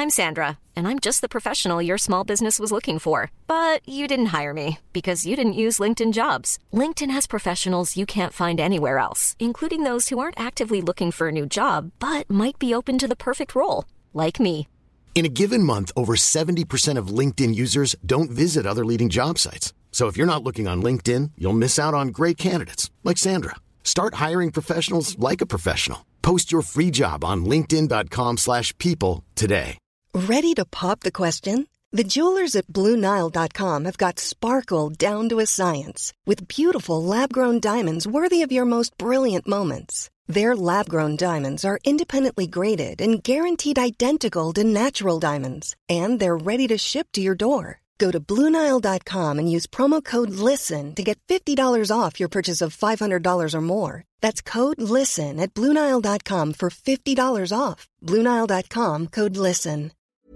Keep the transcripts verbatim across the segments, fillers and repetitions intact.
I'm Sandra, and I'm just the professional your small business was looking for. But you didn't hire me because you didn't use LinkedIn Jobs. LinkedIn has professionals you can't find anywhere else, including those who aren't actively looking for a new job, but might be open to the perfect role, like me. In a given month, over seventy percent of LinkedIn users don't visit other leading job sites. So if you're not looking on LinkedIn, you'll miss out on great candidates like Sandra. Start hiring professionals like a professional. Post your free job on linkedin.com slash people today. Ready to pop the question? The jewelers at Blue Nile dot com have got sparkle down to a science with beautiful lab-grown diamonds worthy of your most brilliant moments. Their lab-grown diamonds are independently graded and guaranteed identical to natural diamonds, and they're ready to ship to your door. Go to Blue Nile dot com and use promo code LISTEN to get fifty dollars off your purchase of five hundred dollars or more. That's code LISTEN at Blue Nile dot com for fifty dollars off. Blue Nile dot com, code LISTEN.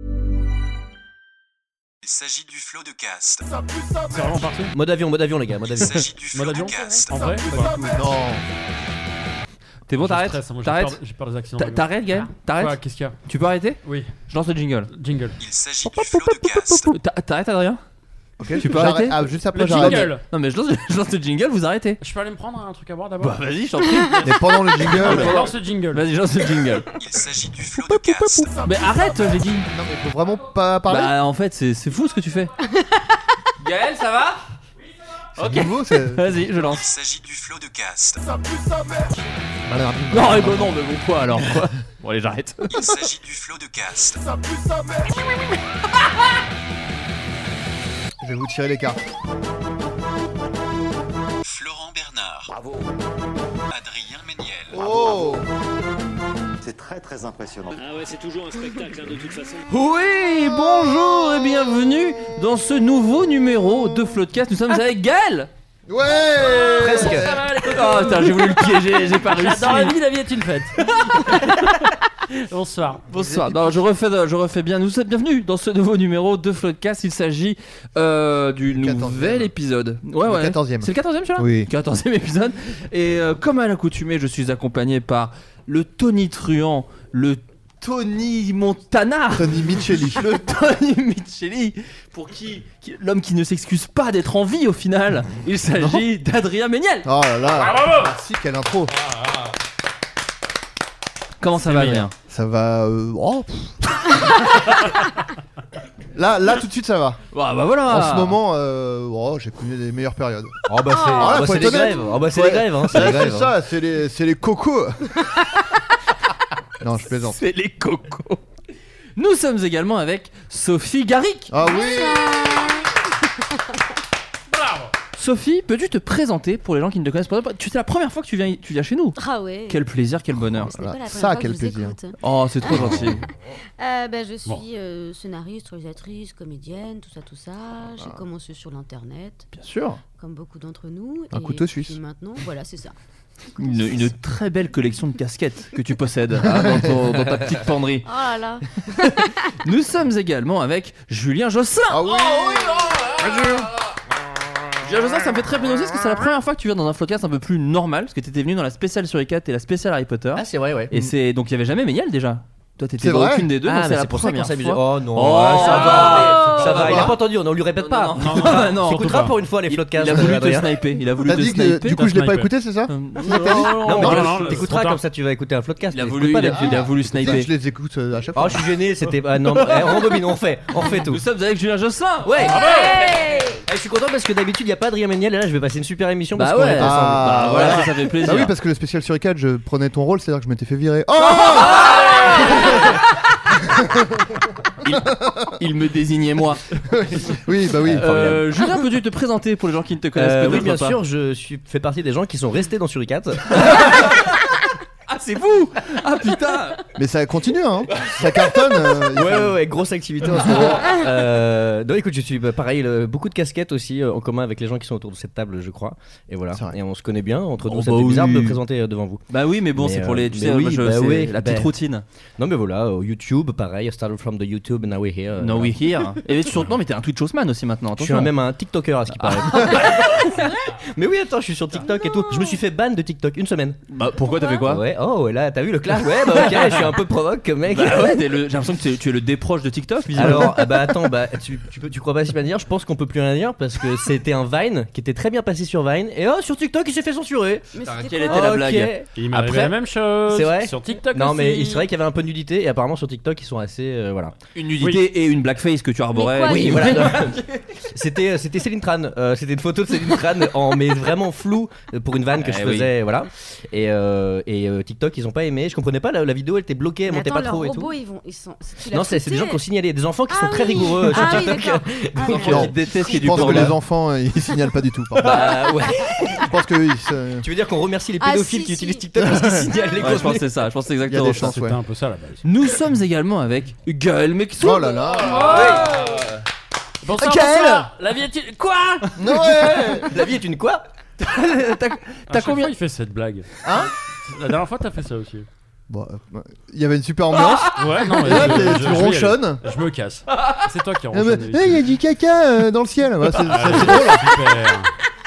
Il s'agit du flot de cast. C'est vraiment parti. Mode avion, mode avion les gars, mode avion. Il s'agit du flot Mode avion de cast. En vrai Non. T'es bon, Je t'arrêtes stresse, hein, moi, j'ai T'arrêtes peur- J'ai peur des accidents. T'a- T'arrêtes, Gaël T'arrêtes Quoi, qu'est-ce qu'il y a? Tu peux arrêter Oui, Je lance le jingle. jingle. Il s'agit du flot de cast. T'a- T'arrêtes, Adrien Ok, Tu peux j'arrête- arrêter Ah, juste après, Le j'arrête. jingle. Non, mais je lance, je lance le jingle, vous arrêtez. Je peux aller me prendre un truc à boire d'abord? Bah, vas-y, je t'en prie. Mais pendant le jingle. On lance le jingle. Vas-y, je lance le jingle. Il s'agit du flot de cast. Mais arrête, j'ai dit. Non, mais faut vraiment pas parler. Bah, en fait, c'est c'est fou ce que tu fais. Gaël, ça va C'est nouveau, c'est. Vas-y, je Il lance. s'agit du flot de cast. Non, eh ben non, mais bon, quoi alors quoi Bon, allez, j'arrête. Il s'agit du flot de cast. Je vais vous tirer les cartes. Florent Bernard. Bravo. Adrien Méniel. Oh. C'est très très impressionnant. Ah ouais, c'est toujours un spectacle hein, de toute façon. Oui, bonjour et bienvenue dans ce nouveau numéro de Floodcast. Nous sommes avec Gaël. Ouais. Presque. Oh putain, j'ai voulu le piéger, j'ai pas réussi. Dans la vie, la vie est une fête. Bonsoir. Bonsoir. Non, je refais, je refais bien. Nous sommes bienvenus dans ce nouveau numéro de Floodcast. Il s'agit euh, du nouvel quatorzième. épisode. Ouais, ouais. Le quatorzième. C'est le quatorzième, celui-là. Oui. quatorzième épisode. Et euh, comme à l'accoutumée, je suis accompagné par le tonitruant, le Tony Montana. Tony Micheli. Le Tony Micheli, pour qui, qui l'homme qui ne s'excuse pas d'être en vie au final. Il s'agit d'Adrien Méniel. Oh là là. Merci, quelle intro. Comment ça va, Adrien? Ça va. Euh... Oh. pff. Là, là, tout de suite, ça va. Ah bah voilà. En ce moment, euh... oh, j'ai connu les meilleures périodes. Oh bah c'est, Ah, oh, bah, faut c'est être les honnête. grèves. Oh bah c'est Ouais. les grèves, hein, c'est Ouais, les grèves. c'est ça, c'est les, c'est les cocos. Non, je plaisante. C'est les cocos. Nous sommes également avec Sophie Garrick. Ah oui. Sophie, peux-tu te présenter pour les gens qui ne te connaissent pas? Tu C'est la première fois que tu viens, tu viens chez nous. Ah ouais. Quel plaisir, quel bonheur. Ce n'est pas la première Ça, fois quel que je vous plaisir. écoute. Oh, c'est trop gentil. Euh, ben, je suis Bon. euh, scénariste, réalisatrice, comédienne, tout ça, tout ça. J'ai commencé sur l'internet, Bien sûr. comme beaucoup d'entre nous. Un et couteau puis suisse. Maintenant, voilà, c'est ça. Une, une très belle collection de casquettes que tu possèdes hein, dans, ton- dans ta petite penderie. Oh là là. Nous sommes également avec Julien Josselin. Ah oui. Julien Josselin, ça me fait très plaisir parce que c'est la première fois que tu viens dans un podcast un peu plus normal, parce que tu étais venu dans la spéciale sur les quatre et la spéciale Harry Potter. Ah c'est vrai ouais. Et c'est donc il y avait jamais Méniel déjà. Toi t'étais C'est dans vrai aucune des deux, Ah donc mais c'est la c'est pour ça qu'on première s'amuse. fois. Oh non, Oh, ouais, ça va, ça va. Il a va. pas entendu, on lui répète pas. Non, non, non, non, Tu écouteras pour une fois les Il, il floodcasts. a voulu te Adrien. sniper. Il a voulu T'as te dit que sniper. du coup, je l'ai pas sniper. écouté, c'est ça? Euh, Non, non, mais non, tu non, t'écouteras c'est trop comme ça, tu vas écouter un floodcast. Il a mais voulu, écoute il pas a, les- il a voulu Ça, sniper. je les écoute euh, à chaque Oh fois. je suis gêné, c'était ah, non, eh, on rebobine, on fait, on fait tout. Nous sommes avec Julien Josselin. Ouais. Hey. Eh, je suis content parce que d'habitude il y a pas Adrien Méniel et là je vais passer une super émission parce Bah qu'on ouais. est ensemble. Ah, Bah voilà, ouais. ça, ça fait plaisir. Bah oui, parce que le spécial sur les quatre, je prenais ton rôle, c'est-à-dire que je m'étais fait virer. Oh. il, il me désignait moi. Oui, bah oui. Euh, Julien, peux-tu te présenter pour les gens qui ne te connaissent Euh, peut-être oui bien pas sûr, je suis fais partie des gens qui sont restés dans Suricat. Ah c'est vous. Ah putain. Mais ça continue, hein. Ça cartonne. euh, il Ouais, faut- ouais, ouais, grosse activité en ce moment. Euh, non, écoute, je suis bah, pareil, le- beaucoup de casquettes aussi euh, en commun avec les gens qui sont autour de cette table, je crois. Et voilà. C'est vrai. Et on se connaît bien entre nous. Oh, ça bah fait bizarre oui. de me présenter euh, devant vous. Bah oui, mais bon, Mais, c'est pour euh, les. Tu mais sais, oui, moi, je, bah c'est oui, la petite bah. routine. Non, mais voilà, euh, YouTube, pareil. I started from the YouTube and now we're here. No Euh, we here. Et surtout, non, mais t'es un Twitch hostman aussi maintenant. Je suis Attention. un- même un TikToker à ce qui paraît. Mais oui, attends, je suis sur TikTok et tout. Je me suis fait ban de TikTok une semaine. Bah pourquoi t'as fait quoi? Ouais, oh, oh, et là, t'as vu le clash? Ouais, bah ok, je suis un peu provoque, mec. Bah ouais, t'es le- j'ai l'impression que tu es, tu es le déproche de TikTok, visiblement. Alors, ah bah attends, bah tu, tu, peux, tu crois pas si bien dire? Je pense qu'on peut plus rien dire parce que c'était un Vine qui était très bien passé sur Vine et oh, sur TikTok il s'est fait censurer. Mais Putain, c'était quelle quoi était la Ok. blague? Il m'a arrivé la même chose. C'est vrai Sur TikTok Non, aussi. mais c'est vrai qu'il y avait un peu de nudité et apparemment sur TikTok ils sont assez. euh, voilà. Une nudité et une blackface que tu arborais. Mais quoi, Oui, il- voilà. c'était, c'était Céline Tran. Euh, c'était une photo de Céline Tran en mais vraiment flou pour une vanne que Eh je oui. faisais. Voilà. Et, euh, et euh, TikTok ils ont pas aimé. Je comprenais pas, la, la vidéo elle était bloquée, elle Mais montait attends, pas trop leurs et tout. robots, ils vont, ils sont. si tu l'as Non, c'est, c'est des gens tweeté- qui ont signalé, des enfants qui Ah sont très oui. rigoureux sur Ah oui, TikTok. d'accord. Ah, Donc, d'accord. Qui détestent qu'il y ait Je du pense que porno. les enfants euh, ils signalent pas du tout. par contre. Bah ouais. Je pense que oui, c'est- Tu veux dire qu'on remercie les Ah, pédophiles si, qui si. utilisent TikTok parce qu'ils signalent les Ouais, je pense que contenus. c'est ça, je pense que c'est il y a exactement des ça. chances, C'était ouais. un peu ça la base. Nous sommes également avec Gaël Mexou. Oh là là. Bonsoir, Gaël. bonsoir. La vie est. Quoi? Non, ouais. La vie est une quoi? T'as À t'as chaque combien fois, il fait cette blague. Hein? La dernière fois, t'as fait ça aussi. Bon, euh, il y avait une super ambiance. Ouais, non, mais Et là, je- t'es- je- tu je vais y aller. ronchonnes. Je me casse. C'est toi qui Ah, mais, ronchonnes. eh, il y a du caca euh, dans le ciel. Ouais, c'est, Ah, c'est- c'est drôle. super.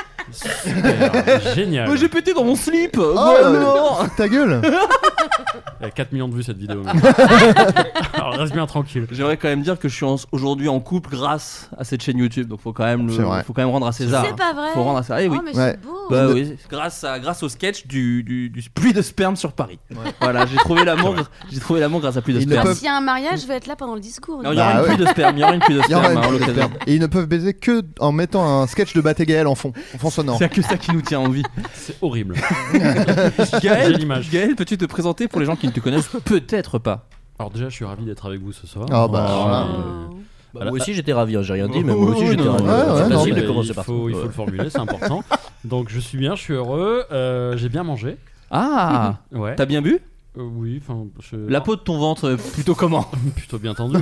Super. Génial. Moi j'ai pété dans mon slip. Oh, Bah euh, alors. ta gueule. Il y a quatre millions de vues cette vidéo. même. Alors reste bien tranquille. J'aimerais quand même dire que je suis en- aujourd'hui en couple grâce à cette chaîne YouTube, donc faut quand même, le- C'est vrai. faut quand même rendre à César. C'est pas vrai. Faut rendre à César. Eh oui. Oh, mais Ouais. c'est beau. Bah oui, grâce, à, grâce au sketch du, du, du pluie de sperme sur Paris. Voilà, j'ai trouvé l'amour, j'ai trouvé l'amour grâce à pluie de Ils ne sperme. peuvent- S'il y a un mariage, je vais être là pendant le discours. Non, il y aura Bah une ouais. pluie de sperme, il y aura une pluie de Il y aura sperme une hein, en pluie de l'occasion. sperme. Et ils ne peuvent baiser que en mettant un sketch de Bat et Gaël en fond, en fond sonore. C'est que ça qui nous tient en vie. C'est horrible. J'ai Gaël, l'image. Gaël, peux-tu te présenter pour les gens qui ne te connaissent peut-être pas? Alors déjà, je suis ravi d'être avec vous ce soir. Ah bah, alors là. Euh, Bah, moi aussi j'étais ravi, hein, j'ai rien dit, mais moi aussi Oui, j'étais non, ravi. ouais, ouais, c'est non, facile mais de commencer il par faut, ça. il faut le formuler, c'est important. Donc je suis bien, je suis heureux. euh, j'ai bien mangé. Ah, Ouais. t'as bien bu? Euh, oui, enfin. je- La peau de ton ventre, euh, plutôt comment? Plutôt bien tendu.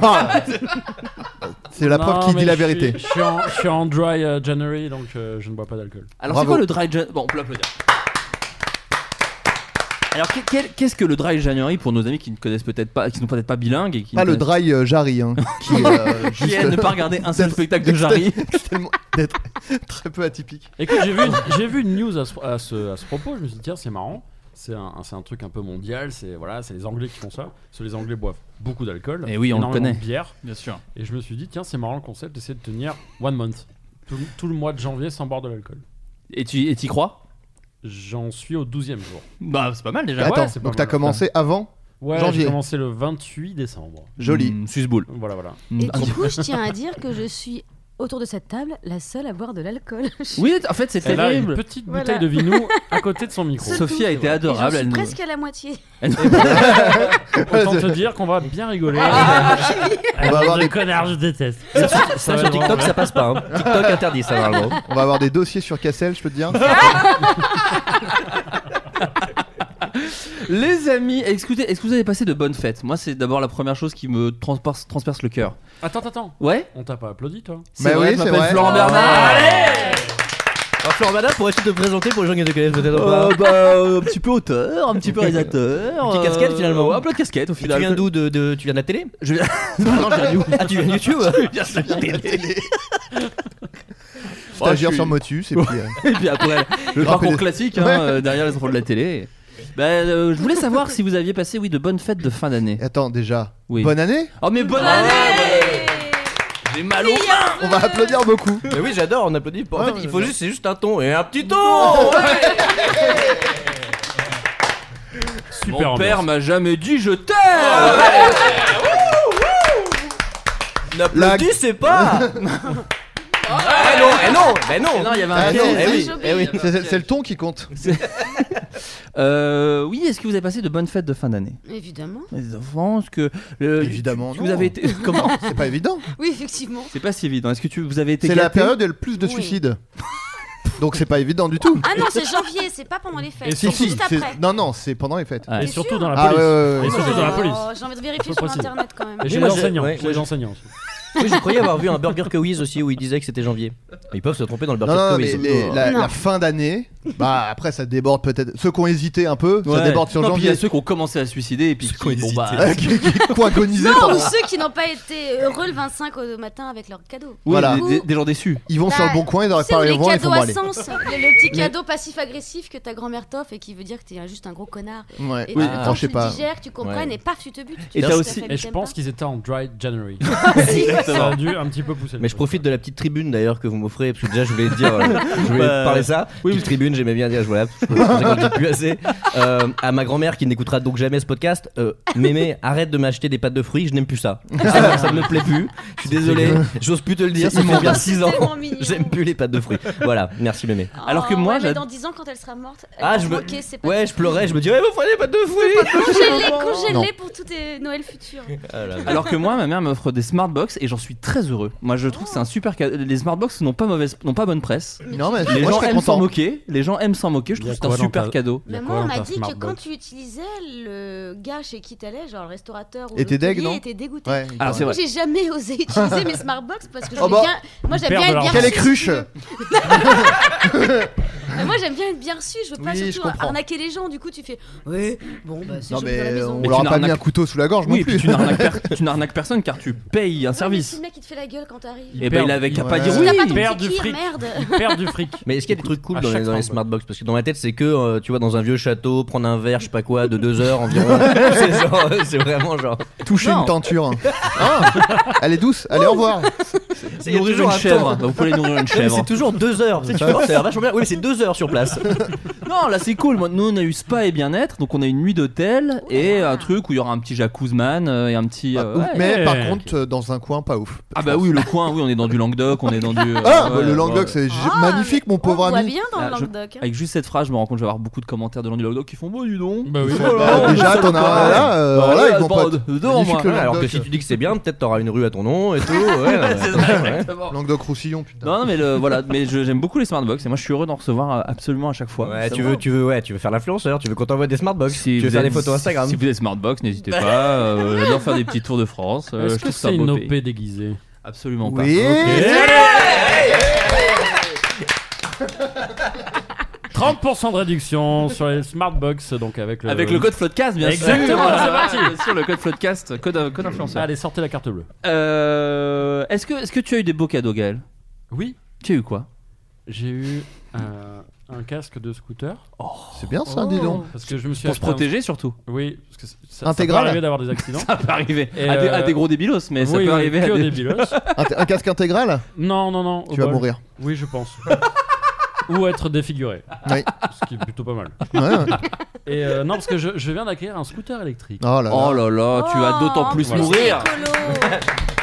C'est la Non, preuve qui mais dit la je suis- vérité. Je suis en, je suis en dry euh, January, donc euh, je ne bois pas d'alcool. Alors c'est Bravo. quoi le dry January? Bon, on peut l'applaudir. Alors qu'est- quel- qu'est-ce que le dry January pour nos amis qui ne connaissent peut-être pas, qui sont peut-être pas bilingues et qui Pas ne le connaissent- dry euh, Jarry, hein, qui est euh, qui juste est ne pas regarder un seul spectacle de Jarry. tellement d'être très peu atypique. Écoute, j'ai vu, une, j'ai vu une news à ce, à, ce, à ce propos. Je me suis dit, tiens, c'est marrant. C'est un, c'est un truc un peu mondial. C'est voilà, c'est les Anglais qui font ça. Parce que les Anglais boivent beaucoup d'alcool. Et oui, on le énormément connaît. de bière. Bien sûr. Et je me suis dit, tiens, c'est marrant le concept d'essayer de tenir one month. Tout, tout le mois de janvier sans boire de l'alcool. Et tu et t'y crois? J'en suis au douzième jour. Bah c'est pas mal déjà. Ouais, Attends, c'est pas donc t'as mal. commencé avant Ouais, Janvier. j'ai commencé le vingt-huit décembre. Joli. Mmh, Suce-boule. Voilà, voilà. Mmh, Et un du petit- coup, je tiens à dire que je suis autour de cette table la seule à boire de l'alcool. Oui, en fait c'est Elle a une terrible. petite Voilà. bouteille de vinou à côté de son micro. C'est Sophie a été Et j'en adorable. suis Elle nous... presque à la moitié. elle nous- Autant te dire qu'on va bien rigoler. On va avoir des des- connards, je déteste. Ça, Ça ça, va sur être TikTok vraiment- ça passe pas. Hein. TikTok interdit ça normalement. On va avoir des dossiers sur Cassel, je peux te dire. Les amis, écoutez, est-ce que vous avez passé de bonnes fêtes? Moi, c'est d'abord la première chose qui me transperce, transperce le cœur. Attends, attends. Ouais. On t'a pas applaudi, toi C'est Bah vrai, oui, je c'est m'appelle vrai. Florent Oh. Bernard. Alors Florent Bernard, pourrais-tu te présenter pour les gens qui ne te connaissent peut-être pas? Euh, bah, un petit peu auteur, un petit peu réalisateur. Petite casquette, finalement. Ouais, un peu de casquette au Tu final. viens d'où de, de- Tu viens de la télé? Je viens. non, je viens d'où? Ah, tu viens de YouTube? Je viens de la télé. Stagiaire je suis- sur Motus et puis. euh, Et puis après, le Rappelez- parcours classique hein, Ouais. euh, derrière les enfants de la télé. Bah, euh, je voulais savoir si vous aviez passé, oui, de bonnes fêtes de fin d'année. Attends, déjà. Oui. Bonne année. Oh, mais bonne année! J'ai mal aux mains! On va applaudir beaucoup. Mais oui, j'adore, on applaudit. En Ouais, fait, ouais, il faut ouais. juste, c'est juste un ton et un petit ton. Super Mon père ambiance. m'a jamais dit je t'aime! N'applaudissez pas. Eh non, eh non, mais non. Non, il y avait un Ah, piège. non, eh oui, j'obéis. eh oui. C'est, c'est- c'est le ton qui compte. Euh, oui, est-ce que vous avez passé de bonnes fêtes de fin d'année? Évidemment. Les enfants, est-ce que euh, Évidemment, est-ce que non. vous avez été comment? C'est pas évident. Oui, effectivement. C'est pas si évident. Est-ce que tu vous avez été C'est la gâtés? période où il y a le plus de Oui. suicides. Donc c'est pas évident du tout. Ah non, c'est janvier, c'est pas pendant les fêtes. Et C'est si, juste c'est- après. Non, non, c'est pendant les fêtes. Ouais. Et T'es surtout sûr dans la Ah police. ouais, ouais, ouais. Et surtout dans la police. Oh, j'ai envie de vérifier Faut sur préciser. internet quand même. Et chez moi, les j'ai- enseignants. ouais, Chez moi, les j'ai- enseignants aussi. Oui, je croyais avoir vu un Burger Quiz aussi où il disait que c'était janvier. Ils peuvent se tromper dans le Burger Non, non, Quiz. mais les- la, Non. la fin d'année, bah après ça déborde peut-être. Ceux qui ont hésité un peu, ça Ouais. déborde sur Non, puis il y janvier. a ceux qui ont commencé à se suicider et puis Ceux qui ont qui, bon, bah, qui, qui, qui ont agonisé Non, pendant- ou ceux qui n'ont pas été heureux le vingt-cinq au matin avec leur cadeau. oui, Voilà. des, des- des gens déçus. Ils vont Bah, sur le bon coin, ils auraient Tu sais, pas ou les les voir, ils font cadeaux bon à aller. sens, le, le petit cadeau passif-agressif que ta grand-mère t'offre et qui veut dire que t'es juste un gros connard. Ouais. Et Oui, que ah, quand je sais tu pas. le digères, tu comprennes Ouais. et paf, tu te butes. Et Tu t'as sais aussi- que ta Et famille je t'aime pense pas. qu'ils étaient en dry January. Exactement. Ça a dû un petit peu pousser. le Mais je truc. profite de la petite tribune d'ailleurs que vous m'offrez parce que déjà je voulais dire, euh, je voulais Bah, parler ça. oui, petite mais- tribune, j'aimais bien dire, je voilà, je pensais qu'on le dit plus assez. Euh, à ma grand-mère qui n'écoutera donc jamais ce podcast, euh, Mémé, arrête de m'acheter des pâtes de fruits, je n'aime plus ça. Ça, ça me plaît plus. Je suis désolé, j'ose plus te le dire, ça fait bien six ans. tellement mignon. J'aime plus les pâtes de fruits. Voilà, merci Mémé. Alors que Oh, moi, ouais, mais j'ad- dans dix ans, quand elle sera morte, elle Ah, va je me, manquer ses pâtes ouais, de je pleurais, je me disais, ouais, vous prenez des pâtes de fruits. Congèle-les, Non. congèle-les pour tous tes Noël futurs. Ah là là. Alors que moi, ma mère m'offre des smartbox et j'en suis très heureux. Moi, je trouve que c'est un super cadeau. Les smartbox n'ont pas mauvaise, n'ont pas bonne presse. Non, mais Les moi je gens serais aiment s'en content. moquer. Les gens aiment s'en moquer. Je Il y a trouve que c'est quoi un dans super ta- cadeau. Il y a Mais quoi moi, on dans m'a ta dit que Smartbox quand tu utilisais le gars chez qui t'allais, genre le restaurateur ou Était deg, l'hôtelier, non était dégoûté. Ouais. Alors c'est Moi, vrai. j'ai jamais osé utiliser mes Smartbox parce que je Oh voulais bah. bien. Moi, j'aime perdent bien être leur- bien Quelle reçue, cruche si tu veux. Mais moi, j'aime bien être bien reçu. Je veux pas Oui, je surtout comprends. arnaquer les gens. Du coup, tu fais. Ouais, bon, bah, c'est Non joli dans la mais maison. on Mais leur a tu pas mis un n'arnaques- couteau sous la gorge Oui, non et puis plus. tu n'arnaques, per- tu n'arnaques personne car tu payes un Ouais, mais service. si le mec il te fait la gueule quand t'arrives. Et ben il avait qu'à pas Ouais. dire Si oui. t'as pas ton perd petit du kir, fric. merde. Il perd du fric. Mais est-ce qu'il y a des trucs cool À dans les, chaque dans les Smartbox. Smartbox? Parce que dans ma tête, c'est que euh, tu vois, dans un vieux château, prendre un verre, je sais pas quoi, de deux heures environ. c'est, genre, c'est vraiment genre. Toucher Non. une tenture. Ah, elle est douce. Allez, au revoir. C'est- il y a Nourrir toujours une un chèvre. temps. Vous pouvez nourrir une Ouais, mais chèvre. c'est toujours deux heures. Tu sais, tu vois, c'est vachement bien. Oui, mais c'est deux heures sur place. Non, là c'est cool. Moi, nous on a eu spa et bien-être, donc on a une nuit d'hôtel et un truc où il y aura un petit jacuzziman euh, et un petit. euh, Ah, ouais. mais par ok. contre, euh, dans un coin pas ouf. Ah bah oui, le coin, oui, on est dans du Languedoc, on est dans du. euh, Ah, bah, ouais, le Languedoc, ouais. c'est g- Ah, magnifique, mon On pauvre voit ami. bien dans Ah, le je- Languedoc. Avec juste cette phrase, je me rends compte que je vais avoir beaucoup de commentaires de gens du Languedoc qui font bon, dis donc. Bah oui. Bah, déjà, t'en as un là, euh, Bah, voilà, ouais, avec mon bon, pote. de- devant Magnifique, moi. le Ouais, alors que Languedoc. si tu dis que c'est bien, peut-être t'auras une rue à ton nom et tout. Ouais, ouais, C'est ouais. ça, exactement. Languedoc-Roussillon, putain. Non, non, mais le, voilà, mais je- j'aime beaucoup les Smartbox et moi je suis heureux d'en recevoir euh, absolument à chaque fois. Ouais, Ça tu me- veux, tu veux, ouais, tu veux faire l'influenceur, tu veux qu'on t'envoie des Smartbox, Si tu veux vous faire êtes- des photos Instagram. Si vous êtes Smartbox, n'hésitez pas. euh, J'adore faire des petits tours de France. euh, Est-ce je que trouve ça c'est une beau O pays. P déguisée? Absolument pas. Oui. trente pour cent de réduction sur les Smartbox, donc avec le. Avec le code Floodcast, bien sûr. Exactement, Voilà, c'est parti. Bien sûr, le code Floodcast, code, code influenceur. Allez, sortez la carte bleue. Euh, est-ce que, est-ce que tu as eu des beaux cadeaux, Gaël? Oui, Tu as eu quoi? j'ai eu euh, un casque de scooter. C'est bien ça, dis donc. Parce que je me suis Pour se acheté un- protéger surtout. Oui, parce que ça, Intégral. ça peut arriver d'avoir des accidents. Ça peut arriver Et à, des, euh, à des gros débilos, mais ça oui, peut oui, arriver que à au des. débilos. Un, t- un casque intégral. Non, non, non. au Tu vas bol. mourir. Oui, je pense. Ou être défiguré. Oui. Ce qui est plutôt pas mal. Ouais, ouais. Et euh, non, parce que je, je viens d'acquérir un scooter électrique. Oh là là. Oh là là, tu vas d'autant Oh, plus en plus, mourir. c'est écolo.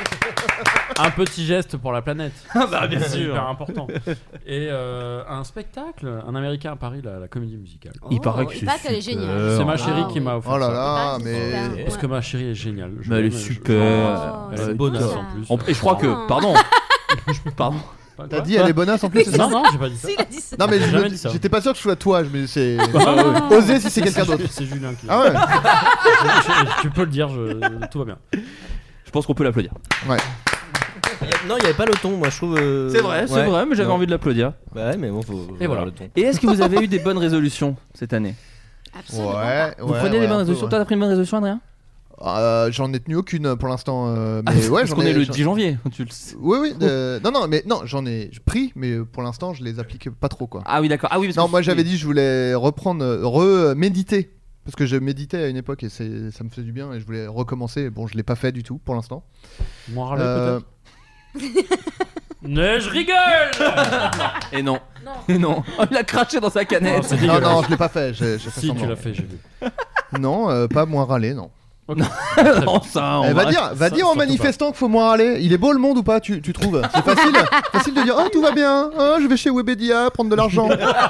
Un petit geste pour la planète. Bah, bien C'est sûr. hyper important. Et euh, un spectacle, un américain à Paris, la, la comédie musicale. Il Oh, paraît que il c'est paraît qu'elle est super. géniale. C'est ma Ah, chérie qui oui. m'a offert Oh là ça. là, C'est mais. super. Parce que ma chérie est géniale. Je Mais elle est l'aime, je- super. Oh, Elle c'est est bonasse ça. en plus. On- Et je crois que, Oh. pardon, pardon. Pas T'as quoi dit elle est bonasse en plus, c'est ça? Non, non, j'ai pas dit ça. Si, il a dit ça. Non, mais J'ai je jamais me- dit ça. j'étais pas sûr que ce soit toi, mais c'est. Non. Osez si c'est quelqu'un d'autre. C'est Julien qui. Ah ouais. Je- tu peux le dire, je- tout va bien. Je pense qu'on peut l'applaudir. Ouais. Il y a- Non, il y avait pas le ton, moi je trouve. euh, C'est vrai, c'est ouais. vrai, mais j'avais Non. envie de l'applaudir. Bah ouais, mais bon, faut. faut Et voilà. avoir le ton. Et est-ce que vous avez eu des bonnes résolutions cette année? Absolument. Ouais. Vous ouais, prenez ouais, des un bonnes peu, résolutions? ouais. T'as pris une bonne résolution, Adrien? Euh, J'en ai tenu aucune pour l'instant. euh, Ah, Mais ouais, parce j'en qu'on ai. est le j'en- dix janvier. Tu le sais. Oui, oui. de- Non, non, mais non, j'en ai pris, mais pour l'instant, je les applique pas trop, quoi. Ah oui, d'accord. Ah oui, parce Non, que- moi j'avais dit je voulais reprendre, euh, re-méditer. Parce que je méditais à une époque et c'est- ça me faisait du bien et je voulais recommencer. Bon, je l'ai pas fait du tout pour l'instant. Moins râler Euh, peut-être. Mais je rigole. Et non. Non. Et non. Oh, il a craché dans sa canette. Non, c'est Non, dégueulasse. non, je l'ai pas fait. J'ai j'ai fait Si, semblant. tu l'as fait, j'ai vu. Non, euh, pas moins râler, non. Non, ça, on Eh, va va- dire, va ça, dire aux surtout manifestants qu'il faut moins râler. Il est beau le monde ou pas, tu, tu trouves? C'est facile, facile de dire oh tout va bien, oh, je vais chez Webedia prendre de l'argent.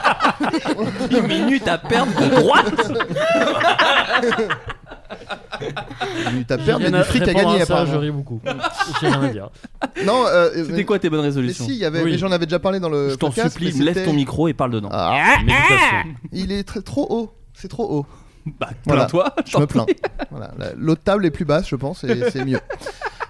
dix minutes à perdre de droite. T'as perdu Rien du fric à répondre gagner à ça, je apparemment. ris beaucoup. J'ai rien à dire. Non, euh, C'était quoi tes bonnes mais résolutions? si, il y avait, Oui. mais j'en avais déjà parlé dans le Je t'en podcast, supplie, mais lève c'était- ton micro et parle dedans. Ah, Méditation. il est très, trop haut, c'est trop haut. Bah, Voilà. plains-toi. Je me plains. Voilà, la- l'autre table est plus basse, je pense, et c'est mieux.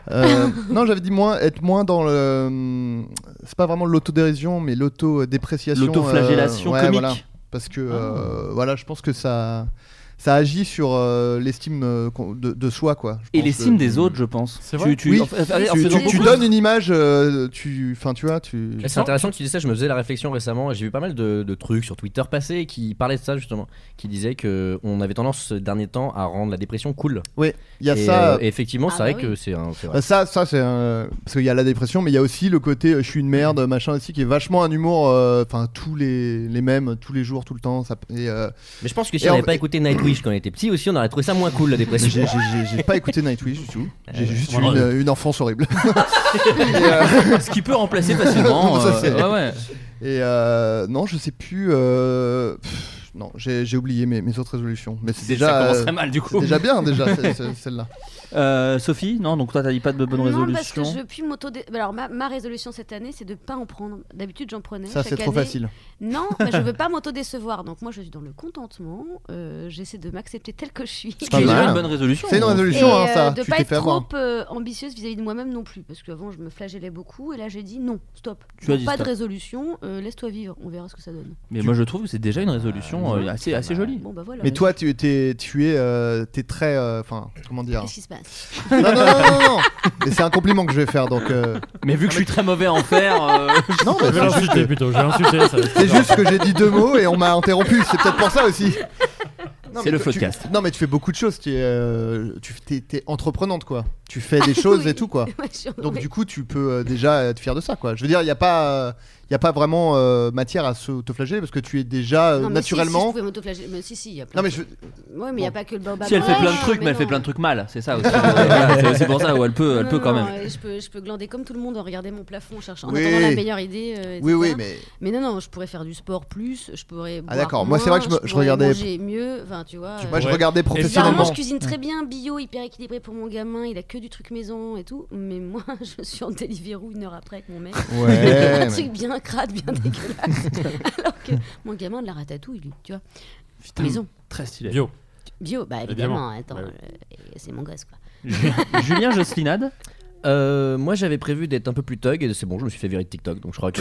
Euh, non, j'avais dit moins, être moins dans le. C'est pas vraiment l'autodérision, mais l'autodépréciation. L'autoflagellation euh, ouais, comique. Voilà. Parce que Ah. euh, voilà, je pense que ça, ça agit sur euh, l'estime euh, qu'on- de, de soi, quoi. Je Et pense l'estime que- des autres, je pense. C'est vrai. Tu, tu, Oui, en fait, en tu, faisant tu- tu beaucoup- donnes une image, euh, tu, enfin, tu vois, tu. Et c'est intéressant que tu dis ça, je me faisais la réflexion récemment et j'ai vu pas mal de, de trucs sur Twitter passés qui parlaient de ça justement, qui disaient qu'on avait tendance ces derniers temps à rendre la dépression cool. Oui, il y a et, ça. euh, et effectivement, Ah c'est bah vrai oui. que c'est un. c'est vrai. Euh, Ça, ça c'est un... parce qu'il y a la dépression, mais il y a aussi le côté euh, je suis une merde, machin aussi, qui est vachement un humour, euh, enfin tous les, les mêmes, tous les jours, tout le temps. Ça... Et, euh, Mais je pense que si Et on en- n'avait pas écouté Nightwish quand on était petit aussi, on aurait trouvé ça moins cool la dépression. J'ai- j'ai- J'ai j'ai pas écouté Nightwish du tout. J'ai ouais. juste eu Voilà. une, une enfance horrible. Et, euh, Ce qui peut remplacer facilement. Ça, euh, c'est- ouais, ouais. et, euh, non, je sais plus. euh, pff, Non, j'ai j'ai oublié mes, mes autres résolutions. Mais c'est déjà. ça euh, commencerait mal du c'est coup. déjà bien, déjà, c'est- c'est- celle-là. Euh, Sophie, non, donc toi t'as dit pas de bonne Non, résolution. parce que je veux plus m'auto. Alors, ma, ma résolution cette année, c'est de pas en prendre. D'habitude, j'en prenais. Ça, chaque c'est trop année. facile. Non, bah, je veux pas m'auto-décevoir. Donc, moi, je suis dans le contentement. Euh, J'essaie de m'accepter tel que je suis. Ce qui Pas est déjà mal. une bonne résolution. C'est une Et résolution, hein, euh, ça. de Tu pas t'es être fait trop avoir. euh, ambitieuse vis-à-vis de moi-même non plus. Parce qu'avant, je me flagellais beaucoup. Et là, j'ai dit non, stop. Tu as dit pas stop. de résolution. euh, Laisse-toi vivre. On verra ce que ça donne. Mais moi je trouve que c'est déjà une résolution euh, assez, assez jolie. Bon, bah voilà. Mais toi, tu, t'es, tu es, euh, t'es très, euh, enfin, comment dire. Qu'est-ce qui se passe? Non, non, non, non, non. Mais c'est un compliment que je vais faire, donc. euh, Mais vu que je suis très mauvais à en faire, euh, Non, Je mais vais c'est juste, l'insulter plutôt, je vais l'insulter. ça- c'est juste que j'ai dit deux mots et on m'a interrompu. C'est peut-être pour ça aussi. Non, c'est mais le tu- podcast. Non, mais tu fais beaucoup de choses. Tu es, euh, tu t'es, t'es entreprenante, quoi. Tu fais des choses Oui. et tout, quoi. Ouais, je suis- Donc oui. du coup, tu peux euh, déjà être fier de ça, quoi. Je veux dire, il y a pas, euh, il y a pas vraiment euh, matière à s'autoflageller parce que tu es déjà euh, Non, mais si, si, naturellement. je pouvais m'autoflageller. Mais si, si, il y a plein Non, mais de je. trucs. Ouais, mais il n'y a pas que le baobab. Si elle fait Ouais, plein de trucs, mais elle fait non. plein de trucs mal, c'est ça aussi. Voilà, c'est aussi pour ça où elle peut, elle Non, peut quand non, même. euh, Je peux, je peux glander comme tout le monde, regarder mon plafond, chercher en Oui. attendant la meilleure idée. euh, Oui, et cetera. oui, mais. Mais non, non, je pourrais faire du sport plus, je pourrais. Ah, boire d'accord. Moi, c'est vrai que je me- moins, je pourrais regardais- manger mieux, enfin, tu vois. Tu- euh, Moi, je Ouais. regardais Généralement, professionnellement. je cuisine très bien, bio, hyper équilibré pour mon gamin. Il a que du truc maison et tout. Mais moi, je suis en Deliveroo une heure après avec mon mec. Ouais. un mais- truc bien crade, bien dégueulasse. Alors que mon gamin de la ratatouille, lui, tu vois. Putain, Maison. très stylé. Bio. Bio, bah Évidemment. évidemment. Attends, Ouais. euh, c'est mon gosse, quoi. Julien Josselinade. Euh, moi j'avais prévu d'être un peu plus thug et c'est bon, je me suis fait virer de TikTok donc je crois que,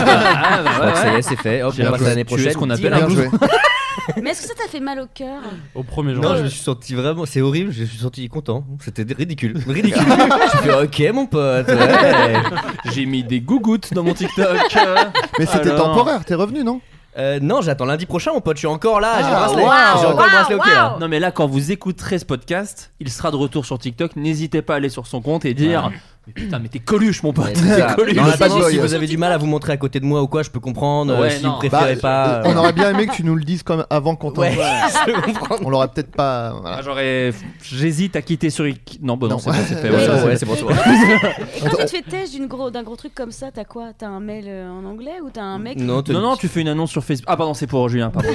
Ah, bah, je crois que ouais, ça y ouais. est, c'est fait. Hop, J'ai on passe à l'année l'impression que tu es prochaine. ce qu'on appelle Direct. un Bien joué. Mais est-ce que ça t'a fait mal au cœur? Au premier jour. Non, je me suis senti vraiment, c'est horrible, je me suis senti content. C'était ridicule, ridicule. Je fais ok mon pote. Ouais. J'ai mis des gougouttes dans mon TikTok. Mais c'était Alors. temporaire. T'es revenu, non? Euh, non, j'attends lundi prochain mon pote, je suis encore là, j'ai le Ah, bracelet. waouh, J'ai encore le bracelet au pied là. waouh. Non mais là quand vous écouterez ce podcast, il sera de retour sur TikTok. N'hésitez pas à aller sur son compte et dire mais putain mais t'es Coluche mon pote. Ouais, T'es c'est ça. Coluche. Dans bad l'attente, boy. si vous avez du mal à vous montrer à côté de moi ou quoi, je peux comprendre. euh, Ouais, si non. vous préférez Bah, pas. euh, on aurait bien aimé que tu nous le dises comme avant qu'on t'en. Ouais, je peux comprendre. On l'aurait peut-être pas. voilà. Ah, j'aurais j'hésite à quitter sur non bon non, Non. c'est bon c'est fait. Ouais, ouais, Ouais, ça, ouais, c'est- c'est bon, c'est bon. Et quand tu te fais têche d'une gros, d'un gros truc comme ça, t'as quoi? T'as un mail euh, en anglais ou t'as un mec? Non, Non non, tu fais une annonce sur Facebook. Ah pardon, c'est pour Julien, pardon.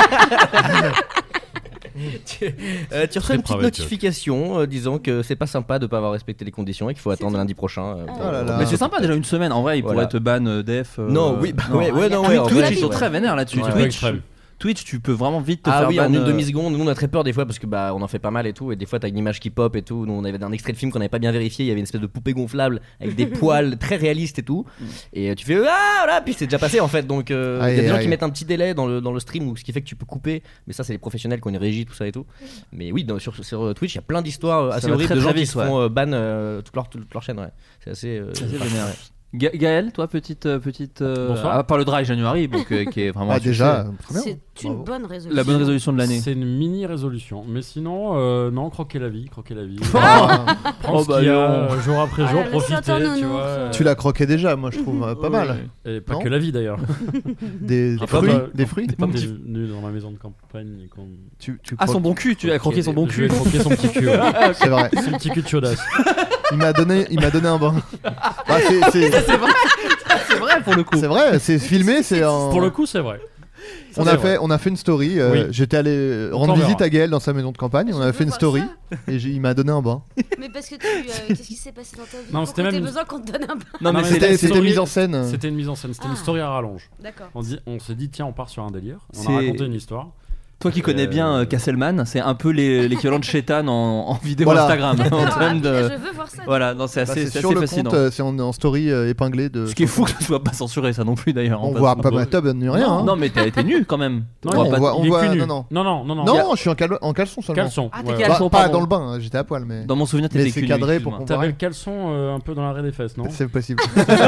tu, euh, tu reçois une petite private, notification euh, disant que c'est pas sympa de pas avoir respecté les conditions et qu'il faut attendre lundi prochain. euh, pour- Oh là là. Mais c'est sympa déjà une semaine en vrai, il Voilà. pourrait te ban euh, def. euh, Non, oui, bah ouais, ouais, il y a non, pas ouais. de en Twitch vrai, ils sont ouais. très vénères là-dessus. Ouais, c'est pas Twitch, extrême. Twitch, tu peux vraiment vite te Ah faire oui, ban. en une euh, demi-seconde. Nous on a très peur des fois parce que bah on en fait pas mal et tout. Et des fois t'as une image qui pop et tout. Nous on avait un extrait de film qu'on avait pas bien vérifié. Il y avait une espèce de poupée gonflable avec des poils très réalistes et tout. Et euh, tu fais ah voilà, puis c'est déjà passé en fait. Donc euh, il Aïe, y a des gens aïe. qui mettent un petit délai dans le, dans le stream, ou ce qui fait que tu peux couper. Mais ça c'est les professionnels qui ont une régie, tout ça et tout. Mais oui, dans- sur, sur Twitch il y a plein d'histoires euh, assez va horribles très, de très gens qui vite, se ouais. font euh, ban euh, toute, leur, toute leur chaîne. Ouais. C'est assez. euh, C'est assez vénère. Ga- Gaël, toi, petite. euh, petite euh, Bonsoir. à part le Dry January, donc, euh, qui est vraiment. Ah, un succès. déjà, très bien. C'est une Bravo. bonne résolution. La bonne résolution de l'année. C'est une mini résolution. Mais sinon, euh, non, croquer la vie, croquer la vie. Ah, Prendre Oh, ce bah, qu'il y a, non. euh, jour après Ah, jour, le profiter, chanteur tu nounours, vois. euh, tu l'as croqué déjà, moi je trouve euh, pas Ouais. mal. Et pas Non que la vie d'ailleurs. Des, des Ah, fruits, bah, des fruits. T'es pas venu dans ma maison de campagne quand. Tu, tu Ah, son croques- bon cul, tu as croqué son bon Je vais cul. croquer son petit cul. ouais. C'est vrai. Son petit cul de chaudasse. Il m'a donné, il m'a donné un bain. Ah, c'est, c'est, C'est vrai, c'est vrai pour le coup. c'est vrai, c'est filmé, c'est en. Pour le coup, c'est vrai. Ça, On c'est a vrai. fait, on a fait une story. euh, Oui. J'étais allé rendre t'en visite verra. à Gaël dans sa maison de campagne. On Je a veux fait une voir story ça. et j'ai- il m'a donné un bain. Mais parce que tu. euh, Qu'est-ce qui s'est passé dans ta vie? Non, Pour c'était que même t'aies une- besoin qu'on te donne un bain. Non, mais Non, mais c'est C'était, la c'était story- mise en scène. C'était une mise en scène, c'était une Ah. story à rallonge. D'accord. On, dit, on s'est dit, tiens, on part sur un délire. On C'est- a raconté une histoire. Toi qui connais Euh, bien euh, Casselman, c'est un peu les- l'équivalent de Chétan en, en vidéo Voilà. Instagram. D'accord, en ah, termes de- je veux voir ça. Voilà, non, c'est Bah, assez, c'est c'est sur assez le fascinant. compte, euh, c'est en, en story euh, épinglé de. Ce qui est fou que ce soit pas censuré, ça non plus d'ailleurs. On en voit passant. pas ma tub ni rien. Non, hein. non, mais t'as été nu quand même. Non, On voit on pas- voit, on il est voit, cul nu. non, non. Non, non, non, non. Non, Il y a- je suis en, cal- en caleçon seulement. Caleçon. Ah, t'es ouais. caleçon. Bah, pas pardon. dans le bain, hein, j'étais à poil, mais Dans mon souvenir, mais t'étais c'est cul nu, cadré excuse-moi. pour T'avais comparer. le caleçon euh, un peu dans l'arrêt des fesses, non? C'est possible.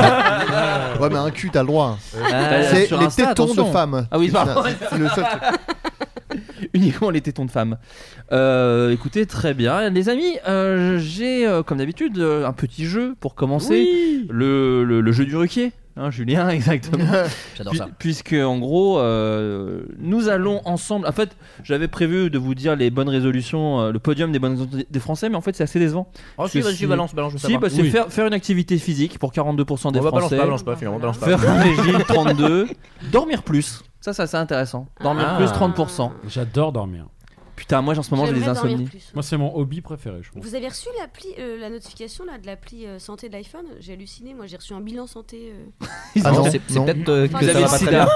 Ouais, mais un cul, t'as le droit. Ah, C'est sur les Insta, tétons attention. de femmes. Ah oui, pardon. C'est- C'est le seul truc. Uniquement les tétons de femmes. Euh, écoutez, très bien. Les amis, euh, j'ai euh, comme d'habitude euh, un petit jeu pour commencer. Oui. Le, le, le jeu du Ruquier. Hein, Julien, exactement. J'adore Puis- ça. Puisque en gros, euh, nous allons ensemble. En fait, j'avais prévu de vous dire les bonnes résolutions, euh, le podium des bonnes résolutions des Français, mais en fait, c'est assez décevant. Oh, Parce si, que vas-y, si- balance, balance, je veux Si, savoir. bah, c'est Oui. faire, faire une activité physique pour quarante-deux pour cent des On va balance Français. pas, balance pas, finalement, balance pas. Faire un régime trente-deux. Dormir plus. Ça, ça c'est intéressant. Dormir Ah. plus trente pour cent. J'adore dormir. Putain, moi, en ce moment, j'ai des J'aimerais dormir insomnies. plus. Moi, c'est mon hobby préféré, je trouve. Vous avez reçu l'appli, euh, la notification là, de l'appli euh, santé de l'iPhone? J'ai halluciné, moi j'ai reçu un bilan santé. euh. Ah non, c'est c'est non. peut-être euh, Enfin, que vous ça avez va pas le très bien.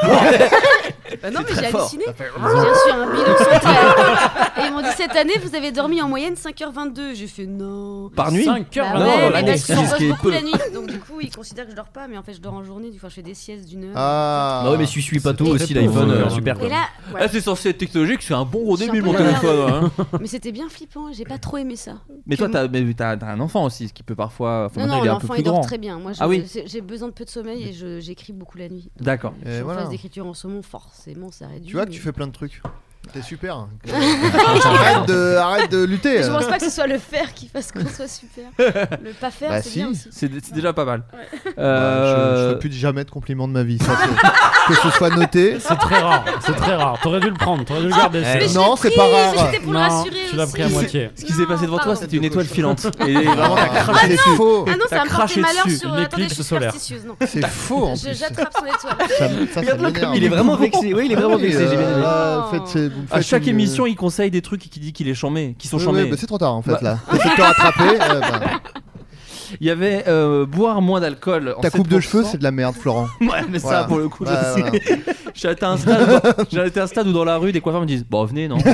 Bah non, mais très j'ai fort. halluciné. J'ai reçu un bilan santé. à- Et ils m'ont dit cette année vous avez dormi en moyenne cinq heures vingt-deux. J'ai fait non. Par nuit cinq heures Bah non, ouais, non, mais l'année, parce c'est qu'on ce bosse qui est beaucoup peu. la nuit, donc du coup ils considèrent que je dors pas, mais en fait je dors en journée, du coup je fais des siestes d'une heure. Ah. Bah ouais, mais si je suis pas tout Et- aussi et- l'iPhone, et- euh, super Et quoi. là, ouais. Ah, c'est censé être technologique, c'est un bon gros Je suis début un mon peu téléphone. hein. mais c'était bien flippant, j'ai pas trop aimé ça. Mais toi, Que- t'as, mais t'as, t'as un enfant aussi, ce qui peut parfois. Enfin, Non, maintenant, non, il est un peu l'enfant plus il dort grand. très bien. Moi je- Ah oui. j'ai- j'ai besoin de peu de sommeil et je- j'écris beaucoup la nuit. Donc, D'accord. Je Et suis en voilà. phase d'écriture en ce moment, forcément ça réduit. Tu vois que mais- tu fais plein de trucs. T'es super. arrête, de, arrête de lutter. Mais je pense pas que ce soit le faire qui fasse qu'on soit super. Le pas faire, Bah c'est si. bien aussi. C'est, c'est déjà pas mal. Ouais. Ouais, je, je Euh, ferai plus jamais de compliments de ma vie. Ça, c'est- que ce soit noté. C'est très rare, c'est très rare. T'aurais dû le prendre, t'aurais dû le garder. Eh, c'est- Mais je non, l'ai c'est pris, pas rare. C'était pour le Non, rassurer. tu l'as aussi. pris à moitié. Ce qui s'est passé devant toi, pardon. c'était une étoile filante. Et Vraiment, vraiment, t'as t'as craché. C'est faux. Ah non, ça T'as va me porter craché malheur dessus. sur. Une Attendez, je éclipse suis solaire. superstitieuse. Non. C'est faux en Je- plus. J'attrape son étoile. Ça, ça, ça m'énerve. Il est vraiment vexé. Oui, il est vraiment vexé. J'ai bien aimé. Là, faites- c'est- vous me À faites chaque une- émission, il conseille des trucs qui dit qu'il est chambé, qui sont Ouais, chambés. ouais, bah, c'est trop tard en fait Bah- là. T'essaies de te rattraper. euh, bah, Il y avait euh, boire moins d'alcool. en ta coupe de sept pour cent. cheveux, c'est de la merde, Florent. Ouais, mais Voilà. ça, pour le coup, je Bah, sais. voilà. J'ai été à un stade, j'ai été à un stade où dans la rue, des coiffeurs me disent bon, venez, non.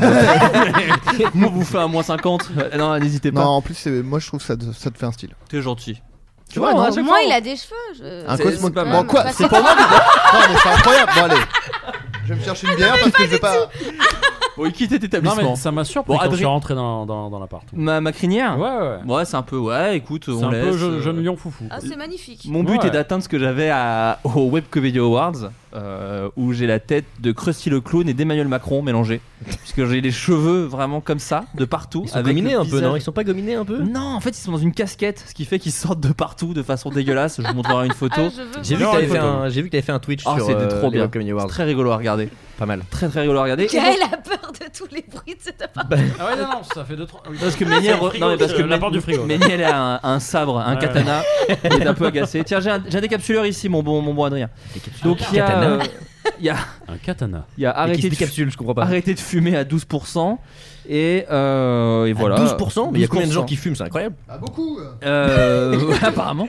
Moi, vous faites un moins cinquante. Euh, Non, n'hésitez Non, pas. en plus, c'est- moi je trouve que ça, te- ça te fait un style. T'es gentil. Tu vois, non, non, à chaque Moi, fois, il on- a des cheveux. je- Un C'est- Cosmo. c'est pas Bon, mal. quoi Bah, C'est c'est pour moi que- Non, mais c'est incroyable. Bon, allez. Je vais me chercher une bière parce que je vais pas. Bon, il quitte cet Non, établissement. mais ça m'a surpris Bon, quand Adrien- je suis rentré dans, dans, dans l'appart. Ma, ma crinière Ouais, ouais. Ouais, c'est un peu. Ouais, écoute, C'est on un laisse. peu jeune, euh, jeune lion foufou. Ah, c'est magnifique. Mon but Ouais. est d'atteindre ce que j'avais à, au Web Comedy Awards, euh, où j'ai la tête de Krusty le clown et d'Emmanuel Macron mélangés. Puisque j'ai les cheveux vraiment comme ça, de partout. Ils sont avec gominés le un peu, visage- non? Ils sont pas gominés un peu? Non, en fait, ils sont dans une casquette, ce qui fait qu'ils sortent de partout de façon dégueulasse. Je vous montrerai une photo. Ah, je veux J'ai vu, voir. que t'avais une fait photo. un- j'ai vu que t'avais fait un Twitch Ah, sur c'était euh, trop les bien. Web Comedy Awards. Très rigolo à regarder. Pas mal. Très très rigolo à regarder. Et Gaël a peur de tous les bruits de cet appart. Ah ouais, non, non, ça fait deux trois. Parce que Méniel, C'est le frigo, non mais parce que c'est la Mén- porte du frigo. Méniel a un, un sabre, un Ouais, katana, il est un peu agacé. Tiens, j'ai un, j'ai un décapsuleur ici, mon bon, mon bon Adrien. Donc il y a, Katana. euh, il y a, Un katana. il y a Et qui arrêté se de, fu- décapsule, je comprends pas. arrêté de fumer à douze pour cent et, euh, et À voilà. douze pour cent? Mais il y a combien de gens douze pour cent. qui fument? C'est incroyable. Ah, beaucoup. Euh, apparemment.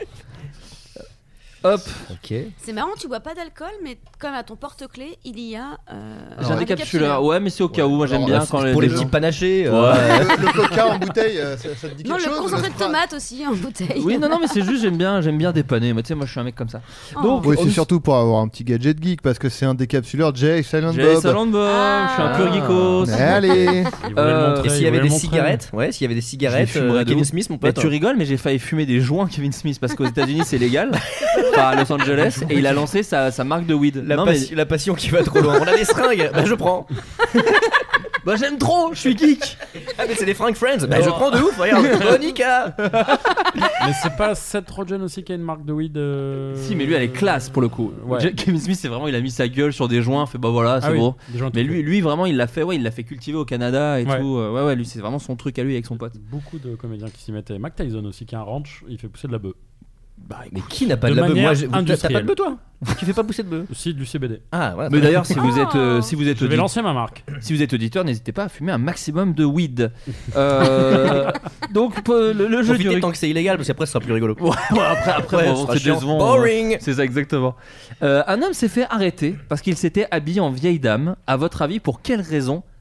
Hop, Ok. C'est marrant, tu bois pas d'alcool, mais comme à ton porte-clés, il y a. euh, j'ai un décapsuleur. Ouais, mais c'est au cas où. Moi j'aime Alors, bien là, quand les Pour les les petits gens- panachés. euh, Ouais. Le, le coca en bouteille, euh, ça, ça te dit Non, quelque le chose concentré de tomate aussi en bouteille. Oui, non, non, mais c'est juste j'aime bien, j'aime bien dépanner. Mais tu sais, moi je suis un mec comme ça. Oh. Donc, Oui, on c'est nous- surtout pour avoir un petit gadget geek parce que c'est un décapsuleur Jay Silent J'ai Bob. Salon de Bob, je suis un peu Ah. geekos. Mais allez. Il voulait Euh, le montrer, Et s'il il y avait voulait des le montrer. cigarettes? Ouais, s'il y avait des cigarettes, Je les fumerais euh, de Kevin ouf. Smith, mon Mais pote. tu rigoles, mais j'ai failli fumer des joints Kevin Smith parce qu'aux États-Unis c'est légal, enfin à Los Angeles, et il a lancé sa, sa marque de weed. La, non, mais, passion, la passion qui va trop loin. On a des seringues, bah je prends. bah j'aime trop, je suis geek. Ah mais c'est des fringues friends, bah je prends de ouf, regarde. Monica. Mais c'est pas Seth Rogen aussi qui a une marque de weed euh, Si, mais lui elle est classe pour le coup. Ouais. Ja- Kevin Smith c'est vraiment, il a mis sa gueule sur des joints, fait bah voilà c'est Ah oui, bon. des gens Mais tout lui, lui vraiment il l'a fait, ouais, il l'a fait cultiver au Canada et Ouais. tout. euh, Ouais ouais, lui c'est vraiment son truc à lui avec son pote. Beaucoup de comédiens qui s'y mettaient. Mac Tyson aussi qui a un ranch, il fait pousser de la bœuf. Bah, Mais qui n'a pas De de, la bœuf? manière Moi, j'ai- t'as pas industrielle. de bœuf toi? Tu fais pas pousser de bœuf? Aussi du C B D. Ah ouais. Mais d'ailleurs si vous êtes, euh, si vous êtes Je vais audi- lancer ma marque. Si vous êtes auditeur, n'hésitez pas à fumer un maximum de weed. Euh, donc euh, le, le jeu du Profitez rug- tant que c'est illégal parce qu'après ce sera plus rigolo. Ouais, ouais, après, après Ouais, bon, ce sera c'est chiant. décevant. Boring. euh, C'est ça exactement. Euh, un homme s'est fait arrêter parce qu'il s'était habillé en vieille dame. À votre avis, pour quelle raison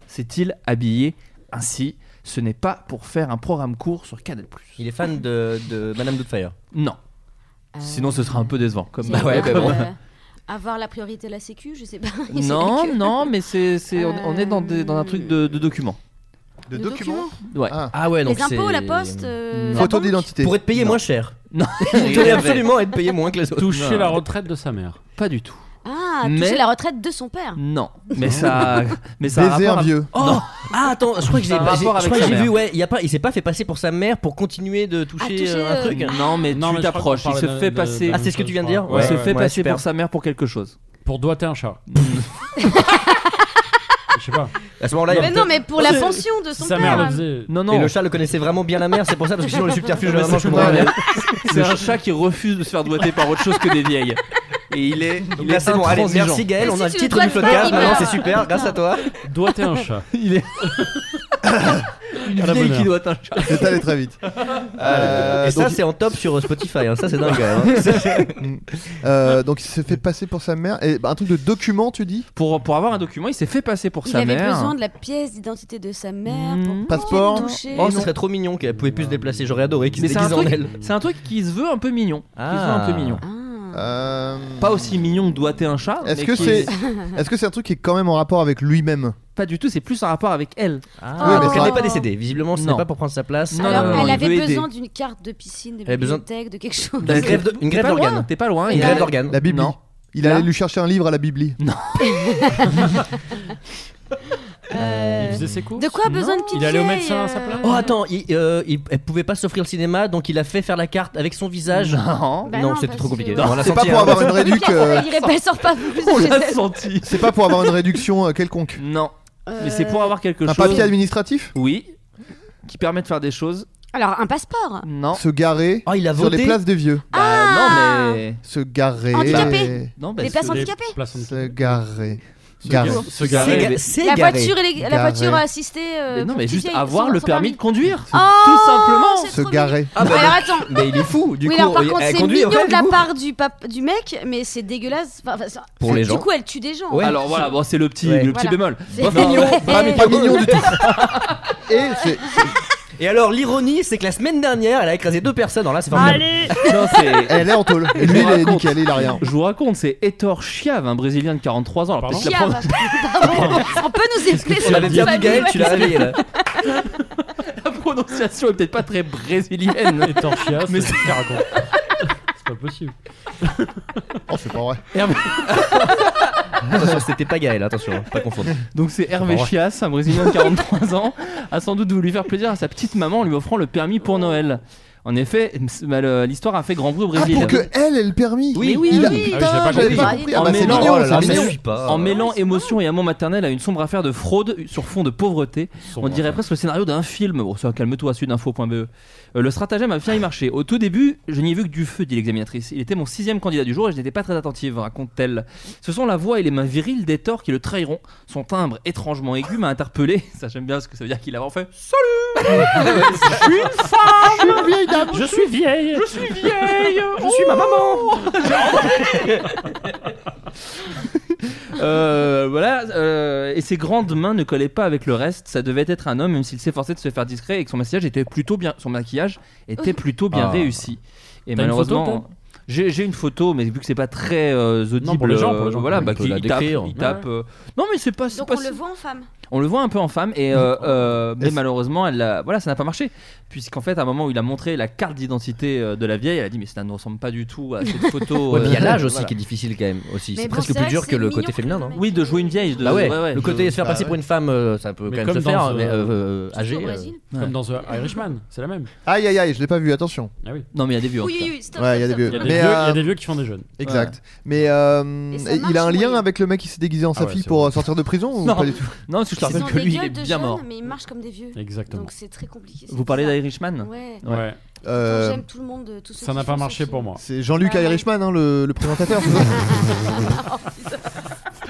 s'est-il habillé ainsi ? Ce n'est pas pour faire un programme court sur Canal+. Il est fan de, de Madame Doubtfire. Non. Euh, Sinon, ce sera un peu décevant. Comme c'est ouais, quoi, bah bon. euh, avoir la priorité de la sécu, je sais pas. Il Non, sait que- non, mais c'est, c'est, on, on est dans, des, dans un truc de, de documents. De Le documents document. Ouais. Ah. Ah ouais, donc Les impôts, c'est- la poste, euh, la Photo banque. d'identité. Pour être payé Non. moins cher. Non. Il tenait absolument à être payé moins que les autres. Toucher Non. la retraite de sa mère. Pas du tout. Ah, Mais- toucher la retraite de son père. Non. Mais ça, mais ça a Baiser rapport un à- vieux. Oh ah attends, je crois que j'ai, Ça a un j'ai- rapport je avec crois que sa j'ai mère. vu, ouais, il y a pas, il s'est pas fait passer pour sa mère pour continuer de toucher, toucher, euh, un euh, truc. Non, mais Non, tu mais je crois t'approches. qu'on Il se parlait fait de- passer. de- Ah, c'est ce que tu viens de dire. Il Ouais, se ouais, fait ouais, passer super. pour sa mère pour quelque chose. Pour doigter un chat. Je sais pas. À ce moment-là, il y a Mais non, mais pour la pension de Si son sa père. mère le faisait. Non, non. Et le chat le connaissait vraiment bien la mère, c'est pour ça parce que sinon le subterfuge de la maman, je c'est comprends pas rien. C'est un chat qui refuse de se faire doigter par autre chose que des vieilles. Et il est, il Là, est c'est bon, allez, intransigeant. merci Gaël, Mais on si a le tu titre dois du le podcast, faire, maintenant il c'est meurt. super, grâce à toi. Doigter un chat. Il est une À la vieille bonne qui heure. doit être un chat. C'est allé très vite. Euh, Et ça donc, c'est en top sur Spotify, hein. Ça c'est dingue. Hein. euh, donc il s'est fait passer pour sa mère. Et bah, un truc de document, tu dis Pour, pour avoir un document, il s'est fait passer pour Il sa avait mère. besoin de la pièce d'identité de sa mère Mmh. pour Passeport. toucher. Oh, ça serait trop mignon qu'elle pouvait plus se déplacer. J'aurais adoré qu'il Mais se c'est un, déguise en truc, elle. c'est un truc qui se veut un peu mignon. Qui se veut un Ah. peu mignon. Ah. Euh, Pas aussi mignon que doigter un chat. Est-ce mais que qui c'est, est- est-ce que c'est un truc qui est quand même en rapport avec lui-même Pas du tout, c'est plus un rapport avec elle. Ah, Oui, mais donc elle ça- n'est pas décédée. Visiblement, ce n'est Non. pas pour prendre sa place. Non, Alors, non, non, elle il avait veut aider. besoin d'une carte de piscine, de Elle avait besoin- bibliothèque, de quelque chose. Une grève de- une T'es grève pas loin, d'organes. T'es pas loin. Une il grève a- d'organes. La Bible. Non. Il Là allait lui chercher un livre à la Bible. Euh, Il faisait ses courses. De quoi a besoin de petite Il allait au vieille, médecin à sa euh, place Oh attends, il, euh, il- elle pouvait pas s'offrir le cinéma, donc il a fait faire la carte avec son visage. Non. Bah non, non, c'était parce trop que- compliqué. Non, on l'a C'est pas senti, pour hein. avoir une réduc. euh, Elle irait pas, elle sort pas plus On de chez l'a elle. senti. C'est pas pour avoir une réduction euh, quelconque. Non. Euh, Mais c'est pour avoir quelque Un chose. papier administratif Oui. Qui permet de faire des choses. Alors, un passeport. Non. Se garer Oh, il a sur voté. les places des vieux. Bah, Ah. non, mais. Se garer. Handicapé. Non, bah, Les c'est- places Les handicapées. places Se handicapées. garer. Se Garer. garer. Se C'est garer. ga- c'est La garé. voiture, élé- la Garé. voiture assistée. euh, Mais non, pour mais petite juste vieille, avoir sans- le sans permis de conduire. Oh, Tout simplement. c'est Se trop garer. Ah bah, Alors attends. mais il est fou. Du oui, coup, alors par elle contre, c'est conduit mignon après, de la du coup. part du, pap- du mec, mais c'est dégueulasse. Enfin, enfin, ça- Pour les du gens. coup, elle tue des gens. Ouais. Alors voilà, bon, c'est le petit, Ouais. le petit Voilà. bémol. C'est Pas Non, mignon, mais- pas, mais Pas mignon du tout. Et c'est. Et alors l'ironie, c'est que la semaine dernière, elle a écrasé deux personnes. Alors là, c'est formidable. Non, c'est. Elle est en tôle. Et Je lui, vous il est raconte. nickel, il a rien. Je vous raconte, c'est Heitor Chiave, un Brésilien de quarante-trois ans. Alors Pardon peut-être la Chiave. pro- Pardon. On peut nous expliquer On avait perdu Gaël, tu l'as réveillé là. la prononciation est peut-être pas très brésilienne. Et Torchia, Mais c'est ce qu'il raconte. C'est pas possible. Oh, c'est pas vrai. Hervé- Attention, c'était pas Gaël, attention, hein, pas confondre. Donc c'est Hervé Ouais. Chias, un Brésilien de quarante-trois ans, a sans doute voulu faire plaisir à sa petite maman en lui offrant le permis pour Noël. En effet, bah, le- l'histoire a fait grand bruit au Ah, Brésil. pour que elle ait le permis. Oui, oui, il a... oui. Putain, Ah oui, j'avais pas j'avais pas compris. compris. Ah En bah, c'est mêlant- mignon, oh là c'est là, mignon. mais- pas. En mêlant émotion et amour maternel à une sombre affaire de fraude sur fond de pauvreté, on dirait presque le scénario d'un film. Bon, ça, calme-toi, sudinfo point b e. Euh, le stratagème a bien y marché. Au tout début, je n'y ai vu que du feu, dit l'examinatrice. Il était mon sixième candidat du jour et je n'étais pas très attentive, raconte-t-elle. Ce sont la voix et les mains viriles d'Hector qui le trahiront. Son timbre étrangement aigu m'a interpellé. Ça, j'aime bien parce que ça veut dire qu'il a vraiment fait Salut. Je suis une femme. Je suis une vieille dame. Je suis vieille. Je suis vieille. Je suis ma maman. Euh, voilà, euh, et ses grandes mains ne collaient pas avec le reste. Ça devait être un homme, même s'il s'efforçait de se faire discret et que son maquillage était plutôt bien, son maquillage était plutôt bien Ah. réussi. Et T'as une malheureusement, photo, j'ai, j'ai une photo, mais vu que c'est pas très euh, audible, Non, pour les gens, pour les gens. voilà, On bah, peut qui- la il tape, décrire. il tape, euh, Non, mais c'est pas, c'est Donc pas on si- le voit en femme. on le voit un peu en femme et euh, euh, mais Est-ce- malheureusement elle a- voilà ça n'a pas marché puisqu'en fait à un moment où il a montré la carte d'identité euh, de la vieille, elle a dit mais ça ne ressemble pas du tout à cette photo. Ouais, puis il y a euh, l'âge aussi voilà. qui est difficile quand même aussi. Mais C'est bon, presque c'est plus vrai dur que que c'est le mignon côté quand féminin, même. non Oui, de jouer une vieille. De, Bah ouais, ouais, le je- côté se faire bah passer ouais. pour une femme, euh, ça peut Mais quand même comme se faire, dans, mais euh, euh, euh, âgé. Au euh, Brésil. Ouais. Comme dans The Irishman, c'est la même. Aïe aïe aïe, je l'ai pas vu, attention. Ah oui. Non mais il y a des vieux. en Oui, tout oui, cas. oui, stop. Ouais, il y a stop, des stop. Il y a Mais, des, vieux, euh, il y a des vieux qui font des jeunes. Exact. Mais euh, Et ça il marche a un lien moyen. avec le mec qui s'est déguisé en sa Ah ouais, fille c'est pour vrai. euh, sortir de prison ou Non. pas du tout? Non, parce que je te Ils rappelle ont que des lui il gueules est de bien jeunes, mort. mais ils marchent comme des vieux. Exactement. Donc c'est très compliqué. c'est Vous parlez bizarre. d'Irishman? Ouais. Ouais. Euh, J'aime tout le monde, tous ceux Ça qui n'a pas font ce marché film. pour moi. C'est Jean-Luc Ah ouais. Irishman, hein, le, le présentateur. c'est ça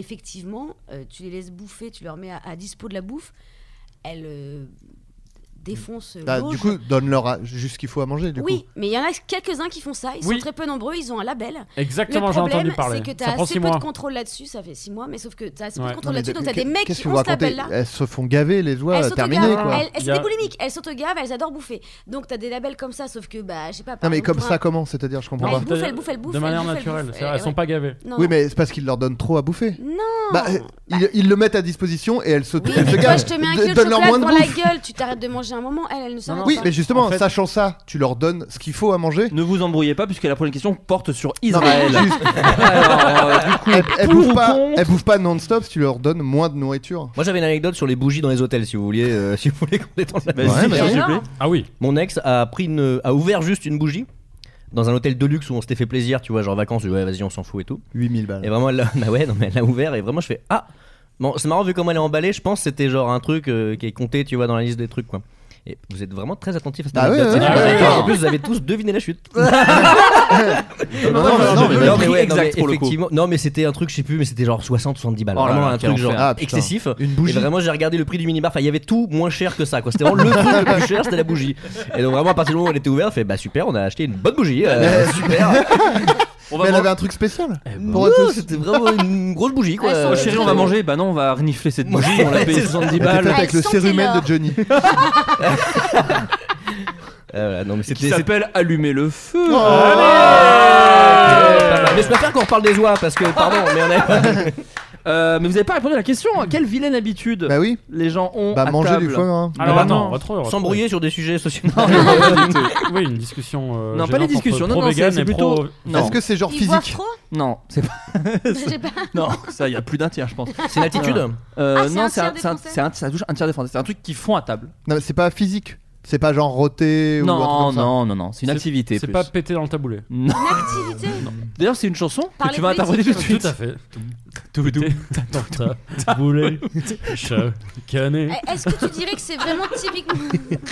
effectivement, euh, tu les laisses bouffer, tu leur mets à, à dispo de la bouffe, elles, euh, défoncent Ah, l'auge. du coup, donne-leur à- juste ce qu'il faut à manger. Du Oui, coup. mais il y en a quelques-uns qui font ça. Ils Oui. sont très peu nombreux. Ils ont un label. Exactement, Le j'ai entendu problème, parler. c'est que tu Ça as prend assez six peu mois. de contrôle là-dessus. Ça fait six mois, mais sauf que tu as assez peu Ouais. de contrôle Non, mais là-dessus. de- Donc, tu as des mecs qu'est-ce qui que ont vous ce racontez label-là. Elles se font gaver, les oies, Elles terminé s'autogavent. quoi. Elles, elles Il y sont a- des boulimiques. Elles s'autogavent, elles adorent bouffer. Donc, tu as des labels comme ça, sauf que, bah, je sais pas. par Non, mais exemple, comme pour ça, un- comment C'est-à-dire, je comprends Elles pas. bouffent, elles bouffent, elles bouffent. De manière elles bouffent, naturelle, elles c'est vrai, elles bouffent. sont pas gavées. Non, Oui, non. mais c'est parce qu'ils leur donnent trop à bouffer. Non. Bah, euh, ils, ils le mettent à disposition et elles se, Oui, elles mais se toi, gavent. je te mets un De- kilo de donne-leur chocolat moins de devant la bouffe. gueule, tu t'arrêtes de manger un moment, elle, elle ne s'arrête Oui, pas. mais justement, En fait- sachant ça, tu leur donnes ce qu'il faut à manger. Ne vous embrouillez pas puisque la prochaine question porte sur Non, Israël. mais juste, Alors, euh, du coup, elles, elles pour bouffent ou pas, contre elles bouffent pas non-stop si tu leur donnes moins de nourriture. Moi j'avais une anecdote sur les bougies dans les hôtels si vous vouliez, euh, si vous voulez qu'on détende la Vas-y, Ouais, mais s'il alors vous plaît. Ah oui. Mon ex a pris une, a ouvert juste une bougie dans un hôtel de luxe où on s'était fait plaisir, tu vois, genre vacances, ouais vas-y on s'en fout et tout. huit mille balles. Et vraiment elle l'a, bah ouais, non mais elle l'a ouvert et vraiment je fais ah. Bon c'est marrant vu comment elle est emballée, je pense que c'était genre un truc euh, qui est compté, tu vois, dans la liste des trucs quoi. Et vous êtes vraiment très attentifs à cette Ah anecdote. ouais, c'est ouais, super ouais, intéressant. ouais. En plus vous avez tous deviné la chute. Non, non, non, non, mais mais, le non, prix mais ouais, exact non, mais pour le coup. effectivement, non mais c'était un truc je sais plus mais c'était genre soixante soixante-dix balles. Oh là Vraiment là, un quel truc genre enfer. Ah, putain. excessif. Une bougie. Et vraiment j'ai regardé le prix du minibar, enfin il y avait tout moins cher que ça quoi. C'était vraiment le truc le plus cher, c'était la bougie. Et donc vraiment à partir du moment où elle était ouverte, on fait bah super, on a acheté une bonne bougie, euh, super. On Mais va elle man- avait un truc spécial. Pour Ouais, eux tous. c'était vraiment une grosse bougie quoi. Ah, Oh, Euh, chérie, on va manger. Bah non, on va renifler cette bougie. On l'a payé soixante-dix Elle était balles. faite avec Elle le sentait cérumen l'or. de Johnny. Euh, voilà, non mais Qui c'était c'était s'appelle Allumer le feu. Oh. pas mal. Mais je préfère qu'on reparle des oies parce que pardon mais on a Euh, mais vous avez pas répondu à la question. Quelle vilaine habitude Bah oui. les gens ont Bah à manger table. du foie gras. Alors bah attends, non. on va trouver. on va s'embrouiller sur des sujets sociaux. Oui, une discussion. euh, Non, pas les gênante discussions. entre Non, non, pro-vegan c'est c'est et plutôt. pro- Non, Est-ce que c'est genre Ils boivent physique trop non, c'est pas. J'ai pas. Non, ça, il y a plus d'un tiers, je pense. C'est une attitude. Euh, Ah, c'est non, un c'est tiers un, des c'est un- Français c'est un- ça touche un tiers des Français. C'est un truc qu'ils font à table. Non, mais c'est pas physique. C'est pas genre roter ou un truc Non, comme ça. non, non, non. C'est une C'est- activité. C'est plus. pas péter dans le taboulet. Non. Une activité. D'ailleurs, c'est une chanson que Parler tu vas interpréter tout de suite. Tout à fait. Tout péter dans le taboulet. Chaque année. Eh, Est-ce que tu dirais que c'est vraiment typiquement.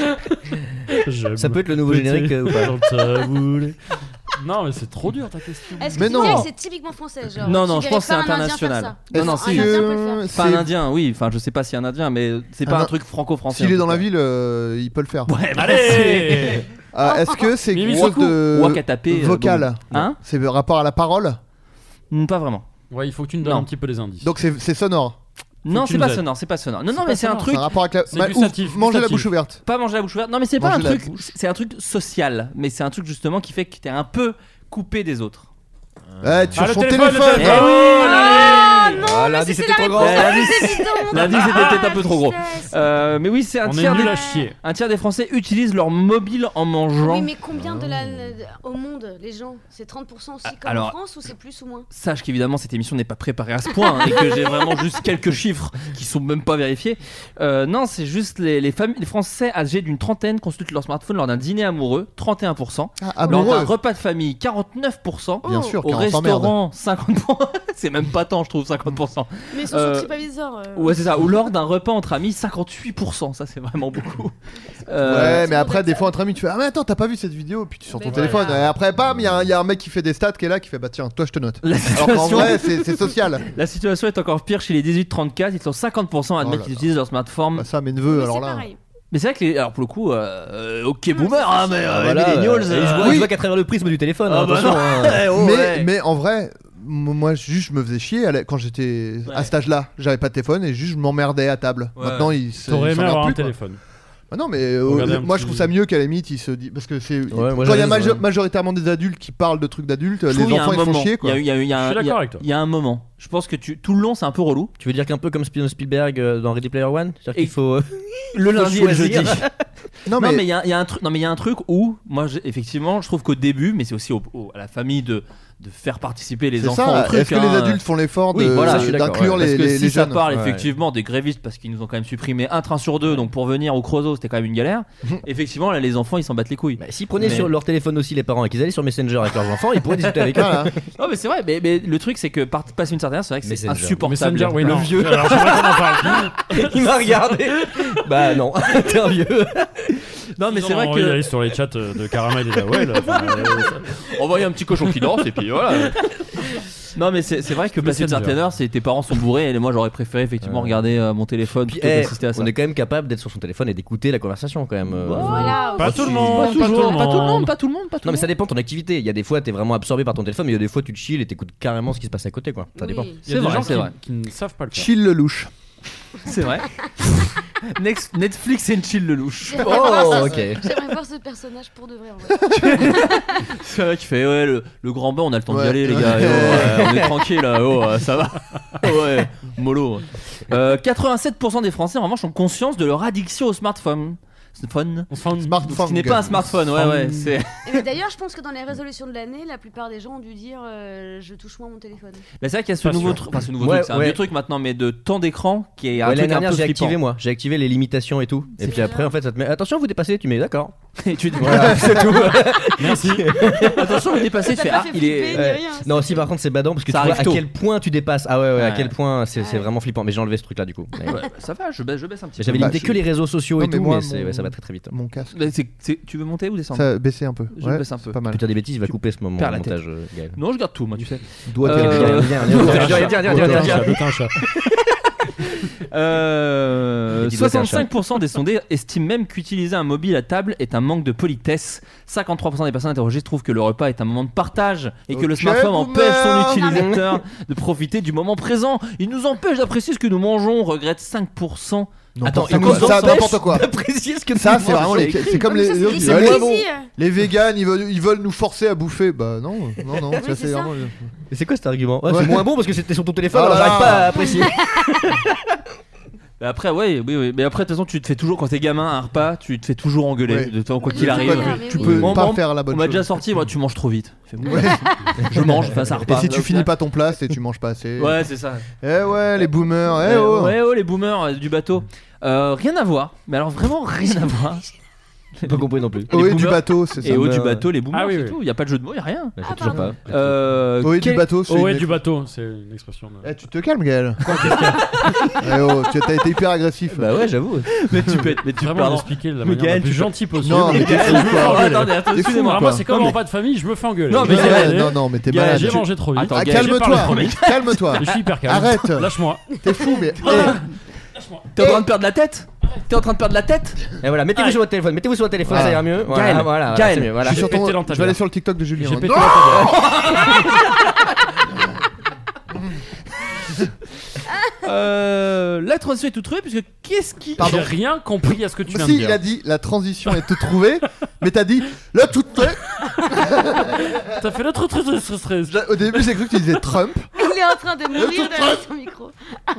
j'aime Ça peut être le nouveau péter générique euh, ou pas dans le taboulet. Non, mais c'est trop dur ta question. Est-ce que Mais tu non. dirais que c'est typiquement français genre, Non, tu non, je verrais pense que pas c'est un Indien international. faire ça. Non, non, Un si. Indien peut le que faire. Pas un c'est- indien, oui. Enfin, je sais pas si un indien, mais c'est pas Un un in- truc franco-français. S'il en est dans tout la cas. ville, euh, il peut le faire. Ouais, bah, Allez. Euh, Est-ce que c'est Mimi quelque chose Waku. de Wakatapé, euh, vocal bon. Hein C'est rapport à la parole. Hmm, Pas vraiment. Ouais, il faut que tu nous donnes Non. un petit peu des indices. Donc c'est c'est sonore. Non, que tu c'est nous pas aides. sonore, c'est pas sonore. Non, non, C'est mais pas c'est un sonore, truc. C'est un rapport avec la. C'est Bah, gustatif, ouf, manger la gustatif. bouche ouverte. Pas manger la bouche ouverte. Non, mais c'est pas un Manger la truc. bouche. C'est un truc social, mais c'est un truc justement qui fait que t'es un peu coupé des autres. Ouais, tu Ah, sur le son téléphone, téléphone. le Eh téléphone. oui, Ah non, Ah, mais lundi, c'est c'était la trop réponse grand. la Lundi, plus évidente. Lundi, c'était peut-être un peu trop gros. Tristesse. Euh, mais oui, c'est un On est tiers, nul des... à chier. un tiers des Français utilisent leur mobile en mangeant. Oui, mais combien de la, au monde, les gens C'est trente pour cent aussi comme Alors- en France ou c'est plus ou moins Sache qu'évidemment cette émission n'est pas préparée à ce point hein, et que j'ai vraiment juste quelques chiffres qui sont même pas vérifiés. Euh, non, c'est juste les, les, familles, les Français âgés d'une trentaine consultent leur smartphone lors d'un dîner amoureux, trente et un pour cent. Ah, Lors d'un amoureux. repas de famille, quarante-neuf pour cent. Bien sûr, Au car on s'emmerde. restaurant, cinquante pour cent. C'est même pas tant, je trouve, cinquante pour cent. Mais ils sont Euh, sur TripAdvisor. euh. Ouais, c'est ça. Ou lors d'un repas entre amis, cinquante-huit pour cent. Ça, c'est vraiment beaucoup. Euh, Ouais, c'est mais bon après, d'être des ça. fois, entre amis, tu fais ah, mais attends, t'as pas vu cette vidéo? Puis tu sors ton Mais téléphone. voilà. Et après, bam, il y, a un- y a un mec qui fait des stats qui est là, qui fait bah tiens, toi, je te note. La Alors qu'en situation, vrai, c'est c'est social. la situation est encore pire chez les dix-huit trente-quatre. Ils sont cinquante pour cent à Oh admettre là qu'ils là. utilisent leur smartphone. Bah, ça, mes neveux, Mais alors c'est là. pareil. Mais c'est vrai que les... alors pour le coup, euh, ok Non, boomer, mais hein, c'est mais ça. euh, Voilà, millennials, euh, euh, et je vois, oui. je vois qu'à travers le prisme du téléphone. Ah hein, bah attention, non. hein. Eh, oh, mais, ouais. mais en vrai, m- moi, juste, je me faisais chier à la- quand j'étais Ouais. à cet âge-là. J'avais pas de téléphone et juste, je m'emmerdais à table. Ouais. Maintenant, il se. T'aurais il aimé s'emmerde avoir un plus, quoi. téléphone. Ah non, mais euh, Regardez un moi, petit- je trouve ça mieux qu'à la limite, il se dit. Parce que c'est. Ouais, moi, quand il y a j'avais- majo- ouais. majoritairement des adultes qui parlent de trucs d'adultes, Je les trouve il y a enfants, un ils font moment. chier, Il y quoi. a, il y a- il y a Je un- suis il y a- d'accord avec toi. il y a un moment. Je pense que tu... tout le long, c'est un peu relou. Tu veux dire qu'un peu comme Steven Spielberg euh, dans Ready Player One, c'est-à-dire qu'il Et- faut euh, Le faut lundi et le choisir. jeudi. Non, Non mais. mais il y a, il y a un truc. Non mais il y a un truc où moi j'ai- effectivement je trouve qu'au début, mais c'est aussi au- au- à la famille de de faire participer les C'est enfants ça, au truc. est-ce que hein. les adultes font l'effort de- Oui, voilà, je suis d'accord, d'inclure ouais. Parce les, que les, si les ça jeunes parle Ouais. effectivement des grévistes parce qu'ils nous ont quand même supprimé un train sur deux, donc pour venir au Creusot c'était quand même une galère. Effectivement là les enfants ils s'en battent les couilles. Bah, s'ils prenaient Mais- sur leur téléphone aussi les parents et qu'ils allaient sur Messenger avec leurs enfants, ils pourraient discuter avec eux. Voilà. Non mais c'est vrai, mais, mais le truc c'est que par, passer une certaine heure, c'est vrai que c'est Messenger. insupportable. Messenger, oui, le non. vieux. Alors, j'aimerais qu'on en parle. Il m'a regardé. Bah non, t'es un vieux. Non mais Ils c'est en vrai ont que envoyé sur les chats euh, de Caramel et d'Awel. Enfin, euh, envoyer un petit cochon qui danse et puis voilà. Non, mais c'est, c'est vrai que passer une certaine heure, c'est tes parents sont bourrés et moi j'aurais préféré effectivement Ouais. regarder euh, mon téléphone Puis, plutôt eh, qu'assister à ça. on est quand même capable d'être sur son téléphone et d'écouter la conversation quand même. euh. Voilà. Pas aussi. tout le monde, Pas toujours, pas tout le monde, pas pas tout le monde, pas tout Non le mais ça monde. dépend de ton activité. Il y a des fois t'es vraiment absorbé par ton téléphone, mais il y a des fois tu te chill et t'écoutes carrément ce qui se passe à côté quoi. Ça Oui. dépend. Il y a C'est des vrai, gens c'est qui, vrai. qui ne savent pas le faire. Chill le louche. C'est vrai. Next- Netflix and chill le louche. J'aimerais Oh, voir ce- ok. J'aimerais voir ce personnage pour de vrai en vrai. C'est vrai qui fait ouais le, le grand bain on a le temps d'y Ouais. aller les gars. Et, oh, ouais, on est tranquille là, oh, euh, ça va. Ouais, mollo. Euh, quatre-vingt-sept pour cent des Français en revanche ont conscience de leur addiction au smartphone. Smartphone. Smartphone. Ce qui n'est pas un smartphone, ouais ouais. C'est... Et mais d'ailleurs, je pense que dans les résolutions de l'année, la plupart des gens ont dû dire euh, je touche moins mon téléphone. Mais c'est vrai qu'il y a ce Pas nouveau sûr. truc, enfin ce nouveau Ouais, truc, c'est un ouais. vieux truc maintenant, mais de temps d'écran qui est un Ouais, truc l'année un dernière peu j'ai flippant. activé moi, j'ai activé les limitations et tout. Et C'est puis après bien. en fait ça te met attention vous dépassez, tu mets d'accord. Et tu dis Voilà, c'est tout. Merci. attention vous dépassez, tu Ça fais t'a ah fait il est. flipper, ni Ouais. rien. Non si par contre c'est badant parce que Ça tu vois arrive à tôt. quel point tu dépasses. Ah ouais ouais, à Ouais. quel point c'est c'est Ouais. vraiment flippant. Mais j'ai enlevé ce truc là du coup. Mais- Ouais, bah, ça va, je baisse, je baisse un petit Mais peu. j'avais Bah, limité je- que les réseaux sociaux Non, et mais tout, moi, mais c'est- mon- ouais, ça va très très vite. Mon casque. Mais c'est- c'est- tu veux monter ou descendre? Ça a baissé un peu. Je Ouais, baisse un c'est peu. Pas mal. Putain des bêtises, il va couper ce moment perds au la tête. montage euh, Gaël. Non, je garde tout, moi, tu sais. Doigt Euh, tel- Viens, viens, viens, viens, viens, viens, viens, viens, viens. Doigt un chat. Euh, Il dit doigt, c'est un chat. soixante-cinq pour cent des sondés estiment même qu'utiliser un mobile à table est un manque de politesse. cinquante-trois pour cent des personnes interrogées trouvent que le repas est un moment de partage et que le Ok, smartphone empêche son boomer. utilisateur de profiter du moment présent. Il nous empêche d'apprécier ce que nous mangeons, regrette cinq pour cent. Attends, N'importe il quoi. nous Ça, empêche n'importe quoi. d'apprécier ce que Ça, nous c'est vraiment les. mangeons. C'est comme les. ça, les c'est autres, des ils disent, Allez, plaisirs. les véganes, ils veulent, ils veulent nous forcer à bouffer. Bah non, non, non. Oui, ça, c'est c'est ça. vraiment. Mais c'est quoi cet argument? Ouais, Ouais. c'est moins bon parce que c'était sur ton téléphone, Ah alors là j'arrive là. pas à apprécier. Mais après, ouais, oui, oui. Mais après, de toute façon, tu te fais toujours, quand t'es gamin, un repas, tu te fais toujours engueuler, Ouais. de toute façon, quoi Oui, qu'il tu arrive. peux- Tu oui. peux Moi, pas moi, faire la On bonne m'a chose. déjà sorti, moi, tu manges trop vite. Fais, bon, Ouais. je mange, enfin, ça Et repart. si tu finis pas ton plat, c'est tu manges pas assez. Ouais, c'est ça. Eh ouais, les boomers. Eh Euh, oh. Ouais, oh, les boomers euh, du bateau. Euh, rien à voir, mais alors vraiment rien à voir. J'ai pas compris non plus. les Ohé du boomers- bateau, c'est ça. Et haut me- du bateau, les boomers, Ah oui, c'est oui. tout. Il y a pas de jeu de mots, il y a rien. Je Ah, sais toujours pas. pardon. Euh, Ohé quel- du bateau, c'est Oh ouais, une- du bateau, c'est une expression. De... Eh, tu te calmes, Gaël. Eh oh, tu as été hyper agressif. Bah ouais, j'avoue. Mais tu peux être, mais tu Vraiment pardon. l'expliquer de la Mais manière Gaël, la plus tu peux- gentille possible. Non, mais t'es Gaël, fou, je me fais quoi. engueuler. Attendez, attendez, T'es fou, excusez-moi. Alors quoi. moi, c'est comme Non, un mais- repas de famille, je me fais engueuler. Non, mais Je suis Gaël, désolé. non, non, mais t'es Gaël, malade. J'ai tu- mangé trop vite. Attends, Ah, Gaël, j'ai calme-toi, parlé trop vite. calme-toi. Je suis hyper calme. Arrête. Lâche-moi. T'es fou, mais. T'es en train de perdre la tête? T'es en train de perdre la tête? Et voilà, mettez-vous sur votre téléphone, mettez-vous sur votre téléphone, Voilà. ça ira mieux. Voilà, Gaël, voilà, Gaël, voilà, c'est mieux, voilà. Je suis sur ton- pété dans ta Je vais aller bière. sur le TikTok de Julien. J'ai pété Non. la Euh, la transition est toute trouvée puisque qu'est-ce qui. Pardon. J'ai rien compris à ce que tu viens Si, de dire. il a dit la transition est toute trouvée, mais t'as dit là tout fait. T'as fait l'autre truc. Au début, j'ai cru que tu disais Trump. Il est en train de mourir derrière son micro.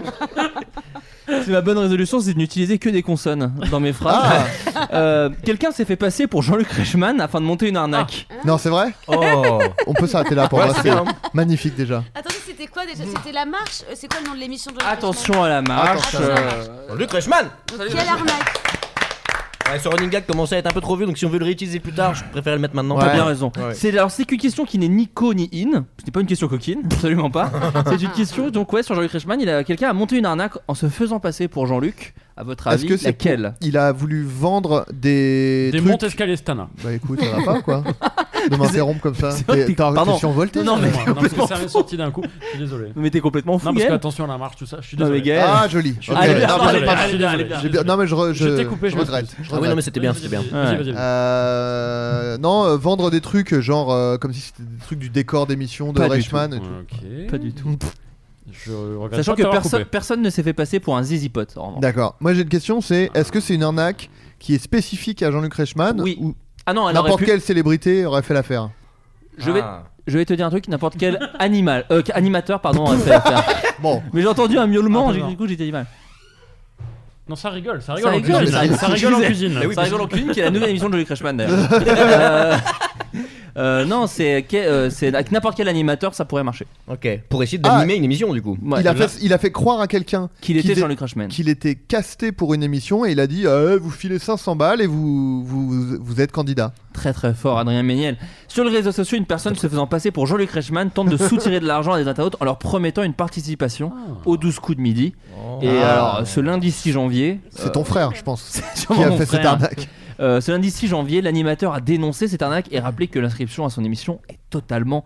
C'est ma bonne résolution, c'est de n'utiliser que des consonnes dans mes phrases. Ah. Euh, Quelqu'un s'est fait passer pour Jean-Luc Reichmann afin de monter une arnaque. Non, c'est vrai. Oh. On peut s'arrêter là pour Ouais, moi. c'est C'est bien. magnifique déjà. Attendez, c'était quoi déjà? C'était la marche? Euh, C'est quoi le nom de l'émission de Jean-Luc Attention à la marche. Attention à la euh, Luc Reichmann. Reichmann? Quelle arnaque! Ouais, ce running gag commençait à être un peu trop vieux, donc si on veut le réutiliser plus tard, je préfère le mettre maintenant. T'as Ouais. bien raison. Ouais. C'est alors c'est qu'une question qui n'est ni co ni in. Ce n'est pas une question coquine, absolument pas. C'est une question donc ouais sur Jean-Luc Reichmann. Il a quelqu'un a monté une arnaque en se faisant passer pour Jean-Luc. À votre Est-ce avis, que c'est laquelle? Il a voulu vendre des. Des trucs- Montescalier Stana. Bah écoute, ça va pas quoi. De m'interrompre comme ça. C'est vrai que T'es t'es- t'as- pardon. t'es survolté. Non, ça. mais- Non, parce que complètement ça m'est faux. sorti d'un coup. Je suis désolé. Mais t'es complètement fou. Non, parce Gaël. que attention à la marche, tout ça. Je suis Non, mais désolé. Gaël. Ah joli. Je suis Ok. Allez, désolé. Non, allez, mais allez, j'ai pas- allez, désolé. allez, allez, j'ai bien- Non mais je re- Je je t'ai coupé, je je regrette. m'excuse. je Ah oui, regrette. non, mais c'était bien, c'était bien. Vas-y, vas-y. Euh, non, euh, vendre des trucs genre euh, comme si c'était des trucs du décor d'émission de Pas du Reichmann et tout. Ok. Pas du tout. Je regrette Sachant pas que de t'avoir personne coupé. personne ne s'est fait passer pour un zizi pote. en revanche. D'accord. Moi j'ai une question, c'est est-ce que c'est une arnaque qui est spécifique à Jean-Luc Reichmann Oui. ou Ah non, elle aurait n'importe pu. quelle célébrité aurait fait l'affaire? Je vais, Ah. je vais te dire un truc. N'importe quel animal, euh, animateur, pardon, aurait fait l'affaire. Bon. Mais j'ai entendu un miaulement. Ah, j'ai- non. du coup, j'étais dit mal. Non, ça rigole, ça Ça rigole en rigole, cuisine. ça rigole. Ça rigole en Je disais. cuisine. Mais oui, ça rigole en cuisine, qui est la nouvelle émission de Jean-Luc Reichmann d'ailleurs. euh, euh, non, c'est que- euh, c'est avec n'importe quel animateur, ça pourrait marcher. Ok. Pour essayer d'animer une émission du coup. Ouais, il, a là, fait, il a fait croire à quelqu'un qu'il était qu'il est- Jean-Luc Reichmann. qu'il était casté pour une émission et il a dit euh, vous filez cinq cents balles et vous, vous, vous êtes candidat. Très très fort, Adrien Méniel. Sur les réseaux sociaux, une personne se faisant passer pour Jean-Luc Reichmann tente de soutirer de l'argent à des internautes en leur promettant une participation aux douze coups de midi. Et Ah. alors, ce lundi six janvier. C'est euh, ton frère, je pense, c'est qui sûrement a mon fait cette frère. arnaque. Euh, ce lundi six janvier, l'animateur a dénoncé cette arnaque et rappelé que l'inscription à son émission est totalement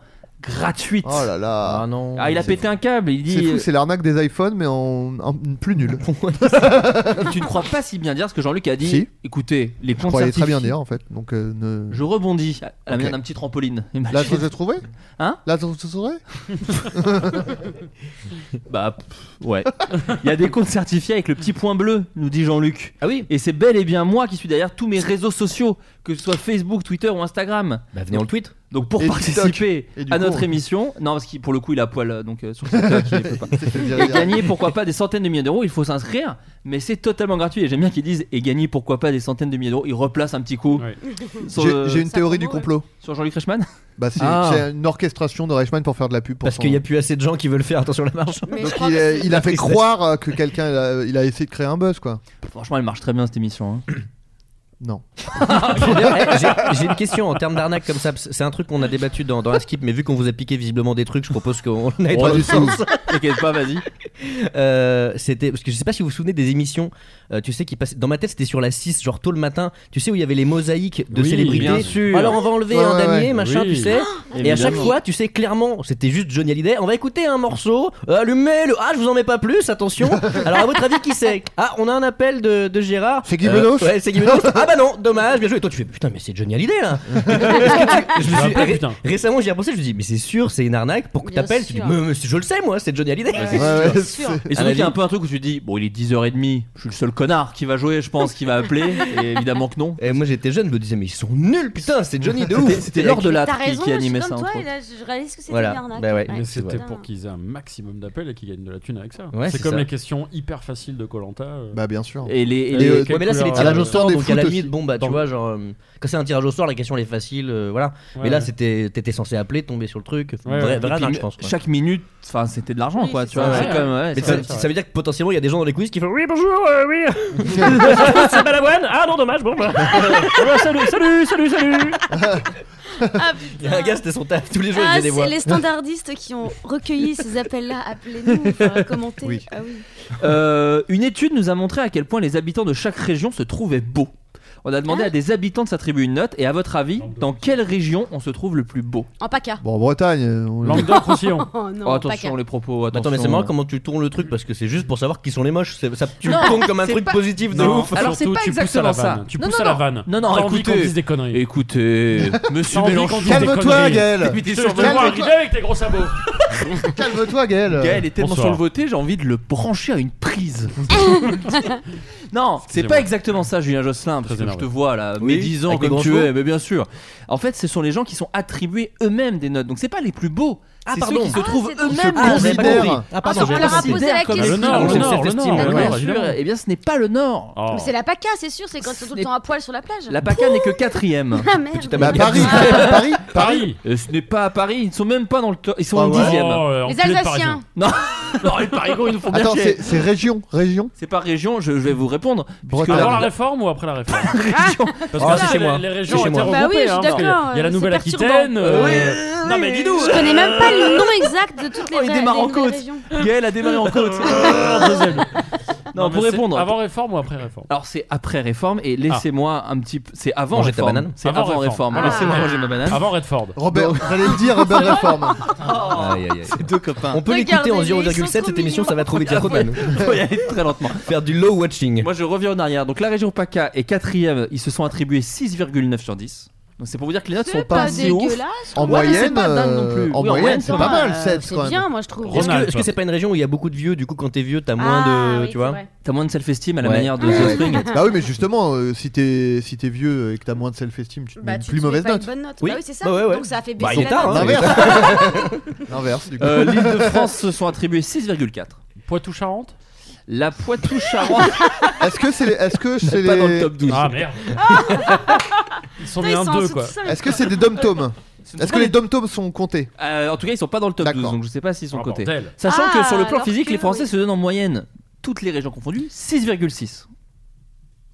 gratuite. Oh là là. Ah non. Ah, il a C'est pété un câble. Il C'est dit. fou, c'est l'arnaque des iPhones, mais en, en plus nul. Tu ne crois pas si bien dire ce que Jean-Luc a dit. Si. Écoutez, les Je comptes croyais très bien certifiés. dire en fait. Donc, euh, ne... Je rebondis à la Ok. manière d'un petit trampoline. Là, Imagine. tu as trouvé Hein Là, tu as trouvé Bah pff, ouais. Il y a des comptes certifiés avec le petit point bleu, nous dit Jean-Luc. Ah oui. Et c'est bel et bien moi qui suis derrière tous mes réseaux sociaux, que ce soit Facebook, Twitter ou Instagram. Bah venez on le tweet. Donc pour Et participer TikTok. Et du à coup, notre on- émission, non parce que pour le coup il a poil donc euh, sur TikTok il peut pas. C'est fait virer Et direct. gagner pourquoi pas des centaines de milliers d'euros, il faut s'inscrire, mais c'est totalement gratuit. Et j'aime bien qu'ils disent et gagner pourquoi pas des centaines de milliers d'euros. Ils replacent un petit coup Ouais. sur, J'ai le- j'ai une Ça théorie promo, du complot. sur Jean-Luc Reichmann. Bah, c'est Ah. c'est une orchestration de Reichmann pour faire de la pub. Pour Parce son- qu'il y a plus assez de gens qui veulent faire attention à la marche. Mais je Donc crois il, que a, c'est- il a fait tristesse. croire euh, que quelqu'un il a, il a essayé de créer un buzz quoi. Franchement, elle marche très bien cette émission. hein. Non. D'ailleurs, eh, j'ai- J'ai une question en termes d'arnaque comme ça. C'est un truc qu'on a débattu dans, dans la skip, mais vu qu'on vous a piqué visiblement des trucs, je propose qu'on aille dans Pas le du sens. T'inquiète pas, vas-y. Euh, c'était parce que je sais pas si vous vous souvenez des émissions, euh, tu sais, qui passaient. Dans ma tête, c'était sur la six, genre tôt le matin. Tu sais où il y avait les mosaïques de Oui, célébrités. bien sûr. Alors on va enlever Ouais, un ouais, damier, ouais. machin, Oui. tu sais. Et à chaque Évidemment. fois, tu sais clairement, c'était juste Johnny Hallyday. On va écouter un morceau. euh, Allumez le. Ah, je vous en mets pas plus. Attention. Alors à votre avis, qui c'est? Ah, on a un appel de, de Gérard. C'est Guy Bedos Ouais, c'est Guy Bedos. Ah bah non, dommage. Bien joué. Et toi, tu fais putain, mais c'est Johnny Hallyday là. je me suis Ah, putain. récemment, j'y ai repensé. Je me suis dit, mais c'est sûr, c'est une arnaque pour que Bien t'appelles. Tu dis, sûr. mais, mais je le sais, moi, c'est Johnny Hallyday. Ouais, Ouais, ouais, sûr. c'est- Et surtout À qu'il y a la un peu un truc où tu te dis bon il est dix heures trente, je suis le seul connard qui va jouer je pense qui va appeler et évidemment que non. Et moi j'étais jeune, je me disais mais ils sont nuls, putain, c'est Johnny de ouf. C'était- C'était Laure de T'as Lattre qui, raison, qui je suis animait comme ça toi entre et autres. là je réalise que c'était Voilà. une arnaque. Bah ouais. Mais c'était putain. pour qu'ils aient un maximum d'appels et qu'ils gagnent de la thune avec ça. Ouais, c'est c'est comme ça. les questions hyper faciles de Koh-Lanta. euh. Bah bien sûr. Et les, et Et les- euh, Ouais, mais là c'est les couleurs, tirages euh, au sort, des donc à la foot limite, aussi. bon bah tu Dans- vois, genre euh, quand c'est un tirage au sort, la question elle est facile, euh, voilà. Ouais, Mais là ouais. c'était, t'étais censé appeler, tomber sur le truc, Ouais, vrai, ouais. vrai et puis, arnaque, je pense. quoi. chaque minute, enfin c'était de l'argent Oui, quoi, c'est tu vois. ça. C'est Ouais. quand même, ouais, Mais c'est- ça, ça veut dire que potentiellement il y a des gens dans les quiz qui font oui bonjour, euh, oui. c'est Balavoine. Ah non dommage, bon bah. Ouais, salut, salut, salut, salut. Ah, Il y a un gars, c'était son taf tous les jours, il Ah, faisait des c'est voix. les standardistes qui ont recueilli ces appels-là. Appelez-nous, enfin, commentez. Oui. Ah oui. Euh, une étude nous a montré à quel point les habitants de chaque région se trouvaient beaux. On a demandé Ah. à des habitants de s'attribuer une note et à votre avis, dans quelle région on se trouve le plus beau? En PACA. Bon en Bretagne. euh, on- Languedoc-Roussillon. Oh non, Oh, en attention PACA. les propos, attention. Attends mais c'est marrant comment tu tournes le truc parce que c'est juste pour savoir qui sont les moches. C'est- ça, tu Non, le tournes comme un c'est truc pas- positif de Non, ouf. Alors, c'est surtout, pas tu pousses à la exactement ça. vanne. Tu Non, pousses non, à la non. vanne. Non, non, T'as envie écoutez. qu'on dise des conneries. Écoutez, monsieur T'as envie Mélenchon. qu'on dise des Calme-toi conneries. Gaël. Mais t'es Je sur te vois Calme-toi. arriver avec tes gros sabots. Calme-toi Gaël. Gaël est tellement Bonsoir. sur le voté, j'ai envie de le brancher à une prise. Non, c'est Excusez-moi. pas exactement ça, Julien Josselin, parce Très que je énervé. te vois là, Oui, médisant avec les comme grands tu chevaux. es, mais bien sûr. En fait, ce sont les gens qui sont attribués eux-mêmes des notes, donc c'est pas les plus beaux. Ah, c'est pardon. ceux qui se Ah, trouvent c'est drôle. eux-mêmes Ah, les j'avais pas plus compris. beaux. Ah Ah, pardon, on j'avais leur pas a compris. posé la Comme question. Le Nord, le C'est Nord, le self-esteem, Nord, ouais, le Bien Nord, sûr, évidemment. eh bien ce n'est pas le Nord. Oh. Mais c'est la PACA, c'est sûr, c'est quand ils sont tout le temps à poil sur la plage. La PACA n'est que quatrième. Ah merde. Bah Paris. Ah. Paris. Paris. Euh, ce n'est pas à Paris, ils ne sont même pas dans le top, ils sont Ah en ouais. dixième. Oh, Les enculé de Alsaciens. Non, non, les Parisiens, ils nous font bien Attends, chier. c'est c'est région, région. C'est pas région, je, je vais vous répondre. puisque Bretagne. Avant la- la réforme ou après la réforme? région. Parce Oh, que c'est ça, chez les- moi. les C'est régions chez ont été moi. Bah oui, regroupées. je suis hein, parce qu'il y a- d'accord, Il y a la c'est Nouvelle-Aquitaine. perturbant. euh, Non mais dis-nous. Je connais même pas le nom exact de toutes les Oh, il vraies- démarre les en nouvelles côte. régions. Gaël a démarré en côte. euh, deuxième. Non, pour mais c'est répondre. Avant réforme ou après réforme? Alors c'est après réforme et laissez-moi un petit peu. C'est avant Manger ta réforme. banane. C'est Avant avant réforme. réforme. Laissez-moi Ah. manger ma banane. Avant Redford. Robert, j'allais le dire Robert Réforme. Aïe, aïe, aïe. C'est deux copains. On peut Regardez, l'écouter en ils zéro virgule sont sept trop cette émission, mignons. ça va trop vite, il y a trop de vannes. Faut y aller très lentement. Faire du low watching. Moi je reviens en arrière. Donc la région PACA est quatrième. Ils se sont attribués six virgule neuf sur dix. Donc c'est pour vous dire que les notes sont C'est pas pas si ouf. dégueulasse. En Ouais, mais c'est moyenne, pas dingue non plus. euh, en Oui, en moyenne, moyenne, c'est ça pas va. mal, sept C'est quand même. bien, moi je trouve. Est-ce que, Ronald, est-ce que c'est pas une région où il y a beaucoup de vieux, du coup quand t'es vieux t'as moins Ah, de. oui, tu c'est vois vrai. T'as moins de self-esteem à la Ouais. manière de The Spring. Bah oui, mais justement, euh, si t'es si t'es vieux et que t'as moins de self-esteem, tu te mets Bah, une tu plus te mets mauvaise pas une note. bonne note. Oui. Bah oui, c'est ça. Bah ouais, ouais. Donc ça a fait Bah, baisser il est la tard, note. hein. L'inverse. L'inverse, du coup. Euh, L'île de France se sont attribués six virgule quatre. Poitou-Charentes? La Poitou-Charentes. Est-ce que c'est les- est-ce que c'est Pas dans le les top douze. Ah merde. Ils sont mis Putain, un ils sont en deux dessous quoi. de ça, est-ce que c'est des dom-toms? Ce ne Est-ce sont que pas les des- dom-toms sont comptés? Euh, en tout cas, ils sont pas dans le top D'accord. douze, donc je sais pas s'ils sont Ah, cotés. bordel. Sachant Ah, que sur le plan alors physique, que, les Français oui. se donnent en moyenne, toutes les régions confondues, six virgule six.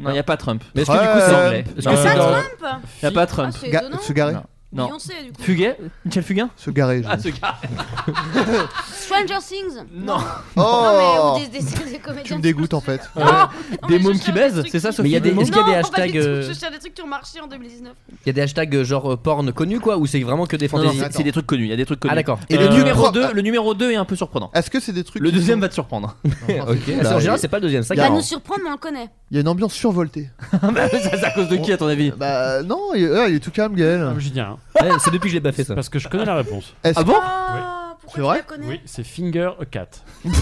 Non, il n'y a pas Trump. Mais est-ce que du coup c'est anglais? Est-ce que Non, c'est non, dans- non. Il n'y a pas Trump. Ah, c'est Ga- étonnant. se garer. Non. Non. Beyoncé, du coup. Fuguet Michel Fugain Se garer. je Ah, dis. ce gars. Stranger Things. Non. Oh. Non, mais ou des, des, des comédiens. Tu me dégoûtes en fait. Non, non, Des mais je mômes qui cherche baisent, des trucs c'est ça, qui- Sophie? Mais il y a des- est-ce qu'il y a des Non, pas du hashtags, tout. euh, Je cherche des trucs qui ont marché en deux mille dix-neuf. Il y a des hashtags euh, genre euh, porn connus quoi, ou c'est vraiment que des Non, non, fantaisies? c'est- c'est des trucs connus. Il y a des trucs connus. Ah d'accord. Et Euh, le numéro pro- deux, le numéro deux est un peu surprenant. Est-ce que c'est des trucs Le qui deuxième sont- va te surprendre. Ok. C'est- En général c'est pas le deuxième, ça Il va garant. nous surprendre, mais on le connaît. Il y a une ambiance survoltée. Bah, ça, c'est à cause de qui à ton avis? Bah non, il, ouais, il est tout calme, Gaël. Ah, mais j'y dis rien. Ouais, c'est depuis que je l'ai pas fait ça. Parce que je connais la réponse. Est-ce Ah bon? Ah, pourquoi C'est tu vrai la connais? Oui, c'est Finger a Cat.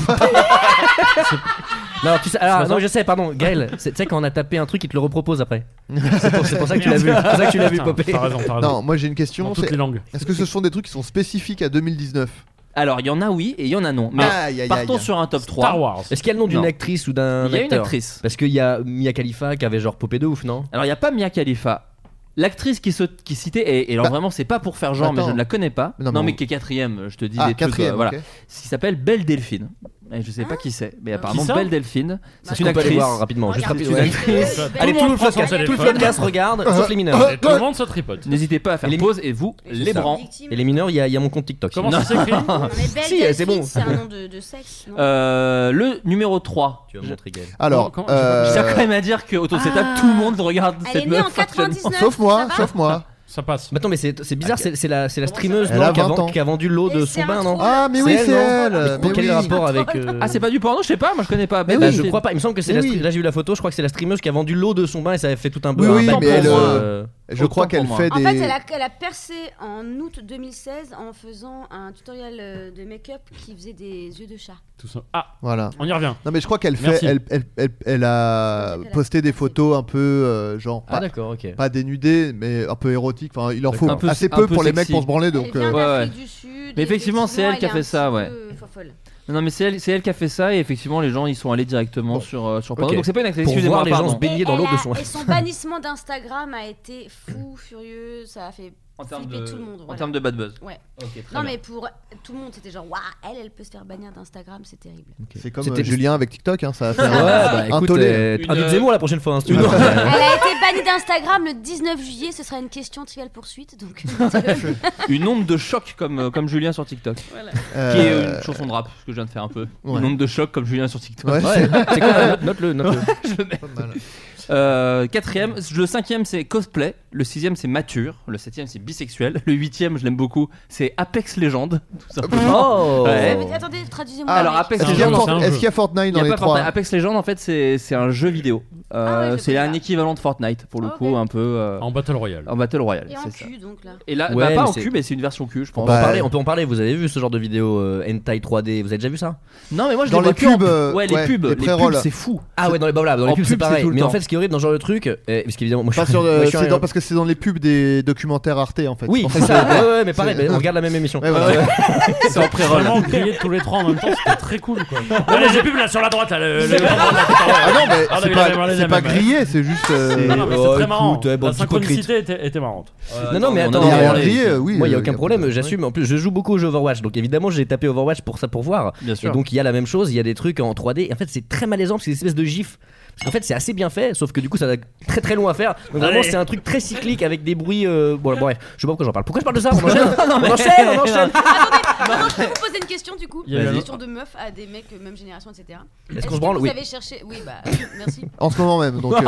Non, tu sais, alors, C'est pas non, ça je sais, pardon, Gaël, c'est- tu sais, quand on a tapé un truc, il te le repropose après. C'est pour, c'est pour ça que tu l'as vu. C'est pour ça que tu l'as vu Putain, popper. T'as raison, t'as raison. Non, moi j'ai une question. Dans toutes c'est- les langues. Est-ce que ce sont des trucs qui sont spécifiques à deux mille dix-neuf? Alors, il y en a oui et il y en a non. Mais Aïe, aïe, partons aïe. sur un top trois. Star Wars. Est-ce qu'il y a le nom d'une Non. actrice ou d'un Il y a une acteur? actrice. Parce qu'il y a Mia Khalifa qui avait genre popé de ouf, non? Alors, il n'y a pas Mia Khalifa. L'actrice qui, se, qui citait, et, et alors Bah, vraiment, c'est pas pour faire genre, mais attends. je ne la connais pas. Mais non, non, mais mais on- qui est quatrième, je te dis Ah, des trucs. quatrième, euh, voilà. ok. Ce qui s'appelle Belle Delphine. Et je sais pas qui c'est, mais apparemment ça Belle Delphine. C'est Est-ce une qu'on peut aller actrice. voir rapidement? Juste Regarde, rapidement. tu ouais. sais que- Allez, le tout monde le prend son podcast, tout le téléphone. podcast regarde, sauf les mineurs. Et tout le monde se tripote. N'hésitez pas à faire Et les mi- pause et vous, les ça. brancs. Et les mineurs, il y, a- il y a mon compte TikTok. Comment Non. ça s'écrit? Non, mais Belle Si, Delphine, c'est bon. C'est un nom de, de sexe, non? Euh, le numéro trois. Tu vas me montrer Gaël. Alors, Comment- comment- euh, Je tiens quand même à dire que autour de cette table, Ah. tout le monde regarde Elle cette est née en meuf actuellement. quatre-vingt-dix-neuf. sauf moi, ça va sauf moi. Ça passe. Mais attends, mais c'est c'est bizarre, c'est c'est la, c'est la streameuse Elle non, a qui, a, vingt ven- ans. qui a vendu l'eau de Et son c'est un bain, non? troll. Ah, mais C'est oui, elle, c'est non elle. Mais Mais quel est oui. le rapport avec. euh, Ah, c'est pas du porno, je sais pas, moi je connais pas. Mais bah, oui, je c'est- crois pas. Il me semble que c'est Mais la. oui. Là, j'ai vu la photo. Je crois que c'est la streameuse qui a vendu l'eau de son bain et ça avait fait tout un Oui, un oui, bad mais buzz, elle, euh, Je crois Autant qu'elle pour fait En des. fait, elle a, elle a percé en août deux mille seize en faisant un tutoriel euh, de make-up qui faisait des yeux de chat. Tout ça. Ah, Voilà. on y revient. Non, mais je crois qu'elle fait. Merci. Elle, elle, elle, elle a Elle a posté des passé. photos un peu euh, genre. Ah Pas, d'accord, ok. pas dénudées, mais un peu érotiques. Enfin, il en faut Un peu- assez un peu peu pour les sexy. mecs pour se branler. Donc. Elle vient euh, Ouais, d'Afrique ouais. du Sud. Mais effectivement, c'est elle qui a elle est fait un ça, petit ouais. peu fofolle. Non, non, mais c'est elle, c'est elle qui a fait ça et effectivement, les gens ils sont allés directement Bon. sur, euh, sur Pornhub. Ok. Donc c'est pas une actrice, Pour excusez-moi, voir les gens pardon. se baigner Et dans l'eau elle de a- son. Et son bannissement d'Instagram a été fou, furieux. Ça a fait En termes flipper de, tout le monde. en voilà. termes de bad buzz. Ouais. Ok, très Non, bien. mais pour tout le monde, c'était genre, waouh, elle, elle peut se faire bannir d'Instagram, c'est terrible. C'est comme C'était- euh, Julien avec TikTok, hein, ça a fait Ouais, un, bah un écoute, tollé. euh, Une, invite euh, Zemmour la prochaine fois, hein, si tu veux. Elle a été bannie d'Instagram le dix-neuf juillet, ce sera une question triviale poursuite. Donc, notez-le. Une onde de choc comme, euh, comme Julien sur TikTok. Euh, Qui est euh, une chanson de rap, ce que je viens de faire un peu. Ouais. Une onde de choc comme Julien sur TikTok. Ouais, Ouais, c'est c'est quoi? Note- Note-le, note-le. pas mal. Euh, quatrième, le cinquième c'est cosplay, le sixième c'est mature, le septième c'est bisexuel, le huitième je l'aime beaucoup, c'est Apex Legends, tout simplement. Oh Ouais. Mais attendez, traduisez-moi. Ah, Alors, mec. Apex Est-ce C'est qu'il y, a un jeu, Fort- c'est un est-ce jeu. qu'il y a Fortnite Il y dans a les pas Fortnite. trois? Apex Legends en fait c'est c'est un jeu vidéo. Euh, Ah ouais, je c'est connais un pas. équivalent de Fortnite pour le Ok. coup, un peu euh, En Battle Royale. en Battle Royale. Et en c'est ça. cul, donc là. Et là, Ouais, bah, pas mais en c'est- cul, mais c'est une version cul, je pense. On peut, en Bah, parler, on peut en parler, vous avez vu ce genre de vidéo euh, hentai trois D, vous avez déjà vu ça? Non, mais moi je Dans les vois les que en- pubs, euh, ouais, les ouais, pubs, les les pubs, pré-rolls. c'est fou. Ah ouais, dans les, bah, voilà, dans les En pubs pub, c'est pareil, c'est tout le mais en temps. fait ce qui est horrible dans ce genre de truc, euh, parce qu'évidemment moi je Pas suis sur, moi, euh, je suis c'est un- dans- parce que c'est dans les pubs des documentaires Arte en fait. Oui, En c'est fait, ça, ouais, ouais, mais pareil, c'est- mais on regarde la même émission. Ouais, voilà. C'est en pré-roll. Vraiment griller tous les trois en même temps, c'était très cool quoi. Allez, j'ai pubs là sur la droite là. Le, le... Ah non, mais Ah, c'est David, pas, David, David, c'est pas David. grillé, c'est juste. euh, Non, non, mais Oh, c'est très marrant. écoute, ouais, bon, La petit hypocrite. synchronicité était, était marrante. Non, non, mais on attends, en a Il y a rien parlé. grillé, oui. Moi, il y a euh, aucun problème, j'assume. En plus, je joue beaucoup au jeu Overwatch, donc évidemment, j'ai tapé Overwatch pour ça pour voir. Bien Et sûr. donc, il y a la même chose, il y a des trucs en trois D. Et en fait, c'est très malaisant parce que c'est des espèces de gifs. Parce qu'en fait, c'est assez bien fait, sauf que du coup, ça va très très long à faire. Donc, vraiment, Allez. c'est un truc très cyclique avec des bruits. euh, Bon, bref, je sais pas pourquoi j'en parle. Pourquoi je parle de ça? On enchaîne, on enchaîne, on enchaîne. Attendez, non, je peux vous poser une question du coup. Il y a Une eu un- question de meuf à des mecs, euh, même génération, et cetera. Est-ce qu'on que se branle? vous Oui. avez cherché. Oui, bah, merci. En ce moment même, donc. euh,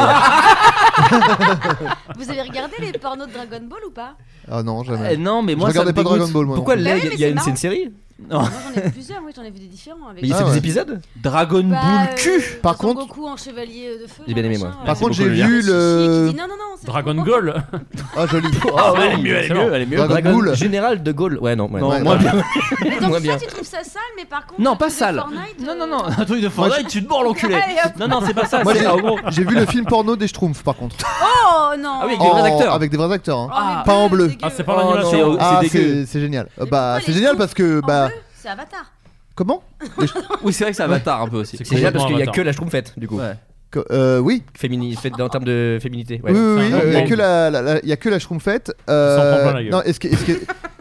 Vous avez regardé les pornos de Dragon Ball ou pas? Ah non, Euh, jamais. non, mais Je moi ça regardais me pas dégoûte. Dragon Ball, moi. Pourquoi non. là, Bah il y oui, a- mais il y a c'est une, c'est une marrant. série? Non. Moi j'en ai vu plusieurs, oui, j'en ai vu des différents. Avec Mais il Ah fait ouais. des épisodes? Dragon Bah, Ball euh, cul. Par Son contre- Goku en chevalier de feu. J'ai là, bien aimé, machin, moi. ouais. Par contre, beaucoup, j'ai Julien. vu Chichi qui le. dit non, non, non. c'est Dragon trop Ball. Ah, joli. Ah Elle est mieux, elle est mieux, elle est mieux. Dragon Dragon Ball. Général de Gaulle. Ouais, non, ouais. Non, Ouais, moins non. bien. Mais donc Moins ça, bien. tu trouves ça sale, mais par contre. Non, le pas truc de sale. Fortnite, Non, euh, non, non, un truc de Fortnite, tu te mords l'enculé. Allez, hop. Non, non, c'est pas ça. Moi, c'est j'ai en gros. j'ai vu le film porno des Schtroumpfs par contre. Oh non. Ah oui, avec des vrais En- acteurs. Avec des vrais acteurs. hein. Oh, mais Ah. Pas en bleu. dégueu. Ah, c'est pas Oh, l'animation. non, Ah, c'est dégueu. c'est c'est génial. Euh, Mais Bah, pourquoi c'est les génial parce que. En Bah. bleu, c'est Avatar. Comment Oui, c'est vrai que c'est Avatar un peu aussi. C'est C'est génial parce qu'il y a Avatar. que la Schtroumpfette, du coup. Ouais. Que- euh, Oui. Fémini... Fait en termes de féminité. Ouais. Oui, oui, oui. C'est un Il y a bon que la, la- la- il y a que la Schtroumpfette. s'en prend plein la gueule. Non, est-ce que, est-ce que,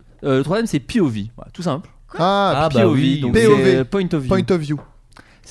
Euh, le troisième c'est P O V, voilà, tout simple. Ah, Ah, bah P O V, oui, donc P O V. c'est Point of View. Point of view.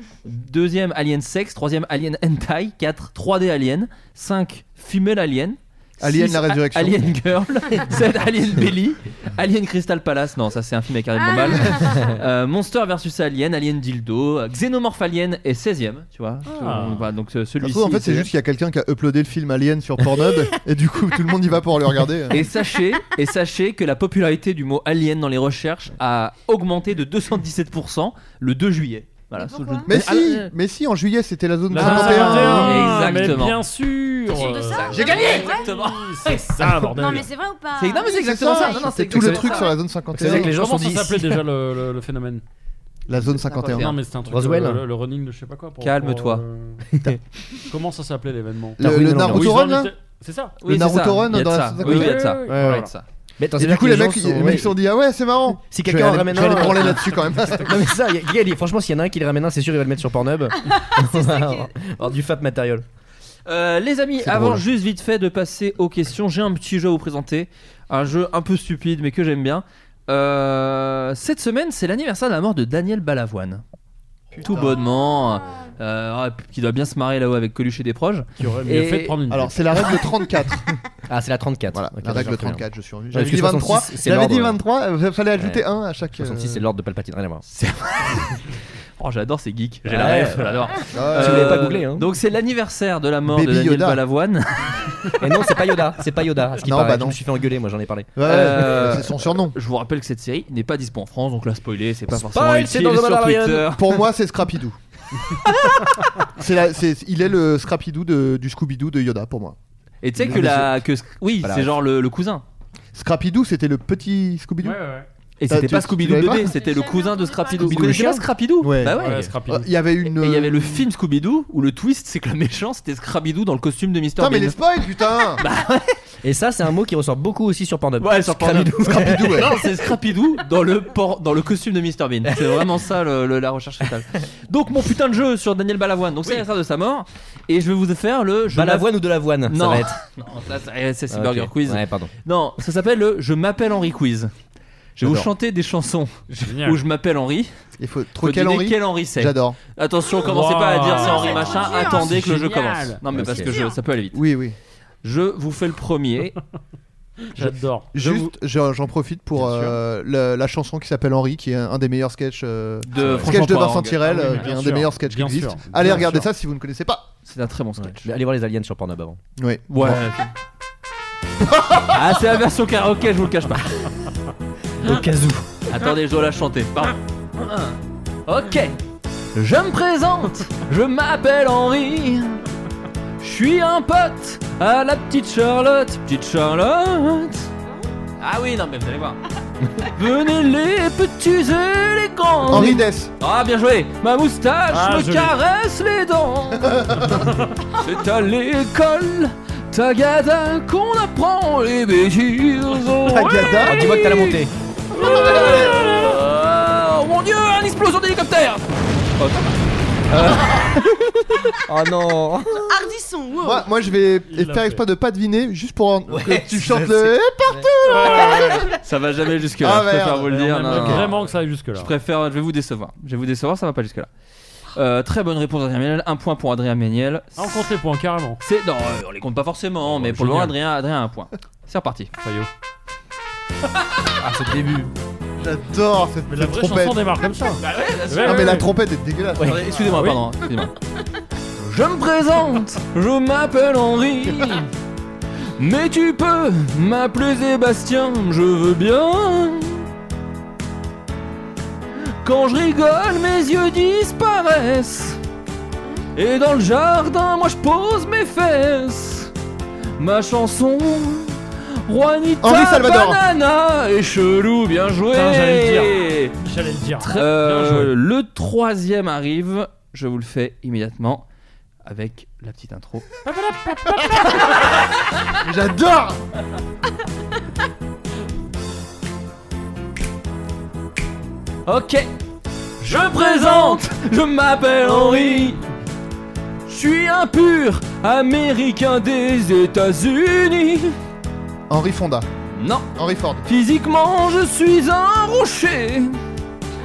Deuxième, Alien Sex. Troisième, Alien Hentai. Quatre, trois D Alien. Cinq, Female Alien. Alien six, la résurrection. A- Alien Girl. sept, Alien Belly. Alien Crystal Palace. Non, ça c'est un film avec Ariel Dombal. euh, Monster versus Alien. Alien Dildo. Xenomorph Alien est seizième. Tu vois. Ah. Euh, voilà, donc euh, Ça se celui-ci. trouve, en fait, c'est est- juste qu'il y a quelqu'un qui a uploadé le film Alien sur Pornhub et du coup, tout le monde y va pour le regarder. Et sachez, et sachez que la popularité du mot alien dans les recherches a augmenté de deux cent dix-sept pour cent le deux juillet. Voilà. ce- je- Mais Ah, si, euh, mais si, en juillet, c'était la zone La cinquante et un. cinquante et un, Exactement. Mais bien sûr. T'es sûr de ça Euh, J'ai gagné. Exactement. C'est ça, bordel. Non mais c'est vrai ou pas C'est- non, mais c'est exactement ça. Non, non, C'est c'est tout le exactement truc ça. sur la zone cinquante et C'est vrai que un. les gens Comment sont ça dit. s'appelait déjà le, le- le phénomène? La zone cinquante et un. Non mais c'était un truc. Roswell. euh, le, le running de je sais pas quoi. Pour, Calme-toi. pour, euh, Comment ça s'appelait l'événement? Le, le Naruto Où ils Run, là invités- C'est ça. Oui, c'est Naruto ça. Run Il y a de dans la ça. cinquante Oui, et il y a un. de ça. Ouais, Il y a ouais. de ça. Mais attends, Et c'est du là coup, que les gens mecs, sont- les mecs se sont dit ah ouais, c'est marrant. Si Je vais quelqu'un en aller- ramène je vais aller un, branler euh, là-dessus quand même. Non mais ça, y a- regarde, franchement s'il y en a un qui les ramène un, c'est sûr il va le mettre sur Pornhub. On va avoir- avoir du fat matériel. Euh, les amis, C'est avant drôle. juste vite fait de passer aux questions, j'ai un petit jeu à vous présenter. Un jeu un peu stupide mais que j'aime bien. Euh, cette semaine, c'est l'anniversaire de la mort de Daniel Balavoine. Tout bonnement, euh, qui doit bien se marrer là-haut avec Coluche et des proches. Qui aurait mieux Et- fait de prendre une. Alors, c'est la règle trente-quatre. Ah c'est la trente-quatre. Voilà, Ok, la règle d'accord, très bien. trente-quatre, je suis en parce J'avais que dit vingt-trois. soixante-six, c'est J'avais dit l'ordre. vingt-trois, il fallait ajouter un à chaque. soixante-six c'est euh, l'ordre de Palpatine, rien à voir. Oh, j'adore ces geeks, j'ai Ouais, la ref, ouais. j'adore. euh, Si vous l'avez pas googlé, hein. Donc c'est l'anniversaire de la mort Baby de Daniel Yoda. Balavoine. Et non c'est pas Yoda, c'est pas Yoda. à Ce qui Non, paraît. bah Je non. me suis fait engueuler, moi j'en ai parlé. Ouais, Euh, c'est son surnom. Je vous rappelle que cette série n'est pas dispo en France, donc la spoiler, c'est pas Spoil, forcément c'est utile dans The sur Mandalorian. Twitter. Pour moi, c'est Scrappy-Doo. c'est la, c'est, il est le Scrappy-Doo de, du Scooby-Doo de Yoda pour moi. Et tu sais Non, que mais la, que oui, Voilà. c'est genre le, le cousin. Scrappy-Doo, c'était le petit Scooby-Doo. Ouais, ouais. Et T'as- c'était tu- pas tu Scooby-Doo l'avais bébé, pas c'était le cousin de Scrappy-Doo. Vous Scooby-Doo connaissez le pas chien Scrappy-Doo Ouais. Bah ouais. Ouais, Scrappy. Euh, Il y avait une. Et il y avait le film Scooby-Doo où le twist c'est que le méchant c'était Scrappy-Doo dans le costume de Mister Putain, mais Bean. les spoils, putain. Et ça c'est un mot qui ressort beaucoup aussi sur Pornhub. Ouais, sur Pornhub. Scrappy-Doo, ouais. Non, c'est Scrappy-Doo dans le, por- dans le costume de Mister Bean. C'est vraiment ça le- le- la recherche totale. Donc mon putain de jeu sur Daniel Balavoine. Donc c'est l'anniversaire de sa mort. Et je vais vous faire le. Je Balavoine ou de l'avoine, ça Non. va être. Non, ça, ça- c'est c'est Ah, Burger ok. Quiz. Ouais, pardon. Non, ça s'appelle le Je m'appelle Henri Quiz. Je vais vous J'adore. chanter des chansons Génial. où je m'appelle Henri. Il faut Faut trop quel deviner Henri quel Henri c'est. J'adore. Attention, commencez pas à dire c'est Henri Wow. machin. C'est Attendez que le jeu génial. commence. Non mais Ok. parce que je- ça peut aller vite. Oui, oui. Je vous fais le premier. J'adore. Je vous- Juste, j'en j'en profite pour Bien sûr. euh, la, la chanson qui s'appelle Henri, qui est un, un des meilleurs sketchs. Euh, De sketch Franchement de Poids, Vincent en Tirel, Ah oui, euh, mais qui est bien un des sûr, meilleurs sketchs qui bien existent. sûr, Allez, bien regardez sûr. ça si vous ne connaissez pas. C'est un très bon sketch. Allez voir les aliens sur Pornhub avant. Oui. Ouais. Ah, c'est la version karaoké, je vous le cache pas. Au cas où. Attendez, je dois la chanter. Pardon. Ok. Je me présente, je m'appelle Henri. Je suis un pote à la petite Charlotte. Petite Charlotte. Ah oui, non, mais vous allez voir. Venez les petits et les grands. Henri Dess. Ah, bien joué. Ma moustache Ah, me joli. caresse les dents. C'est à l'école, Tagada, qu'on apprend les bêtises. Tagada. Oh, dis-moi que t'as la montée. Oh mon dieu, une explosion d'hélicoptère. Oh non. Ardisson, wow. Moi, moi, je vais Il l'a faire fait. exprès de pas deviner, juste pour que tu c'est- chantes c'est- le. Ça va jamais jusque là, Ah, je préfère merde. vous le Mais dire. on non, aimerait non. vraiment que ça aille jusque-là. Je préfère, je vais vous décevoir. Je vais vous décevoir, ça va pas jusque là. Euh, très bonne réponse Adrien Méniel, un point pour Adrien Méniel. Ah, on compte les points carrément. C'est non, euh, on les compte pas forcément, mais pour le moment génial. Adrien, Adrien a un point. C'est reparti. Fayot. Ah ce début. J'adore cette, Mais la cette vraie trompette. chanson démarre comme ça. Ouais, Non, mais ouais, la ouais. trompette est dégueulasse. Attendez, excusez-moi, oui. pardon, excusez-moi. Je me présente, je m'appelle Henri. Mais tu peux m'appeler Sébastien, je veux bien. Quand je rigole, mes yeux disparaissent. Et dans le jardin, moi je pose mes fesses. Ma chanson, Juanita Henri Salvador. Banana est chelou, bien joué. Putain, j'allais le dire. J'allais le dire. Euh, Bien joué. le troisième arrive, je vous le fais immédiatement avec la petite intro. J'adore. Ok, je me présente, je m'appelle Henri. Je suis un pur américain des États-Unis. Henri Fonda. Non, Henri Ford. physiquement je suis un rocher.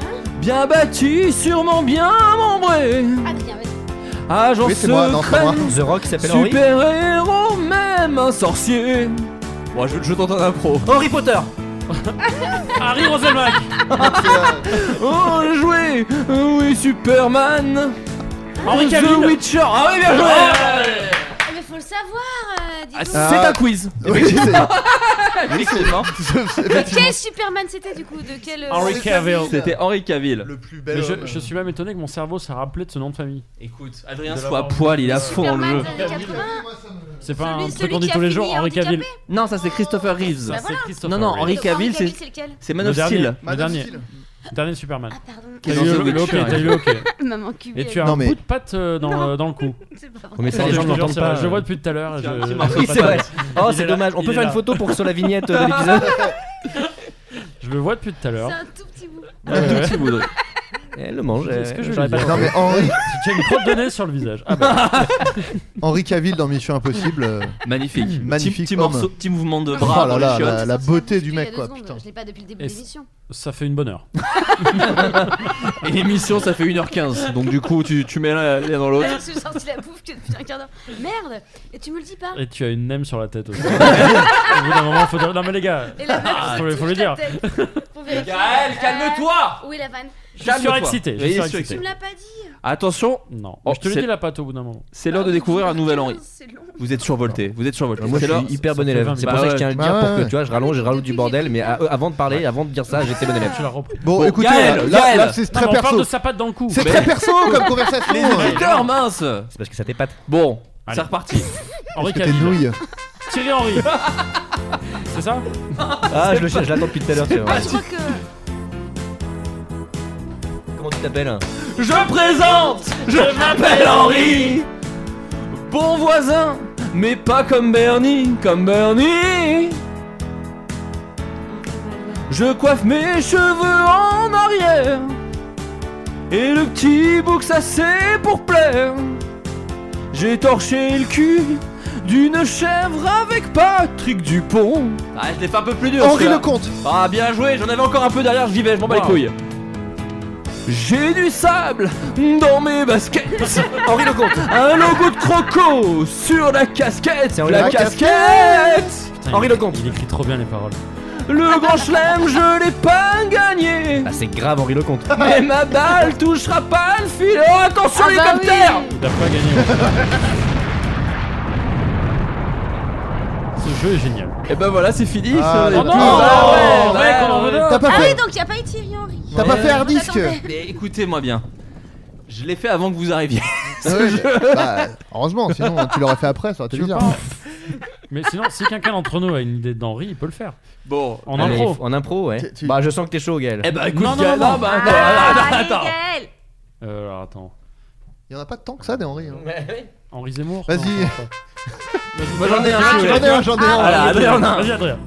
bien bâti, sûrement bien membré. Adrien, vas-y. Agent Oui, c'est moi, non, c'est moi. secret, The Rock qui s'appelle Henry. super-héros, même un sorcier. Moi, je, je tente un impro. Harry Potter. Harry Roselmack. Oh, joué. Oui, Superman. Henri The Cavill. Witcher. Ah oui, bien joué. Ah, mais faut le savoir, euh, dis Ah, donc. c'est un quiz. Oui, c'est- Effectivement. De quel Superman c'était du coup? De quel euh, Henry Cavill. C'était Henry Cavill. le plus bel Mais je, homme. je suis même étonné que mon cerveau s'est rappelé de ce nom de famille. Écoute, Adrien De se fout à l'avoir- poil, il est à fond dans le Superman jeu. des années quatre-vingts. C'est pas Celui- un celui truc qu'on dit qui a tous les fini jours, Henry handicapé. Cavill. Non, ça c'est Christopher Reeves. Bah C'est voilà. Christopher Non, non, Reeve. Henry Donc, Cavill, c'est c'est lequel? c'est Man Le of dernier. Steel. Le Man of dernier. Steel. Dernier Superman. Ah pardon. T'as Dans eu The le- le Witcher. hockey, t'as eu le hockey. Maman cubée. Et tu as Non, un mais- bout de patte euh, dans, euh, dans le cou. C'est pas vrai. Mais ça, Non, les je gens te ne jure, l'entendent c'est vrai, pas. Je le vois depuis tout à l'heure. et je- petit je- marteau. Oui, c'est vrai. Oh, Il c'est est là, dommage. On il peut est faire là. une photo pour sur la vignette de l'épisode. Je le vois depuis tout à l'heure. C'est un tout petit bout. Un tout petit bout de- Elle le mange. Est-ce que je j'aurais vais pas lui Non dire mais Henri, Tu as une crotte de nez sur le visage. Ah bah. Henri Cavill dans Mission Impossible. euh, Magnifique. Magnifique Petit, petit homme. morceau, petit mouvement de Oh bras là dans là, les chiottes. la, la C'est beauté sorti du il y a mec deux quoi, secondes, putain. Je l'ai pas depuis le début Et de l'émission. Ça fait une bonne heure. Et l'émission ça fait une heure quinze. Donc du coup tu, tu mets l'un l'un dans l'autre. Alors, je suis sorti la bouffe que depuis un quart d'heure. Merde. Et tu me le dis pas. Et tu as une nème sur la tête aussi. Au bout d'un moment, faut dire. Non mais les gars, Et la vanne, faut je le- touche faut le la dire. tête. Pour vérifier. Gaël, calme-toi. Euh, Oui, la vanne. je suis surexcité. Je Oui, suis surexcité. Tu surexcité. me l'as pas dit. Attention, Non. Oh, je te l'ai c'est- dit la patte au bout d'un moment. c'est l'heure de découvrir un nouvel Henri. C'est long. Vous êtes survolté, vous êtes survolté. Moi, je C'est l'heure- suis hyper ça bon fait élève. vingt C'est pour minutes. ça que je tiens à le dire Bah pour ouais. que tu vois, je rallonge, je rajoute du bordel. Mais à- euh, avant de parler, avant de dire ça, j'étais bon élève. Tu l'as repris. Bon, Bon, écoutez, Gaël, là, là, Gaël. là, c'est Non, très mais on parle perso. de sa patte dans le cou. C'est Mais- très perso comme conversation. Les euh. éditeurs, mince. C'est parce que ça t'épate. Bon, Allez. c'est reparti. Henri Parce que t'es Cavill. nouille. Thierry Henry. C'est ça? Ah, je le cherche, je l'attends depuis tout à l'heure. c'est vrai. Je crois que. Comment tu t'appelles? Je présente, je m'appelle Henri. Bon voisin, mais pas comme Bernie, comme Bernie. Je coiffe mes cheveux en arrière. Et le petit bouc ça c'est pour plaire. J'ai torché le cul d'une chèvre avec Patrick Dupont. Ah, je l'ai fait un peu plus dur. Henri celui-là. Lecomte. Ah, bien joué, j'en avais encore un peu derrière, j'y vais, je m'en bats les Wow. couilles. J'ai du sable dans mes baskets. Henri Lecomte. Un logo de croco sur la casquette. C'est Henri La Lecomte. casquette. Putain, Henri il- Lecomte. Il écrit trop bien les paroles. Le grand chelem, je l'ai pas gagné. Bah, c'est grave, Henri Lecomte. Mais ma balle touchera pas le fil. Oh, attention, Ah bah l'hélicoptère. oui. Il a pas gagné. Ce jeu est génial. Et ben voilà, c'est fini. Ah, ce- non, tout- non, Ah ouais, mec, là, on en veut ouais. d'autres. T'as pas Ah oui, fait, donc il y a pas eu Thierry Henry. t'as pas Ouais. fait hard disk. J'attendais. Mais écoutez-moi bien. Je l'ai fait avant que vous arriviez. Ah ouais, bah, heureusement, sinon tu l'aurais fait après, ça aurait été Tu veux bizarre. pas Mais sinon, si quelqu'un d'entre nous a une idée d'Henri, il peut le faire. Bon. En Allez, impro. En impro, ouais. Tu- tu- Bah, je sens que t'es chaud, Gaël. Eh ben écoute, Non, non, Gaël, non, non. bah, Ah, attends, allez, attends. Gaël. Euh, alors attends. Il y en a pas tant que ça des Henri. hein. Henri Zemmour. Vas-y. Non, je pense pas. Moi j'en ai un. Ah, si vous J'en voulez. ai un, j'en ai un. Voilà, Adrien en a un. Vas-y, Adrien.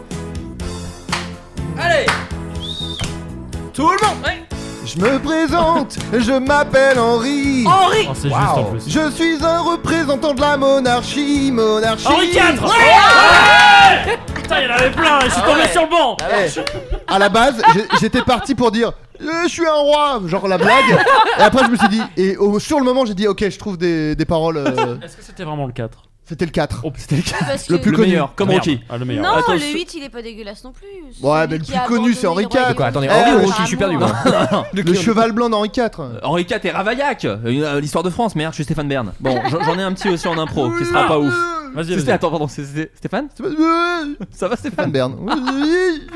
Allez. Tout le monde. Ouais. Je me présente, je m'appelle Henri. Henri. Oh, c'est juste en plus. Je suis un représentant de la monarchie, monarchie. Henri quatre. Ouais. Putain, il y en avait plein. Je suis Ah tombé ouais. sur le banc. Eh, à la base, j'ai- j'étais parti pour dire euh, je suis un roi, genre la blague. Et après, je me suis dit, et au- sur le moment, j'ai dit ok, je trouve des, des paroles. euh, Est-ce que c'était vraiment le quatre? C'était le quatre. Oh, c'était le quatre. Parce Le que- plus Le connu. meilleur, comme Merde. Rocky. Ah, le meilleur. Non, Attention. le huit il est pas dégueulasse non plus. C'est Ouais, celui mais le qui plus a connu, c'est abandonné Henri le roi quatre. des Quoi, attendez, Eh, Henri ou euh, Rocky, je suis perdu, moi. Le cheval blanc d'Henri quatre. Henri quatre et Ravaillac. Une- euh, L'histoire de France, merde, je suis Stéphane Bern. Bon, j'en j'en ai un petit aussi en impro qui sera pas ouf. Vas-y, C'est- vas-y. Attends, pardon, c'est c'est- Stéphane C'est pas- euh, Ça va, Stéphane Stéphane Bern. Oui.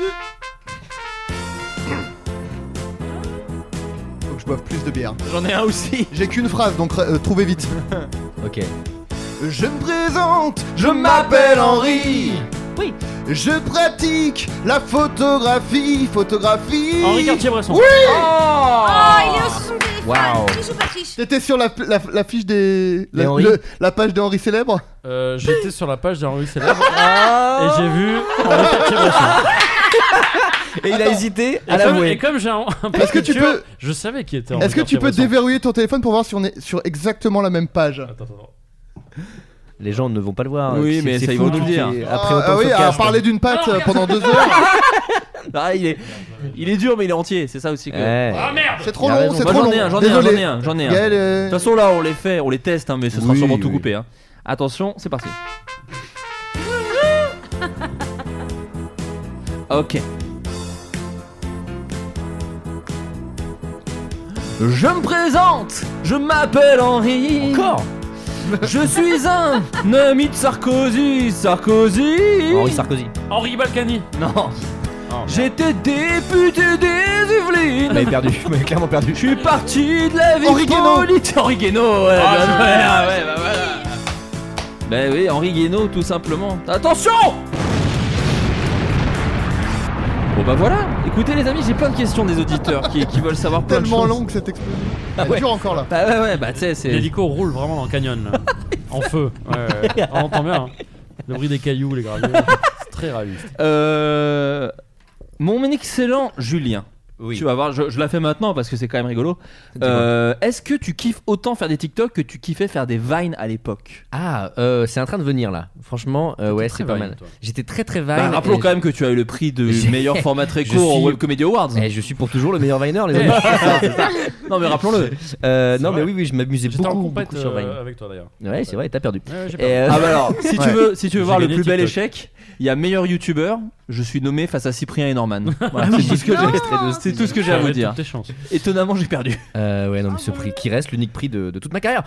Faut que je boive plus de bière. J'en ai un aussi. J'ai qu'une phrase, donc euh, trouvez vite. Ok. Je me présente, je m'appelle Henri. Oui. Je pratique la photographie, photographie. Henri Cartier-Bresson. Oui. Oh, il est aussi son téléphone. Waouh. Triche ou pas triche? T'étais sur la, la, la fiche des. Les La, Henri. le- la page de Henri célèbre. Euh, J'étais sur la page d'Henri Célèbre Ah. et j'ai vu Henri Cartier-Bresson. Et il a hésité Et à comme, et l'avouer. comme j'ai un, un peu Est-ce que de tu culture, peux- je savais qui était Henri Est-ce que tu peux Cartier-Bresson. déverrouiller ton téléphone pour voir si on est sur exactement la même page? Attends, attends. Les gens ne vont pas le voir. Oui, C'est- mais c'est ça, ils fou vont nous le qu'il y dire. ait- Ah, Après autant ah de oui, à podcasts. parler d'une patte euh, pendant deux heures. Ah, il est, il est dur, mais il est entier. C'est ça aussi. Que... Ouais. Ah merde. C'est trop Il a long, raison. c'est Moi, trop j'en long. ai un, j'en ai un, Désolé. j'en ai un, j'en ai un. Gaël, De euh, toute façon, là, on les fait, on les teste, hein, mais ce sera Oui, sûrement tout oui. coupé. Hein. Attention, c'est parti. Ok. Je me présente, je m'appelle Henri. Encore Je suis un ami de Sarkozy. Sarkozy. Henri Sarkozy. Henri Balkany. Non. Oh, J'étais député des Yvelines. On avait perdu, on avait clairement perdu. Je suis parti de la vie Henri Guénaud. politique. Henri Guénaud, ouais, Ah, bah, je- ouais, ah, ouais, bah voilà. Bah oui, Henri Guénaud, tout simplement. Attention. Bon bah voilà. Écoutez les amis, j'ai plein de questions des auditeurs qui, qui veulent savoir plein de tellement choses. longue cette explosion. Ah Elle ouais. dure encore là. Bah ouais, ouais, bah tu sais, c'est. L'hélico roule vraiment dans le canyon là. En feu. Ouais, ouais. On entend bien. Hein. Le bruit des cailloux, les graviers. C'est très réaliste. Euh. Mon excellent Julien. Oui. Tu vas voir, je, je la fais maintenant parce que c'est quand même rigolo. Euh, Est-ce que tu kiffes autant faire des TikTok que tu kiffais faire des Vines à l'époque? Ah, euh, c'est en train de venir là. Franchement, euh, ouais, très c'est pas Vine, mal. toi. J'étais très très Vine. Bah, rappelons et quand même que tu as eu le prix de J'ai- meilleur format très Je court au suis- Web Comedy Awards. je... Eh, je suis pour toujours le meilleur Viner, les Eh, amis. Non mais rappelons-le. Euh, C'est non, mais vrai. oui, oui, je m'amusais J'étais en beaucoup, compète beaucoup sur Vine. euh, avec toi d'ailleurs. Ouais, c'est vrai, t'as perdu. Ouais, j'ai Et, perdu. euh, Ah bah alors, si tu Ouais. veux, si tu veux J'ai voir le gagné plus bel TikTok. échec, il y a meilleur youtubeur. Je suis nommé face à Cyprien et Norman. Voilà, Ah c'est tout ce que Non, j'ai. C'est tout ce que j'ai à vous J'avais dire. toutes tes chances. Étonnamment, j'ai perdu. Euh, ouais, non, mais ce prix qui reste l'unique prix de, de toute ma carrière.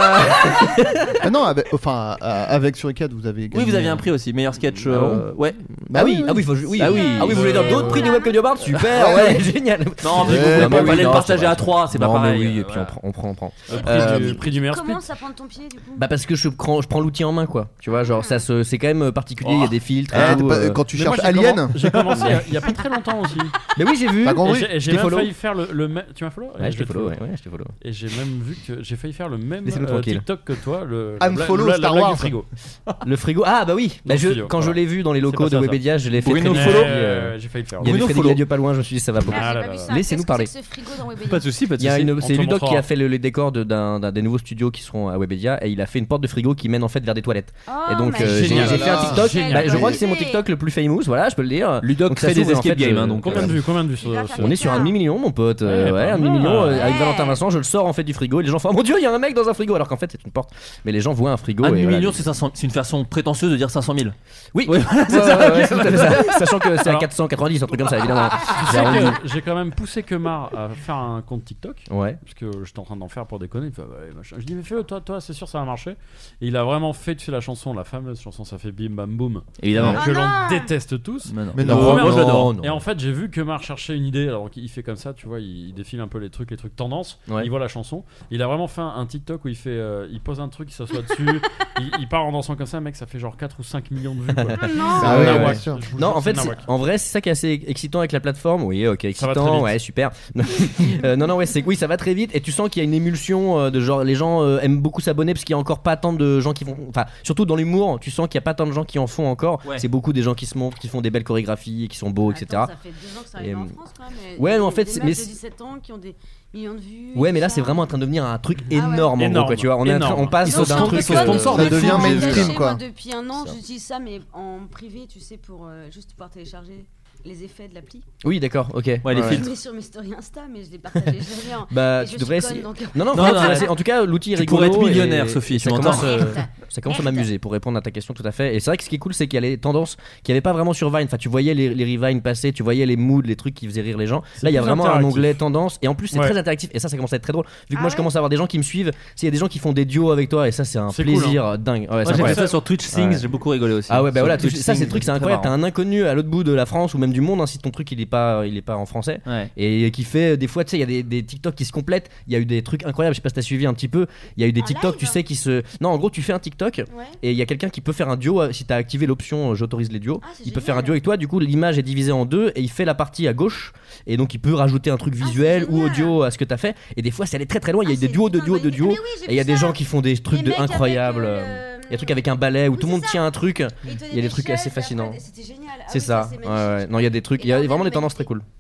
Ah non, avec, enfin, euh, avec Suricate, vous avez gagné. Oui, vous aviez un prix aussi, meilleur sketch. Ah euh, ouais. Bah oui, ah oui, faut, oui. Ah oui. Ah oui, vous voulez dire d'autres prix du Web Comedy Awards? Super, Ouais. ouais, génial. Non, mais Ouais, vous pouvez bah pas oui, aller le non, partager c'est vrai. à trois, c'est pas Non, mais pareil. oui, euh, et puis voilà. on prend, on prend, on prend. Le prix, Euh, du, le prix du meilleur split. Comment ça prend ton pied du coup? Bah parce que je prends, je prends l'outil en main, quoi. Tu vois, genre ça, se- c'est quand même particulier. Il y a des filtres. et Eh, tout, t'es pas- euh. Quand tu Mais moi, cherches j'ai Alien, commen- J'ai commencé il y a- il y a pas très longtemps aussi. Mais oui, j'ai vu. Pas compris. Et j'ai- et Je j'ai t'ai même follow. failli faire le, le même. Tu m'as follow Ouais, je te t'ai follow, ouais, ouais, je t'ai follow. Et j'ai même vu que j'ai failli faire le même Laissez-nous euh, tranquille. TikTok que toi, le Unfollow la, la, Star la blague Wars. du frigo. Le frigo. Ah bah oui. Bah, Dans le je, studio, quand je voilà. l'ai vu dans les locaux pas de ça, ça. Webedia, je l'ai fait. Bruno très follow. vite, euh, Euh, J'ai failli le faire. Il y a du Bruno Frédéric follow. Gadieu pas loin. Je me suis dit ça va pas. Ah Ah, là j'ai là pas vu là. ça. Laissez-nous Qu'est-ce que parler. c'est que ce frigo dans Webedia? Pas de soucis, pas de Il y a soucis. une, On c'est te Ludoc qui montrera. a fait le, les décors de- d'un, d'un des nouveaux studios qui seront à Webedia et il a fait une porte de frigo qui mène en fait vers des toilettes. Oh, Et donc mais euh, j'ai, génial. j'ai fait un Ah, TikTok. génial. Bah, je crois que c'est mon Idée. TikTok le plus famous. Voilà, je peux le dire. Ludoc Donc ça fait des s'ouvre, en escape fait, games, euh, hein, donc. Combien de vues Combien de vues sur Il va sur- faire On est sur un demi-million, mon pote. euh, Ouais, ouais, pas un demi-million mal. euh, avec Ouais. Valentin Vincent. Je le sors en fait du frigo et les gens font oh mon dieu, il y a un mec dans un frigo alors qu'en fait c'est une porte. Mais les gens voient un frigo. Un et voilà. million, c'est cinq cents c'est une façon prétentieuse de dire cinq cent mille. Oui, Oui, voilà, c'est Ouais, ça. ouais, ouais, c'est tout à fait ça. Sachant que c'est à Alors- quatre cent quatre-vingt-dix, un truc comme ça, évidemment. Tu sais que j'ai quand même poussé Kemar à faire un compte TikTok. Ouais. Parce que j'étais en train d'en faire pour déconner. Il fait, ouais, machin. Je dis, mais fais-le, toi, toi, c'est sûr, ça va marcher. Et il a vraiment fait, tu sais, la chanson, la fameuse chanson, ça fait bim bam boum. Évidemment. Ah Que non. l'on déteste tous. Mais non. Mais Non, non, moi, non, je l'adore. non. Et en fait, j'ai vu que Mar cherchait une idée. Alors il fait comme ça, tu vois, il, il défile un peu les trucs, les trucs tendance. Ouais. Il voit la chanson. Il a vraiment fait un, un TikTok où il fait, euh, il pose un truc, il s'assoit dessus, il, il part en dansant comme ça, mec, ça fait genre quatre ou cinq millions de vues. Quoi. Non. Ah ouais, Nawak, ouais, sûr. je vous Non, jure, en fait, c'est c'est- Nawak. en vrai, c'est ça qui est assez excitant avec la plateforme. Oui, ok, Ça va très excitant, vite. ouais, super. Euh, non, non, ouais, c'est oui, ça va très vite et tu sens qu'il y a une émulsion euh, de genre les gens euh, aiment beaucoup s'abonner parce qu'il y a encore pas tant de gens qui font. Enfin, surtout dans l'humour, tu sens qu'il y a pas tant de gens qui en font encore. Ouais. C'est beaucoup des gens qui se montrent, qui font des belles chorégraphies, et qui sont beaux, et cetera. Attends, ça fait deux ans que ça arrive Et, en euh, France quand même. ouais, Des- mais en fait, des c'est- mecs mais de c'est- dix-sept ans qui ont des millions de vues. Ouais, mais là, tout c'est ça. vraiment en train de devenir un truc Ah ouais. énorme, en Énorme. gros, quoi. Tu vois, on, est en train- on passe Ils sont d'un Non, truc. parce que sont comme- sponsors comme de je devient suis mainstream, engagée, quoi. Moi, depuis un an, Ça. j'utilise ça, mais en privé, tu sais, pour euh, juste pouvoir télécharger les effets de l'appli. Oui, d'accord, ok. Ouais, les Je filtres. le mets sur mes stories Insta, mais je les partage jamais. en- Bah, Et tu je devrais suis essayer. conne, donc- Non, non, Non, faut non, essayer. ouais. En tout cas, l'outil est Tu rigolo. pourrais être millionnaire, et- Sophie, et tu ça m'entends commence, euh, Merde. ça commence à Merde. m'amuser pour répondre à ta question tout à fait. Et c'est vrai que ce qui est cool, c'est qu'il y a les tendances qu'il n'y avait pas vraiment sur Vine. Enfin, tu voyais les, les Revine passer, tu voyais les moods, les trucs qui faisaient rire les gens. C'est Là, il y a plus vraiment un interactif. onglet tendance. Et en plus, c'est Ouais. très interactif. Et ça, ça commence à être très drôle. Vu que Ah moi, je ouais commence à avoir des gens qui me suivent. Il y a des gens qui font des duos avec toi. Et ça, c'est un C'est cool, plaisir dingue. Ouais, c'est Moi, j'ai fait incroyable. ça sur Twitch Things, Ouais. j'ai beaucoup rigolé aussi. Ah ouais, bah Sur voilà, Twitch ça, c'est Things, le truc, c'est très incroyable. T'as marrant. un inconnu à l'autre bout de la France ou même du monde, hein, si ton truc il est pas, il est pas en français. Ouais. Et qui fait des fois, tu sais, il y a des, des TikTok qui se complètent. Il y a eu des trucs incroyables. Je sais pas si t'as suivi un petit peu. Il y a eu des En TikTok, live tu sais, qui se. Non, en gros, tu fais un TikTok Ouais. et il y a quelqu'un qui peut faire un duo. euh, Si t'as activé l'option euh, j'autorise les duos, Ah, c'est il peut génial. faire un duo avec toi. Du coup, l'image est divisée en deux et il fait la partie à gauche. Et donc, il peut rajouter un truc Ah, c'est visuel ou génial. audio à ce que t'as fait. Et des fois, c'est allé très très loin. Il y a Ah, eu des c'est duos de putain duos bonne de idée. duos. Mais oui, j'ai Et il y a vu des ça. gens qui font des trucs Les de mecs avec, incroyables. euh, euh, le- Il y a des trucs avec un balai où Oui, tout le c'est monde ça. tient un truc. Et il Il y a des trucs assez fascinants. C'était génial. Ah C'est oui, ça. c'est Ouais, magnifique. ouais. Non, il y a des trucs. Et Il y a là, on vraiment a des tendances très magnifique. cool.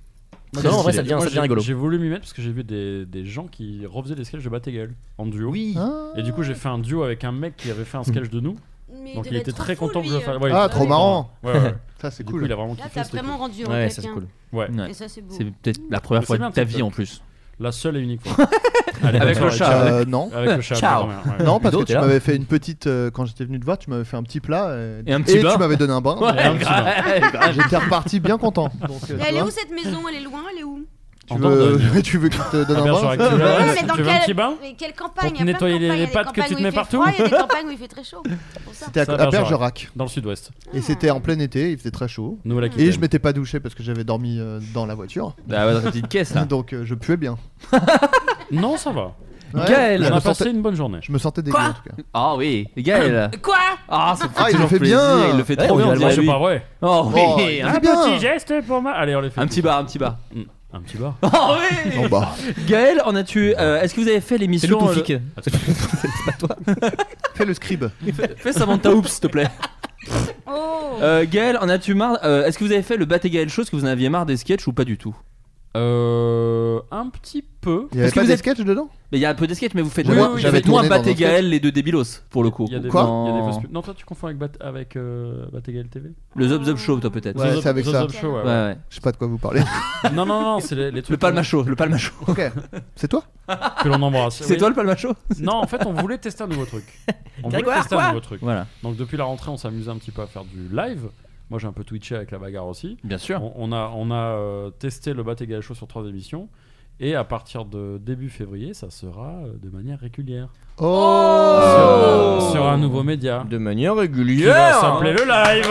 Non, en vrai, ça devient, Moi, ça j'ai- devient rigolo. J'ai voulu m'y mettre parce que j'ai vu des, des gens qui refaisaient des sketchs de Batgirl en duo. Oui. Ah. Et du coup, j'ai fait un duo avec un mec qui avait fait un sketch de nous. Mais Donc il il devait était être très trop content fou, que je le lui, fasse. euh. Ouais, Ah, il était trop marrant. Ouais, ouais. Ça, c'est Du cool. coup, il a vraiment Là, kiffé. t'as c'était vraiment cool. rendu heureux Ouais, ça c'est quelqu'un. cool. Ouais. Et ça, c'est beau. C'est peut-être la première Mais fois c'est bien, de ta TikTok. vie en plus. La seule et unique fois. Allez, Avec bonne le soirée. chat. Euh, non. Avec le chat. Ciao. après, ouais, ouais. Non, parce Ludo, que t'es tu là m'avais fait une petite. euh, quand j'étais venu te voir, tu m'avais fait un petit plat. euh, Et un petit bain. tu m'avais donné un bain. Ouais, un petit grave, grave. J'étais reparti bien content. Donc, euh, Et tu elle est vois, où cette maison? Elle est loin? Elle est où? tu, En veux... Dordogne. tu veux qu'il te donne Ah, un bien bain sûr, avec ça le- Non, Ouais, mais tu dans veux un quel- petit bain mais quelle campagne? Pour Il y a plein de nettoyer les- campagnes. les Il y a des pattes que campagnes tu te où il mets fait partout. froid, il y a des campagnes où il fait très chaud. C'est pour ça. C'était à, Ça, à Bergerac. Bergerac. Dans le sud-ouest. Et c'était en plein été, il faisait très chaud. Nous voilà Et je m'étais pas douché parce que j'avais dormi euh, dans la voiture. Bah ouais, dans ta petite caisse là. Donc euh, je puais bien. Non, ça va. Ouais, Gaël, je On me a passé sentais, une bonne journée. je me sentais dégueu en tout cas. Ah oui, Gaël. Quoi? Ah, ça me fait Ah, il le toujours fait plaisir. bien. Il le fait Ouais, trop on bien. va on le dirait C'est lui. pas vrai. Oh Oh, oui. il Un, fait bien. Petit geste pour moi. Allez, on les fait. un tous. petit bar, un petit bar. Mm. Un petit bar. Oh oui. Non, bah, Gaël, on a tué. euh, Est-ce que vous avez fait C'est le l'émission Toufik. euh, fais le scribe. Fais Samantha Oops, s'il te plaît. Oh. Euh, Gaël, en as-tu marre euh, Est-ce que vous avez fait le Bat et Gaël Show? Est-ce que vous en aviez marre des sketchs ou pas du tout? Euh. Un petit peu. Il y avait Est-ce que pas vous des êtes- sketchs dedans? Mais il y a un peu des sketchs, mais vous faites Oui, moins, oui, vous j'avais faites moins tourné Bat dans et un sketch. Gaël, les deux débilos, pour le coup. Il y a des, Quoi il y a des Non. fausses pubs. Non, toi tu confonds avec Bat, avec euh, Batégal T V. Le Zop Zop Show, toi peut-être. Ouais, Zop- c'est avec Zop ça. Zop Show, ouais, Ouais, ouais. ouais. Je sais pas de quoi vous parlez. Non, non, non, c'est les, les trucs Le Palmacho, le Palmacho. Ok. C'est toi? que l'on embrasse. C'est Oui. toi le Palmacho? Non, en fait, on voulait tester un nouveau truc. On voulait Grégoire, tester quoi un nouveau truc. Voilà, Donc depuis la rentrée, on s'amusait un petit peu à faire du live. Moi, j'ai un peu twitché avec la bagarre aussi. bien sûr. On, on a, on a euh, testé le Bat et Gaël Show sur trois émissions. Et à partir de début février, ça sera euh, de manière régulière. Oh, Sur, sur un nouveau média. De manière Qui va régulière. s'appeler le live.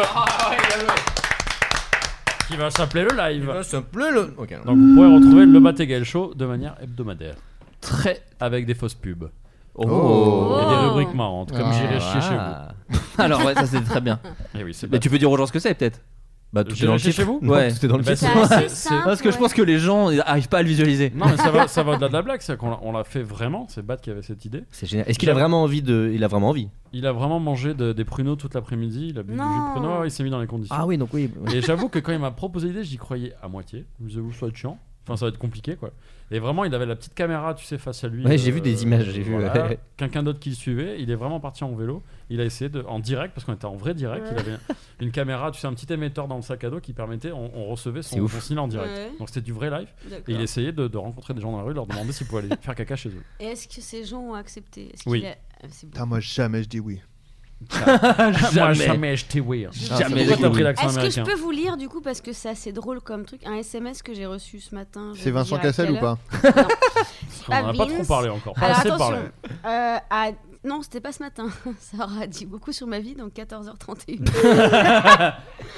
Qui va s'appeler le live. Il va s'appeler le. Ok. non. Donc vous pourrez retrouver le Bat et Gaël Show de manière hebdomadaire. Très. Avec des fausses pubs. Oh. Et des rubriques marrantes, comme Ah. j'irai chier chez vous. Ah. Alors ouais, ça c'est très bien. Et oui, c'est Mais tu peux dire aux gens ce que c'est peut-être? Bah, tout est J'irai dans le chier titre. chez vous Non, Ouais. tout est dans le Bah, titre. C'est c'est- assez c'est- simple. Parce que je ouais. pense que les gens ils arrivent pas à le visualiser. Non, mais ça va, ça va au-delà de la blague, c'est qu'on l'a, on l'a fait vraiment. C'est Bat qui avait cette idée. C'est génial. Est-ce qu'il a vraiment envie de. Il a vraiment envie. Il a vraiment mangé de- des pruneaux toute l'après-midi. Il a bu du Non. jus de pruneaux. Il s'est mis dans les conditions. Ah oui, donc oui. Et j'avoue que quand il m'a proposé l'idée, j'y croyais à moitié. Je me disais, vous, ça va être chiant. Enfin, ça va être compliqué, quoi. Et vraiment, il avait la petite caméra, tu sais, face à lui. Ouais, j'ai vu des images, j'ai vu, voilà. ouais. Quelqu'un d'autre qui le suivait. Il est vraiment parti en vélo. Il a essayé de, en direct, parce qu'on était en vrai direct. Ouais. Il avait une caméra, tu sais, un petit émetteur dans le sac à dos qui permettait, on, on recevait son, C'est ouf. son signal en direct. Ouais. Donc c'était du vrai live. D'accord. Et il essayait de, de rencontrer des gens dans la rue, leur demander s'ils pouvaient aller faire caca chez eux. Et est-ce que ces gens ont accepté? Est-ce Oui. qu'il a- Ah, c'est beau. Putain, moi jamais je dis oui. Moi, jamais je t'ai oui. Jamais. Pourquoi t'as pris l'accent Est-ce que je américain peux vous lire du coup parce que c'est assez drôle comme truc un S M S que j'ai reçu ce matin. je C'est vais vous Vincent dire à Cassel quelle ou pas? heure. Non. On en a pas Vince. trop parlé encore. Pas Alors assez attention, parlé. euh, à- non c'était pas ce matin, ça aura dit beaucoup sur ma vie donc quatorze heures trente et une.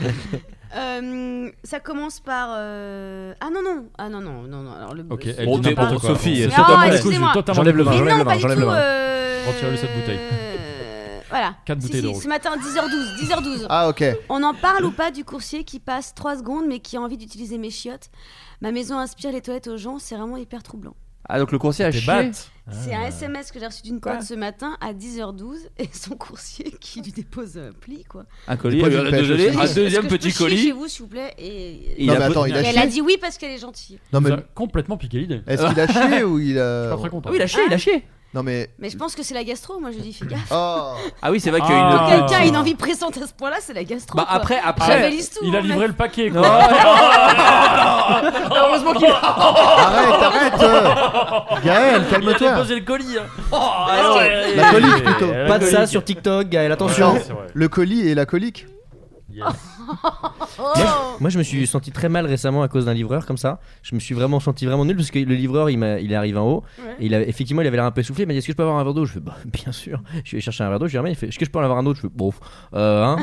Euh, ça commence par euh... ah non non ah non non non non alors le Ok, c'est- elle Bon, dit t'es- n'importe bon, quoi. Sophie, C'est euh, totalement non, exclu, excusez-moi. totalement J'enlève le exclu. vin, mais j'enlève non le pas vin, du j'enlève tout le vin. euh... Retirez-lui cette bouteille. euh, voilà Quatre Si, bouteilles si, de rouge. ce matin dix heures douze dix heures douze Ah ok. on en parle ou pas du coursier qui passe trois secondes mais qui a envie d'utiliser mes chiottes. Ma maison inspire les toilettes aux gens, c'est vraiment hyper troublant. Ah donc le coursier a T'es chié. batte. C'est Ah. un S M S que j'ai reçu d'une Quoi pote ce matin à dix heures douze et son coursier qui lui dépose un pli quoi. Un colis. Des poils euh, de pêche Désolé. aussi. Un Est-ce deuxième que je petit peux chier chez colis. vous s'il vous plaît et... Il Non a mais peu- attends, il a Et elle a chié. dit oui parce qu'elle est gentille. Non Il mais a complètement piqué l'idée. est-ce qu'il a chié ou il Je suis a. pas très content. Ah oui, il a chié, il a chié. Non mais. Mais je pense que c'est la gastro, moi je dis fais gaffe. Oh. Ah oui, c'est vrai qu'il y Ah. a Quand une. quelqu'un a une envie pressante à ce point-là, c'est la gastro. Bah quoi. après, après. J'avais tout. Il a hein, livré mec. le paquet. Non, Quoi. heureusement qu'il a. Arrête, arrête. euh. Gaël, Il a calme-toi. déposé le colis. hein. alors, Ouais, la colique, ouais, plutôt. la Pas de ça colique. sur TikTok, Gaël, attention. Ouais, c'est vrai. Le colis et la colique. Yes. Oh. Moi, je me suis senti très mal récemment à cause d'un livreur comme ça. Je me suis vraiment senti vraiment nul parce que le livreur, il, m'a, il est arrivé en haut. Ouais. Et il a, effectivement, il avait l'air un peu essoufflé. Il m'a dit: est-ce que je peux avoir un verre d'eau? Je fais: bah, bien sûr. Je vais chercher un verre d'eau. Je lui ramène. Il fait: est-ce que je peux en avoir un autre? Je fais: bon, euh, hein.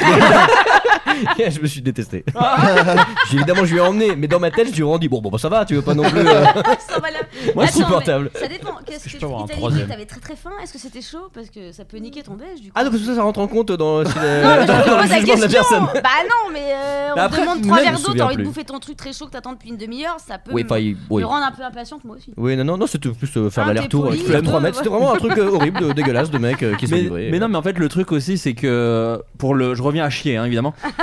Et je me suis détesté. J'ai- évidemment, je lui ai emmené, mais dans ma tête, je lui ai rendu: bon, bon, bah, ça va, tu veux pas non plus. euh, Ça va là. Moi, c'est Attends, supportable. mais Ça dépend. Qu'est-ce que je que peux avoir un il t'a livré? troisième T'avais très très faim. Est-ce que c'était chaud? Parce que ça peut niquer ton déj du coup. Ah, donc ça, ça rentre en compte dans, si le- Non, mais je te dans le pose la jugement de la question. personne. Bah non, mais euh, on Bah après, te demande même, trois je me verres d'eau, souviens t'as envie de plus. bouffer ton truc très chaud que t'attends depuis une demi-heure, ça peut Oui, me, enfin, il- oui. me rendre un peu impatiente moi aussi. Oui, non, non, non, c'était plus euh, faire Ah, l'aller-retour. t'es euh, poli, flemme trois toi, mètres. ouais. C'était vraiment un truc euh, horrible, euh, dégueulasse de mec euh, qui se Mais, livrait. mais non, mais en fait, le truc aussi, c'est que pour le, je reviens à chier, hein, évidemment.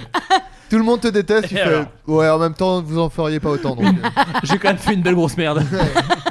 Tout le monde te déteste, tu Et fais alors ouais, en même temps vous en feriez pas autant donc. euh. J'ai quand même fait une belle grosse merde.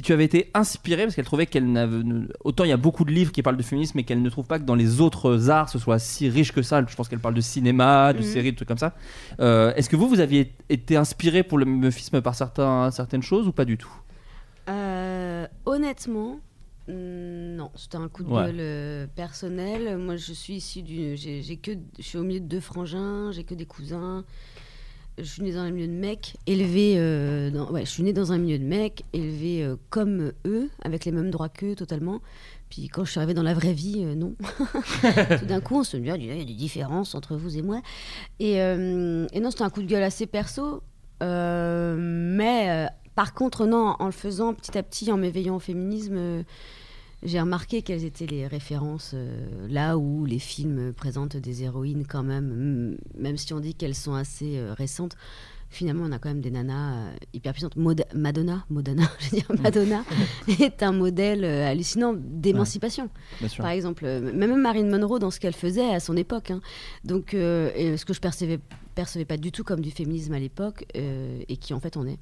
si tu avais été inspirée, parce qu'elle trouvait qu'elle n'avait. Autant il y a beaucoup de livres qui parlent de féminisme, mais qu'elle ne trouve pas que dans les autres arts ce soit si riche que ça. Je pense qu'elle parle de cinéma, de Mhm. séries, de trucs comme ça. Euh, est-ce que vous, vous aviez été inspiré pour le meufisme par certains, certaines choses ou pas du tout? Euh, honnêtement, mm, non, c'était un coup de Ouais. gueule euh, personnel. Moi, je suis issue du, j'ai, j'ai que, je suis au milieu de deux frangins, j'ai que des cousins. je suis née dans un milieu de mecs, élevée, euh, dans, ouais, je suis née dans un milieu de mecs, élevée euh, comme eux, avec les mêmes droits qu'eux totalement. Puis quand je suis arrivée dans la vraie vie, euh, non. Tout d'un coup, on se dit, il y a des différences entre vous et moi. Et, euh, et non, c'était un coup de gueule assez perso. Euh, mais euh, par contre, non, en le faisant petit à petit, en m'éveillant au féminisme, euh, j'ai remarqué quelles étaient les références euh, là où les films présentent des héroïnes quand même, même si on dit qu'elles sont assez euh, récentes. Finalement, on a quand même des nanas euh, hyper puissantes. Mod- Madonna, Modana, je veux dire, Madonna est un modèle euh, hallucinant d'émancipation. Ouais, par exemple, euh, même Marilyn Monroe dans ce qu'elle faisait à son époque. Hein. Donc, euh, et ce que je percevais, percevais pas du tout comme du féminisme à l'époque, euh, et qui en fait on est.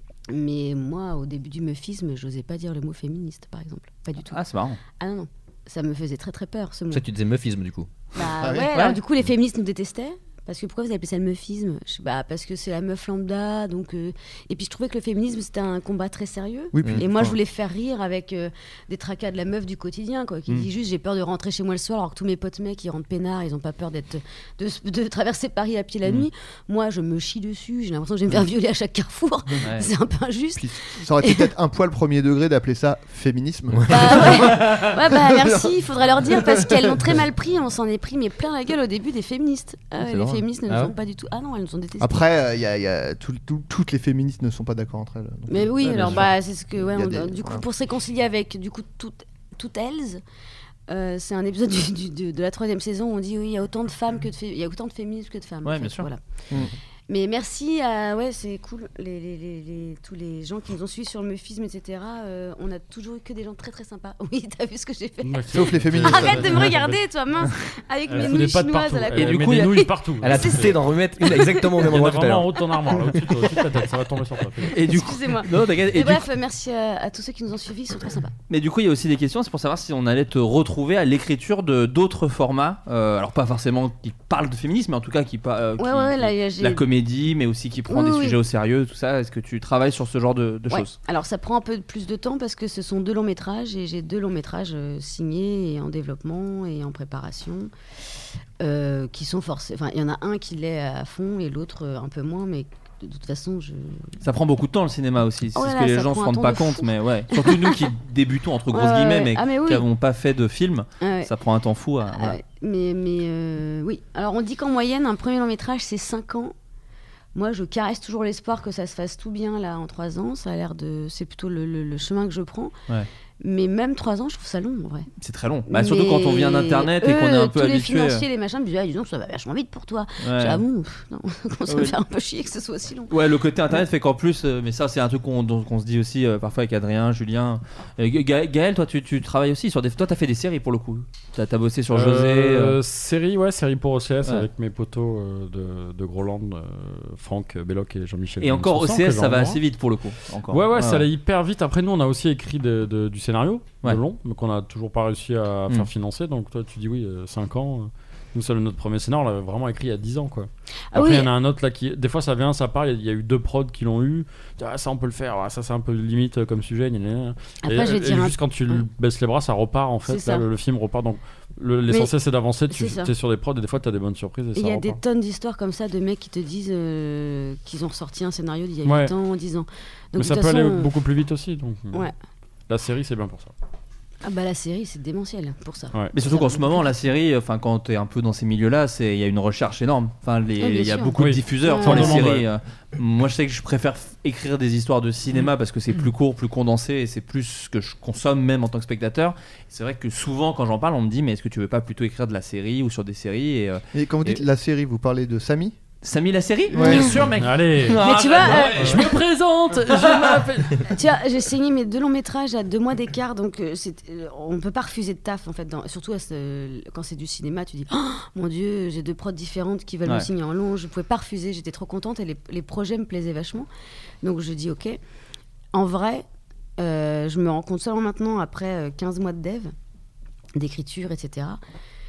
Mais moi, au début du meufisme, j'osais pas dire le mot féministe, par exemple. Pas du tout. Ah, c'est marrant. Ah non, non. Ça me faisait très très peur, ce mot. Ça, tu disais meufisme du coup. Bah Ah oui. ouais, Ouais. alors du coup, les féministes nous détestaient. Parce que pourquoi vous appelez ça le meufisme? Je sais pas, parce que c'est la meuf lambda. Donc, euh... Et puis je trouvais que le féminisme, c'était un combat très sérieux. Oui, puis, Et moi, enfin, je voulais faire rire avec euh, des tracas de la meuf du quotidien, quoi, qui Mm. dit juste j'ai peur de rentrer chez moi le soir, alors que tous mes potes mecs, ils rentrent peinards, ils ont pas peur d'être, de, de traverser Paris à pied la Mm. nuit. Moi, je me chie dessus, j'ai l'impression que je vais me faire violer à chaque carrefour. Ouais. C'est un peu injuste. puis, ça aurait été peut-être un poil premier degré d'appeler ça féminisme. Bah ouais. Ouais, bah merci, il faudrait leur dire parce qu'elles l'ont très mal pris, on s'en est pris mais plein la gueule au début des féministes. Ah ouais, C'est les drôle. féministes ne Ah nous ouais ont pas du tout. Ah non, elles nous ont détestés. Après, il y a, y a tout- tout- toutes les féministes ne sont pas d'accord entre elles. donc, Mais oui, ouais, bien alors sûr. bah c'est ce que ouais, Il y a on- des- du coup voilà. pour se réconcilier avec du coup toutes toutes elles. Euh, c'est un épisode du- du- de, de la troisième saison où on dit oui il y a autant de femmes que de fé- il y a autant de féministes que de femmes. Ouais, en fait, bien sûr. Voilà. Mm. Mais merci à ouais c'est cool les, les, les, les- tous les gens qui nous ont suivis sur le meufisme et cetera. Euh, on a toujours eu que des gens très très sympas. Oui t'as vu ce que j'ai fait. Sauf les féministes. Arrête de me regarder toi mince avec Elle mes fout nouilles des pattes chinoises partout. à la Elle Et du met coup, des il y a- nouilles partout. Elle a C'est tenté d'en remettre une exactement au Il même y en a endroit tout à vraiment en l'heure. haut de ton armoire, là, au-dessus de au-dessus de ta tête, ça va tomber sur toi. Et du coup, Excusez-moi. non, t'inquiète. Et Et du bref, merci à, à tous ceux qui nous ont suivis, ils sont très sympas. Mais du coup, il y a aussi des questions. C'est pour savoir si on allait te retrouver à l'écriture de d'autres formats. Euh, alors pas forcément qui parlent de féminisme, mais en tout cas qui parlent Ouais, ouais, là, y a- j'ai- la comédie, mais aussi qui prend Oui, des oui. sujets au sérieux, tout ça. Est-ce que tu travailles sur ce genre de, de Ouais. choses? Alors ça prend un peu plus de temps parce que ce sont deux longs métrages et j'ai deux longs métrages euh, signés et en développement et en préparation euh, qui sont forcés. Enfin, il y en a un qui l'est à fond et l'autre euh, un peu moins, mais de toute façon, je. Ça prend beaucoup de temps le cinéma aussi. C'est Oh là ce là, que les ça gens se prend un rendent temps pas de compte, fou. mais ouais. Surtout nous qui débutons entre grosses Ouais, ouais, guillemets, ouais. mais, Ah, mais oui. qui n'avons pas fait de film, Ah ouais. ça prend un temps fou. À, Ah voilà. ouais. Mais, mais euh, oui. Alors on dit qu'en moyenne, un premier long métrage, c'est cinq ans. Moi, je caresse toujours l'espoir que ça se fasse tout bien là en trois ans. Ça a l'air de, c'est plutôt le, le- le chemin que je prends. Ouais. Mais même trois ans, je trouve ça long en vrai. C'est très long. Bah, surtout quand on vient Mais d'internet et eux, qu'on est un peu tous les habitué. financiers, les machins me disent ah, dis donc, ça va vachement vite pour toi. Ouais. J'ai dit, ah bon, pff, non, ça commence à me Oui. faire un peu chier que ce soit aussi long. Ouais, le côté internet fait qu'en plus, euh, mais ça c'est un truc qu'on dont- qu'on se dit aussi euh, parfois avec Adrien, Julien. Euh, Ga- Gaël, toi tu, tu travailles aussi sur des. Toi t'as fait des séries pour le coup. T'as as bossé sur José. Euh, euh, Série, ouais, série pour O C S Ouais. avec mes potos euh, de, de Groland, euh, Franck Belloc et Jean-Michel. Et encore Sanson, O C S, que ça va j'embrasse. assez vite pour le coup. Encore. Ouais, ouais, Ah ça allait hyper vite. Après, nous, on a aussi écrit de- de- du scénario, Ouais. de long, mais qu'on a toujours pas réussi à Mm. faire financer. Donc, toi, tu dis oui, cinq ans. euh, Nous, c'est notre premier scénario, on l'a vraiment écrit il y a dix ans, quoi. Ah Après, il oui. y en a un autre là qui. Des fois, ça vient, ça part. Il y a- il y, a eu deux prods qui l'ont eu. Ah, ça, on peut le faire. Ah, ça, c'est un peu limite euh, comme sujet. gna, gna, gna. Après, et, je vais et dire un- juste quand tu Ouais. baisses les bras, ça repart en fait. C'est Là, ça. le, le film repart. Donc, le- l'essentiel, c'est d'avancer. Tu c'est ça. es sur des prods et des fois, tu as des bonnes surprises. Et Et il ça y a des repart. tonnes d'histoires comme ça de mecs qui te disent euh, qu'ils ont ressorti un scénario d'il y a huit Ouais. ans, dix ans. Mais Donc, ça de peut toute aller façon, beaucoup plus vite aussi. Donc, euh, Ouais. La série, c'est bien pour ça. Ah bah la série, c'est démentiel pour ça. Ouais. Mais surtout Ça qu'en va ce beaucoup moment, plus la série, enfin quand t'es un peu dans ces milieux-là, c'est il y a une recherche énorme. Enfin, les- Ouais, bien il y a sûr. beaucoup Oui. de diffuseurs Ouais. pour les Tout le monde, séries. ouais. euh, moi, je sais que je préfère f- écrire des histoires de cinéma parce que c'est plus court, plus condensé, et c'est plus ce que je consomme même en tant que spectateur. C'est vrai que souvent, quand j'en parle, on me dit mais est-ce que tu veux pas plutôt écrire de la série ou sur des séries et, euh, Et quand vous dites Et- la série, vous parlez de Samy? Samy la série Ouais. Bien sûr, mec. Allez. Ah, Mais tu vois, ouais. euh, Je me présente. Je m'appelle. Tu vois, j'ai signé mes deux longs métrages à deux mois d'écart, donc euh, c'est- euh, on peut pas refuser de taf en fait. Dans, surtout à ce- quand c'est du cinéma, tu dis oh, mon Dieu, j'ai deux prods différentes qui veulent Ouais. me signer en long. Je pouvais pas refuser, j'étais trop contente et les, les projets me plaisaient vachement. Donc je dis ok. En vrai, euh, je me rends compte seulement maintenant, après euh, quinze mois de dev, d'écriture, et cetera,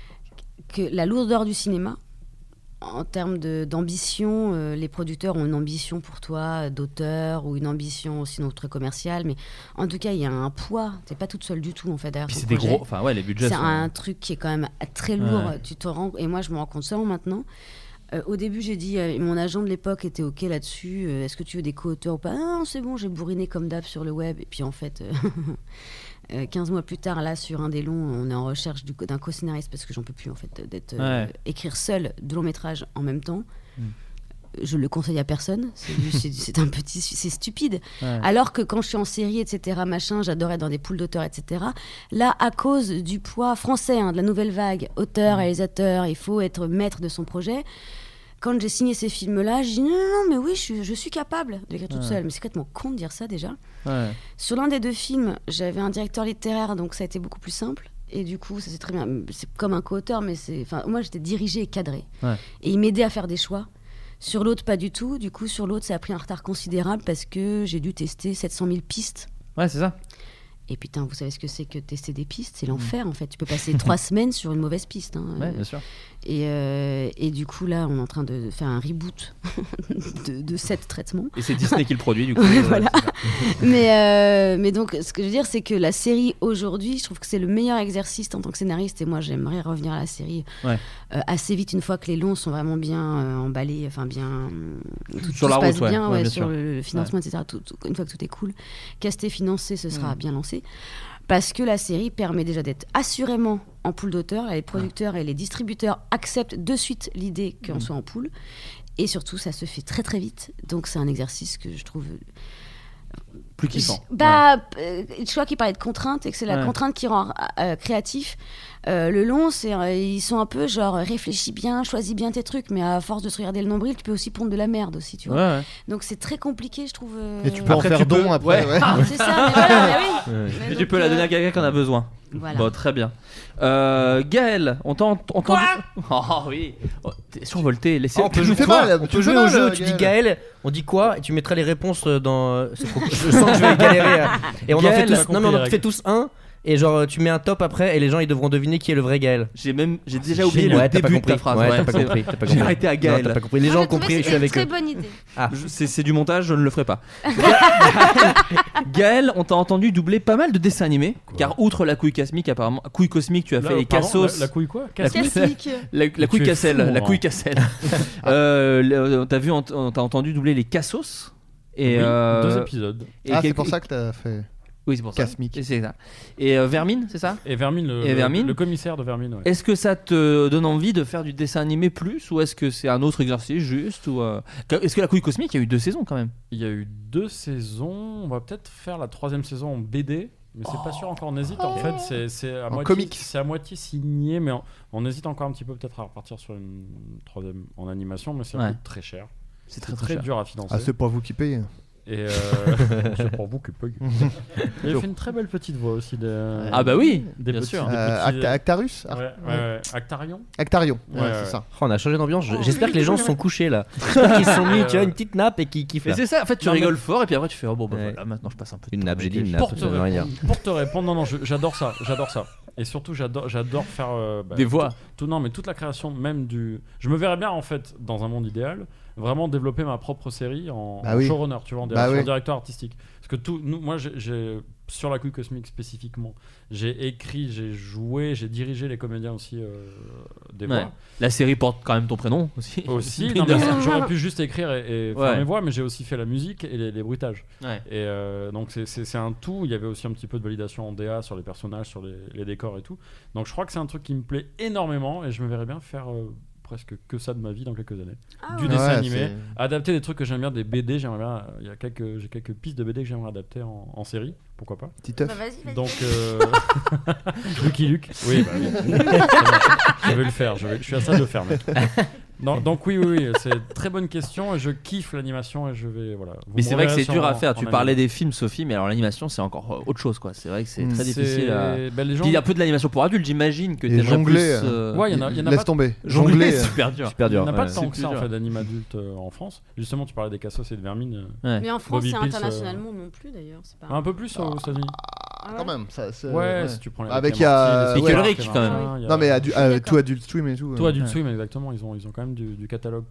que la lourdeur du cinéma, en termes de- d'ambition, euh, les producteurs ont une ambition pour toi euh, d'auteur ou une ambition aussi notre commerciale, mais en tout cas il y a un poids. T'es pas toute seule du tout en fait derrière Puis ton c'est des projet. gros. Enfin, ouais, les budgets C'est sont. un truc qui est quand même très lourd. Ouais. Tu te rends et moi je me rends compte seulement maintenant. Euh, au début, j'ai dit, euh, mon agent de l'époque était OK là-dessus. euh, Est-ce que tu veux des co-auteurs ou pas? Non, c'est bon, j'ai bourriné comme d'hab sur le web. Et puis en fait, euh, euh, quinze mois plus tard, là, sur un des longs, on est en recherche du co- d'un co-scénariste parce que j'en peux plus en fait d'être euh, Ouais. écrire seul deux longs métrages en même temps. Mm. Je le conseille à personne. C'est, c'est, c'est un petit, c'est stupide. Ouais. Alors que quand je suis en série, et cetera, machin, j'adorais être dans des poules d'auteurs, et cetera. Là, à cause du poids français, hein, de la nouvelle vague, auteur, réalisateur, il faut être maître de son projet. Quand j'ai signé ces films-là, j'ai dit non, non, non, mais oui, je suis, je suis capable d'écrire toute Ouais. seule. Mais c'est complètement con de dire ça déjà. Ouais. Sur l'un des deux films, j'avais un directeur littéraire, donc ça a été beaucoup plus simple. Et du coup, ça c'est très bien. C'est comme un co-auteur, mais c'est, enfin, moi j'étais dirigée et cadrée. Ouais. Et il m'aidait à faire des choix. Sur l'autre, pas du tout. Du coup, sur l'autre, ça a pris un retard considérable parce que j'ai dû tester sept cent mille pistes. Ouais, c'est ça. Et putain, vous savez ce que c'est que tester des pistes? C'est l'enfer en fait. Tu peux passer trois semaines sur une mauvaise piste. Hein. Ouais, bien sûr. Et, euh, et du coup, là, on est en train de faire un reboot de, de sept traitements. Et c'est Disney qui le produit, du coup. Ouais, Ouais, voilà. c'est ça. mais, euh, mais donc, ce que je veux dire, c'est que la série aujourd'hui, je trouve que c'est le meilleur exercice en tant que scénariste. Et moi, j'aimerais revenir à la série Ouais. euh, assez vite, une fois que les longs sont vraiment bien euh, emballés, enfin bien. Tout, Sur tout la se passe route, ouais. bien, Ouais, ouais, bien sur sûr. le, le financement, et cetera. Tout, tout- une fois que tout est cool, casté, financé, ce sera Mm. bien lancé. Parce que la série permet déjà d'être assurément en pool d'auteurs. Là, les producteurs et les distributeurs acceptent de suite l'idée qu'on Mm. soit en pool. Et surtout, ça se fait très très vite. Donc, c'est un exercice que je trouve. Plus kiffant. Bah, euh, je crois qu'il parlait de contrainte et que c'est la Ouais. contrainte qui rend euh, créatif. Euh, le long, c'est, euh, ils sont un peu genre réfléchis bien, choisis bien tes trucs, mais à force de se regarder le nombril, tu peux aussi pondre de la merde aussi, tu vois. Ouais, ouais. Donc c'est très compliqué, je trouve. euh, Et tu peux en Après, faire tu peux- don après. ouais. ouais. Ah, c'est ça, mais voilà, mais oui. Ouais. Mais Et tu donc, peux la euh, donner à quelqu'un qui en a besoin. Voilà. Bon, très bien. Euh, Gaël, on t'a ent- entendu. Oh oui. Oh, t'es survolté. Laissez. Oh, on peut jouer Tu mal, vois, tu on me peut fais jouer au mal, jeu, tu dis Gaël, on dit quoi et tu mettras les réponses euh, dans. euh, c'est trop- Je sens que je vais galérer. euh. Et on en Gaël, fait pas tous. Non mais on en compris, fait tous un. Et genre tu mets un top après et les gens ils devront deviner qui est le vrai Gaël. J'ai même, j'ai c'est déjà oublié génial. le Ouais, t'as pas début de compris. ta phrase. Ouais, t'as pas c'est- compris. t'as pas J'ai compris. arrêté à Non, Gaël. t'as pas compris. Les Moi, gens j'ai ont trouvé compris. que Je suis avec c'est eux. une très bonne idée. Ah. Je- C'est, c'est du montage, je ne le ferai pas. Gaël, on t'a entendu doubler pas mal de dessins animés, car outre la couille cosmique, apparemment, couille cosmique, tu as Là, fait les pardon, cassos, La, la couille quoi La Casse- Classique. la, la couille Tu es casselle, fou, la Laurent. couille casselle. euh, le- t'as vu, on, on t'a entendu doubler les cassos. Et Oui, euh, deux épisodes. et Ah, c'est quelques- pour ça que t'as fait. Oui, c'est pour ça. Casmique. Et c'est ça. Et euh, Vermine, c'est ça? Et Vermine, le, Et le- Vermine le commissaire de Vermine. Ouais. Est-ce que ça te donne envie de faire du dessin animé plus, ou est-ce que c'est un autre exercice juste, ou euh, est-ce que la couille cosmique, il y a eu deux saisons quand même? Il y a eu deux saisons. On va peut-être faire la troisième saison en B D. Mais c'est pas sûr encore, on hésite en fait, c'est, c'est, à En moitié, comics. c'est à moitié signé, mais on, on hésite encore un petit peu peut-être à repartir sur une troisième en animation, mais ça Ouais. coûte très cher. C'est C'est très, très, très cher. dur à financer. Ah, c'est pas vous qui payez. Et euh, c'est pour vous que paye. Il a fait une très belle petite voix aussi. Des, Ah bah oui, des bien petits- sûr. des Euh, petits- Acta- Actarus Ouais, ouais, ouais. Actarion. Actarion, ouais, Ouais, c'est ouais. ça. Oh, on a changé d'ambiance. Je- J'espère que les gens se sont couchés là. J'espère qu'ils se sont mis, tu vois, une petite nappe et qu'ils kiffent. Mais là. c'est ça, en fait, tu Non, mais- rigoles fort, et puis après tu fais, oh bon, bah Ouais. voilà, maintenant je passe un peu de Une temps nappe, j'ai avec dit les une gens. nappe. Pour te, ça veut rien répondre, dire. pour te répondre, non, non, je- j'adore ça, j'adore ça. Et surtout, j'adore, j'adore faire euh, bah, Des voix. Tout, non, mais toute la création même du. Je me verrais bien en fait dans un monde idéal, vraiment développer ma propre série en, Bah en oui. showrunner, tu vois, en, Bah en oui. directeur artistique. Parce que tout, nous, moi, j'ai, j'ai- sur la couille cosmique spécifiquement, j'ai écrit, j'ai joué, j'ai dirigé les comédiens aussi euh, des Ouais. voix. La série porte quand même ton prénom aussi. Aussi, Mine non, de mais rien. j'aurais pu juste écrire et, et faire Ouais. mes voix, mais j'ai aussi fait la musique et les, les bruitages. Ouais. Et euh, donc c'est, c'est, c'est un tout. Il y avait aussi un petit peu de validation en D A sur les personnages, sur les, les décors et tout. Donc je crois que c'est un truc qui me plaît énormément et je me verrais bien faire euh, presque que ça de ma vie dans quelques années. Ah du ouais. dessin Ouais, animé, c'est- adapter des trucs que j'aime bien, des B D. J'aimerais bien. Il y a quelques, j'ai quelques pistes de B D que j'aimerais adapter en, en série. Pourquoi pas. Petit Bah, œuf. vas-y, vas-y. Donc euh... Lucky Luke. Oui, bah oui. C'est bon. Je vais le faire. Je, vais... je suis à ça de le faire, mec. Non, donc oui, oui, oui, c'est une très bonne question et je kiffe l'animation et je vais voilà. Vous Mais me c'est vrai que reverrez c'est dur sur- à faire. en Tu anime. parlais des films, Sophie, mais alors l'animation, c'est encore euh, autre chose, quoi. C'est vrai que c'est Mm. très C'est- difficile à. ben, les gens... Puis il y a un peu de l'animation pour adultes, j'imagine que Et t'aimerais jongler, plus. euh, euh, Ouais, il y en a, il y en a Laisse pas. tomber. Jongler, Jongler. c'est euh, super dur. Super Il n'y dur. en a pas ouais. tant C'est que ça en plus fait dur. d'anime adulte euh, en France. Justement, tu parlais des Cassos et de Vermine. euh, Ouais. Mais en France, Bobby c'est Pills, internationalement non plus d'ailleurs. C'est pas... Un peu plus aux États-Unis. Ah Quand ouais. même, ça, c'est- Ouais, ouais. si tu prends les Avec, Rick il y a, and Morty, les ouais. South Park, Ulrich, les quand même. machins, il y a- Non, mais adu- Je suis euh, d'accord. tout Adult Swim et tout. Tout euh. Adult Ouais. Swim exactement, ils ont, ils ont quand même du, du catalogue quoi.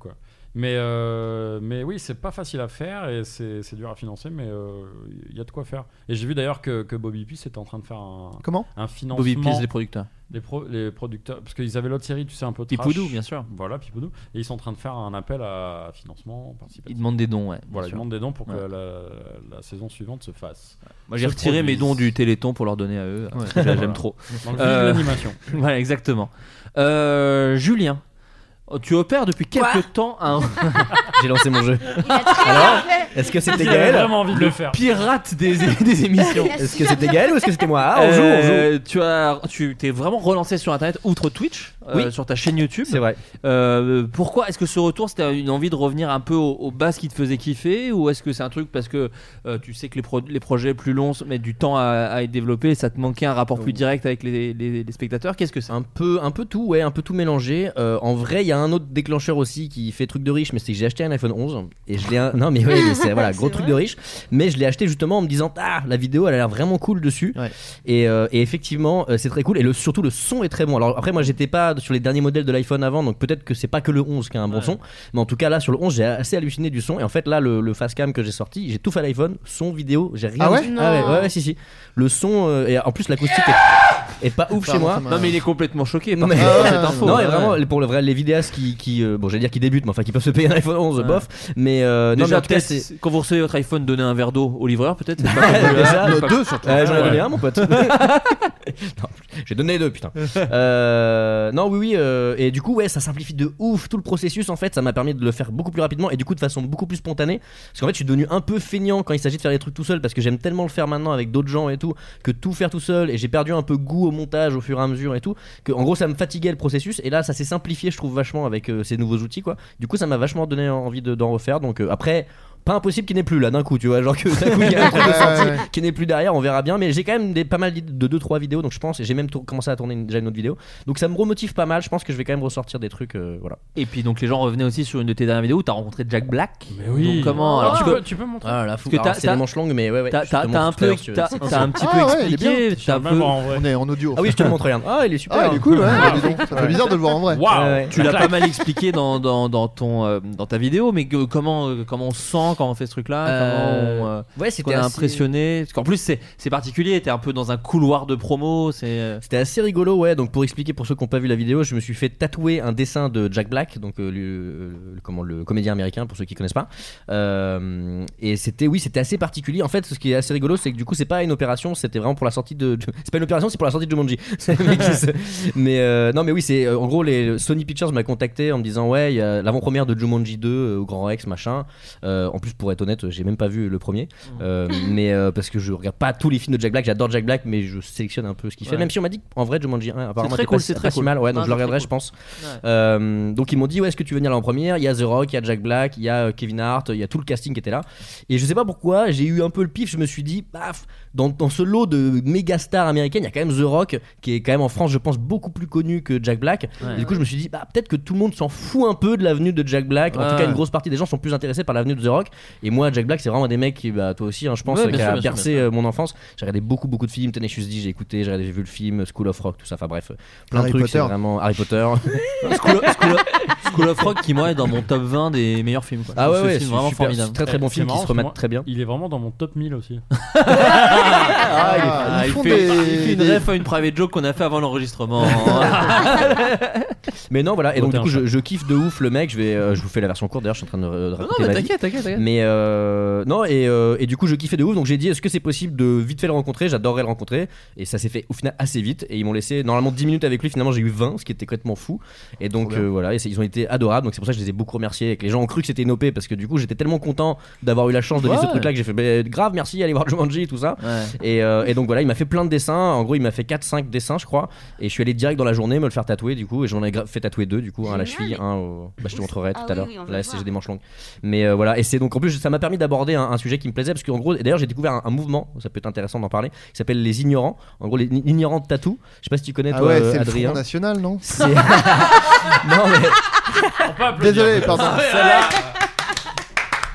Mais, euh, mais oui, c'est pas facile à faire et c'est, c'est dur à financer, mais il euh, y a de quoi faire. Et j'ai vu d'ailleurs que, que Bobby Peace était en train de faire un, Comment un financement. Bobby Peace, les producteurs. Les, pro, les producteurs, parce qu'ils avaient l'autre série, tu sais, un peu trash. Pipoudou, bien sûr. Voilà, Pipoudou. Et ils sont en train de faire un appel à financement participatif. Ils demandent des dons, ouais. Voilà, ils sûr. demandent des dons pour ouais. que la, la saison suivante se fasse. Moi, j'ai retiré mes dons du Téléthon pour leur donner à eux. Ouais. J'aime voilà. trop. Donc, euh, vive l'animation. Voilà, exactement. Euh, Julien. Tu opères depuis quelques Quoi temps un... J'ai lancé mon jeu. Alors, est-ce que c'était Gaël vraiment envie de le, le faire. Pirate des, des émissions. Est-ce que c'était Gaël ou est-ce que c'était moi? Ah, on joue, euh, on joue. Tu as, tu t'es vraiment relancé sur Internet outre Twitch, oui. euh, sur ta chaîne YouTube. C'est vrai. Euh, pourquoi est-ce que ce retour, c'était une envie de revenir un peu aux, aux bases qui te faisaient kiffer, ou est-ce que c'est un truc parce que euh, tu sais que les, pro- les projets plus longs mettent du temps à, à être développés, ça te manquait un rapport plus direct avec les, les, les spectateurs? Qu'est-ce que c'est? Un peu, un peu tout, ouais, un peu tout mélangé. Euh, en vrai, il y a un autre déclencheur aussi qui fait truc de riche, mais c'est que j'ai acheté un iPhone onze et je l'ai un... non mais ouais, mais c'est voilà, gros c'est truc vrai. de riche, mais je l'ai acheté justement en me disant ah, la vidéo elle a l'air vraiment cool dessus. Ouais. Et, euh, et effectivement euh, c'est très cool et le, surtout le son est très bon. Alors après moi j'étais pas sur les derniers modèles de l'iPhone avant, donc peut-être que c'est pas que le onze qui a un bon ouais. son, mais en tout cas là sur le onze j'ai assez halluciné du son. Et en fait là le, le Fastcam que j'ai sorti, j'ai tout fait à l'iPhone, son, vidéo, j'ai rien. Ah ouais, ah ouais, ouais, ouais, si si. Le son euh, et en plus l'acoustique est, est pas ouf Pardon, chez moi. Non mais il est complètement choqué par mais, ah ouais, cette info. Non ouais. et vraiment pour le vrai les vidéastes qui, qui euh, bon j'allais dire qui débutent, mais enfin qui peuvent se payer un iPhone onze, ouais. bof. Mais euh, déjà non, mais en peut-être c'est... quand vous recevez votre iPhone, donnez un verre d'eau au livreur peut-être. C'est pas déjà, le deux surtout. Euh, j'en ai donné un mon pote. Non, j'ai donné deux putain. Euh, non oui oui euh, et du coup ouais ça simplifie de ouf tout le processus en fait, ça m'a permis de le faire beaucoup plus rapidement et du coup de façon beaucoup plus spontanée parce qu'en fait je suis devenu un peu feignant quand il s'agit de faire les trucs tout seul parce que j'aime tellement le faire maintenant avec d'autres gens et tout que tout faire tout seul et j'ai perdu un peu goût au montage au fur et à mesure et tout que en gros ça me fatiguait le processus et là ça s'est simplifié je trouve vachement avec euh, ces nouveaux outils quoi. Du coup ça m'a vachement donné envie de, d'en refaire donc euh, après pas impossible qu'il n'est plus là d'un coup tu vois genre que d'un coup il y a un truc de sorti qui n'est plus derrière on verra bien mais j'ai quand même des, pas mal de deux trois vidéos donc je pense et j'ai même tour- commencé à tourner une, déjà une autre vidéo donc ça me remotive pas mal je pense que je vais quand même ressortir des trucs euh, voilà. Et puis donc les gens revenaient aussi sur une de tes dernières vidéos où t'as rencontré Jack Black. Mais oui donc, comment oh, alors tu, tu, peux, tu peux montrer ah, là, fou. Alors, c'est des manches longues mais ouais ouais t'as, t'as, t'as un peu t'as, t'as un petit peu ah, expliqué ouais, t'as un peu... on est en audio ah oui je te le montre regarde ah il est super ah il est cool ouais, ouais ça fait bizarre de le voir en vrai wow. ouais. Tu l'as pas mal expliqué dans, dans, dans, ton, euh, dans ta vidéo mais que, comment, euh, comment on se sent quand on fait ce truc là euh... comment on, euh, ouais, c'était qu'on a assez... impressionné parce qu'en plus c'est, c'est particulier t'es un peu dans un couloir de promo c'est... Euh... C'était assez rigolo ouais donc pour expliquer pour ceux qui n'ont pas vu la vidéo je me suis fait tatouer un dessin de Jack Black donc euh, le, le, comment, le comédien américain pour ceux qui connaissent pas euh, et c'était oui c'était assez particulier en fait ce qui est assez rigolo c'est que du coup c'est pas une opération c'était vraiment pour la sortie de c'est pas une opération c'est pour la sortie de Jumanji mais euh, non mais oui c'est en gros les Sony Pictures m'a contacté en me disant ouais il y a l'avant-première de Jumanji deux euh, au Grand Rex machin euh, en plus pour être honnête j'ai même pas vu le premier euh, mais euh, parce que je regarde pas tous les films de Jack Black j'adore Jack Black mais je sélectionne un peu ce qu'il ouais. fait même si on m'a dit en vrai Jumanji un apparemment c'est très cool, c'est très pas si cool. mal ouais donc non, je le regarderai cool. je pense ouais. euh, donc ils m'ont dit ouais est-ce que tu veux venir en première il y a The Rock il y a Jack Black il y a Kevin Hart il y a tout le casting qui était là et je sais pas pourquoi j'ai eu un peu le pif je me suis dit paf dans, dans ce lot de méga stars américaines il y a quand même The Rock qui est quand même en France je pense beaucoup plus connu que Jack Black ouais. et du coup je me suis dit bah peut-être que tout le monde s'en fout un peu de l'avenue de Jack Black en ouais. tout cas une grosse partie des gens sont plus intéressés par l'avenue de The Rock et moi Jack Black c'est vraiment un des mecs qui bah toi aussi hein, je pense ouais, qui a sûr, bercé sûr, mon enfance j'ai regardé beaucoup beaucoup de films Tenacious D j'ai écouté j'ai, regardé, j'ai vu le film School of Rock tout ça enfin bref plein Harry de trucs Potter. c'est vraiment Harry Potter School, of, School, of, School of Rock qui moi est dans mon top vingt des meilleurs films quoi. Ah ouais, ouais film c'est vraiment super, formidable très très bon c'est film marrant, qui se remate moi, très bien il est vraiment dans mon top mille aussi ah, il, est, Ah, il, font fait, des, il fait une des... ref à une private joke qu'on a fait avant l'enregistrement mais non voilà et donc Côté du coup un je, je kiffe de ouf le mec je vais euh, je vous fais la version courte d'ailleurs je suis en train de, de raconter non, non, ma mais vie t'inquiète, t'inquiète, t'inquiète. mais euh, non et, euh, et du coup je kiffais de ouf donc j'ai dit est-ce que c'est possible de vite fait le rencontrer j'adorerais le rencontrer et ça s'est fait au final assez vite et ils m'ont laissé normalement dix minutes avec lui finalement j'ai eu vingt ce qui était complètement fou et donc euh, voilà et ils ont été adorables donc c'est pour ça que je les ai beaucoup remerciés et que les gens ont cru que c'était une O P parce que du coup j'étais tellement content d'avoir eu la chance de vivre ouais. ce truc là que j'ai fait bah, grave merci allez voir Jumanji tout ça ouais. et, euh, et donc voilà il m'a fait plein de dessins en gros il m'a fait quatre cinq dessins je crois et je suis allé direct dans la journée me le faire tatouer du coup et j'en ai gra- fait tatouer deux du coup un à la cheville un au... bah je te montrerai tout ah, à l'heure oui, oui, là c'est, j'ai des manches longues mais euh, voilà et c'est donc en plus ça m'a permis d'aborder un, un sujet qui me plaisait parce qu'en gros et d'ailleurs j'ai découvert un, un mouvement ça peut être intéressant d'en parler qui s'appelle les ignorants en gros les ignorants de tatou je sais pas si tu connais ah toi ouais, euh, c'est Adrien le Front National non c'est... non mais on peut applaudir. désolé pardon celle-là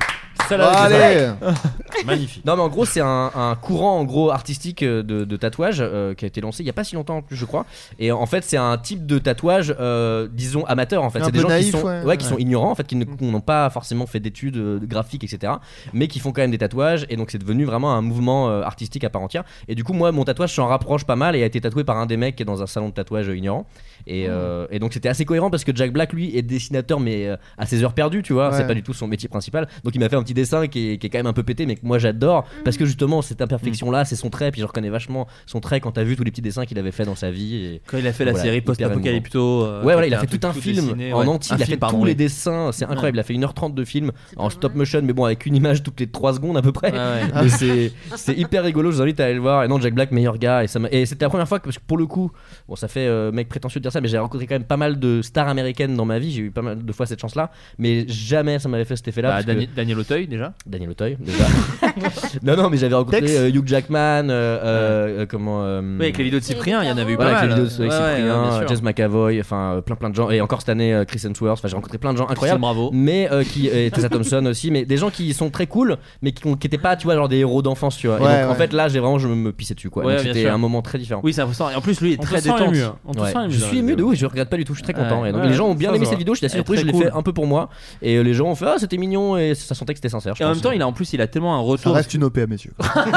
Celle-là, Allez. Magnifique. Non mais en gros c'est un, un courant en gros artistique de, de tatouage euh, qui a été lancé il y a pas si longtemps en plus je crois. Et en fait c'est un type de tatouage euh, disons amateur en fait. Un C'est des peu gens naïf, qui sont ouais. ouais, qui Ouais. sont ignorants en fait, qui ne- qui n'ont pas forcément fait d'études euh, graphiques et cetera. Mais qui font quand même des tatouages et donc c'est devenu vraiment un mouvement euh, artistique à part entière. Et du coup moi mon tatouage s'en rapproche pas mal et a été tatoué par un des mecs qui est dans un salon de tatouage euh, ignorant. Et, euh, et donc c'était assez cohérent parce que Jack Black lui est dessinateur mais euh, à ses heures perdues tu vois. Ouais. C'est pas du tout son métier principal. Donc il m'a fait un petit dessin qui est, qui est quand même un peu pété mais que moi j'adore parce que justement cette imperfection là c'est son trait puis je reconnais vachement son trait quand t'as vu tous les petits dessins qu'il avait fait dans sa vie et Quand il a fait la voilà, série hyper post-apocalypto. euh, ouais voilà qui il a était fait tout un truc film dessiné, en ouais. entier Un il a film, fait pardon, tous oui. les dessins c'est incroyable il a fait une heure trente de film en stop motion mais bon avec une image toutes les trois secondes à peu près Ouais, ouais. mais c'est c'est hyper rigolo je vous invite à aller le voir et non Jack Black meilleur gars et, ça m'a- et c'était la première fois que parce que pour le coup bon ça fait euh, mec prétentieux de dire ça mais j'ai rencontré quand même pas mal de stars américaines dans ma vie j'ai eu pas mal de fois cette chance là mais jamais ça m'avait fait cet effet là Bah, Dani- Daniel Auteuil déjà. Daniel Auteuil déjà non non mais j'avais rencontré Tex. euh, Hugh Jackman euh, euh, euh, comment euh, Oui, avec les vidéos de Cyprien, il y en avait eu voilà, pas avec mal. les vidéos de Ouais, ouais, Cyprien, ouais, bien sûr. James McAvoy, enfin euh, plein plein de gens et encore cette année euh, Chris Hemsworth, enfin j'ai rencontré plein de gens incroyables, Bravo. mais euh, qui et Tessa Thompson aussi, mais des gens qui sont très cool, mais qui, ont- qui étaient pas tu vois genre des héros d'enfance tu vois. Ouais, et donc en ouais. fait là j'ai vraiment je me pissais dessus quoi. Ouais, Donc bien c'était sûr. un moment très différent. Oui, c'est important. Et en plus, lui il est On très te sent détente. ému. On te Ouais. sent ému Je dans suis la ému de vidéo. ouf, je regrette pas du tout, je suis très content. Ouais. Et donc, Ouais, les gens ont bien ça aimé se cette voit. vidéo, j'étais assez Elle est surpris, je très l'ai fait cool. un peu pour moi et euh, les gens ont fait ah c'était mignon et ça sentait que c'était sincère. je Et en pense. même temps, il a en plus, il a tellement un Ça retour. reste une O P à mes yeux.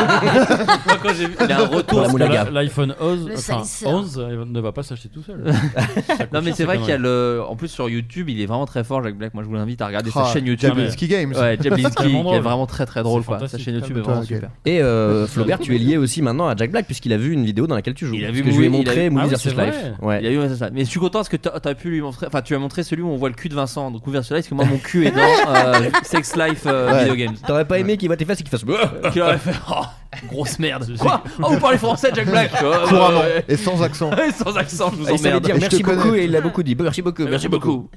Moi, quand j'ai vu, il a un Pour retour. la Parce que moulaga. la- L'iPhone onze, Le enfin, salisseur. onze euh, ne va pas s'acheter tout seul. Ça coûte Non, mais cher, c'est vrai ces qu'il y a conneries. le. En plus, sur YouTube, il est vraiment très fort, Jack Black. Moi, je vous l'invite à regarder sa Ah, chaîne YouTube. Jablinski Games. Ouais, Jablinski, Tellement qui est drôle. vraiment très très drôle C'est quoi. Sa fantastique. chaîne YouTube est Calme-toi, vraiment Gaël. super. Et euh, Flaubert, tu es lié aussi maintenant à Jack Black puisqu'il a vu une vidéo dans laquelle tu joues. Il a Parce vu que je lui ai Movie- il a montré vu- Movie Ah oui, versus c'est vrai. Life. Ouais. Il a eu ouais, c'est ça. Mais je suis content parce que t'as t'as pu lui montrer. Enfin, tu as montré celui où on voit le cul de Vincent. Donc, ouvert sur là, parce que moi, mon cul est dans euh, Sex Life euh, Ouais. Video Games. T'aurais pas aimé qu'il voit tes fesses et qu'il fasse. Qui aurait fait oh, grosse merde. Quoi Oh, vous parlez français, Jack Black Oh, ouais, Couramment ouais. et sans accent. Ouais, sans accent, je vous Ah, il savait emmerde. dire Et je merci te connais. beaucoup et il l'a beaucoup dit. Merci beaucoup, Merci beaucoup.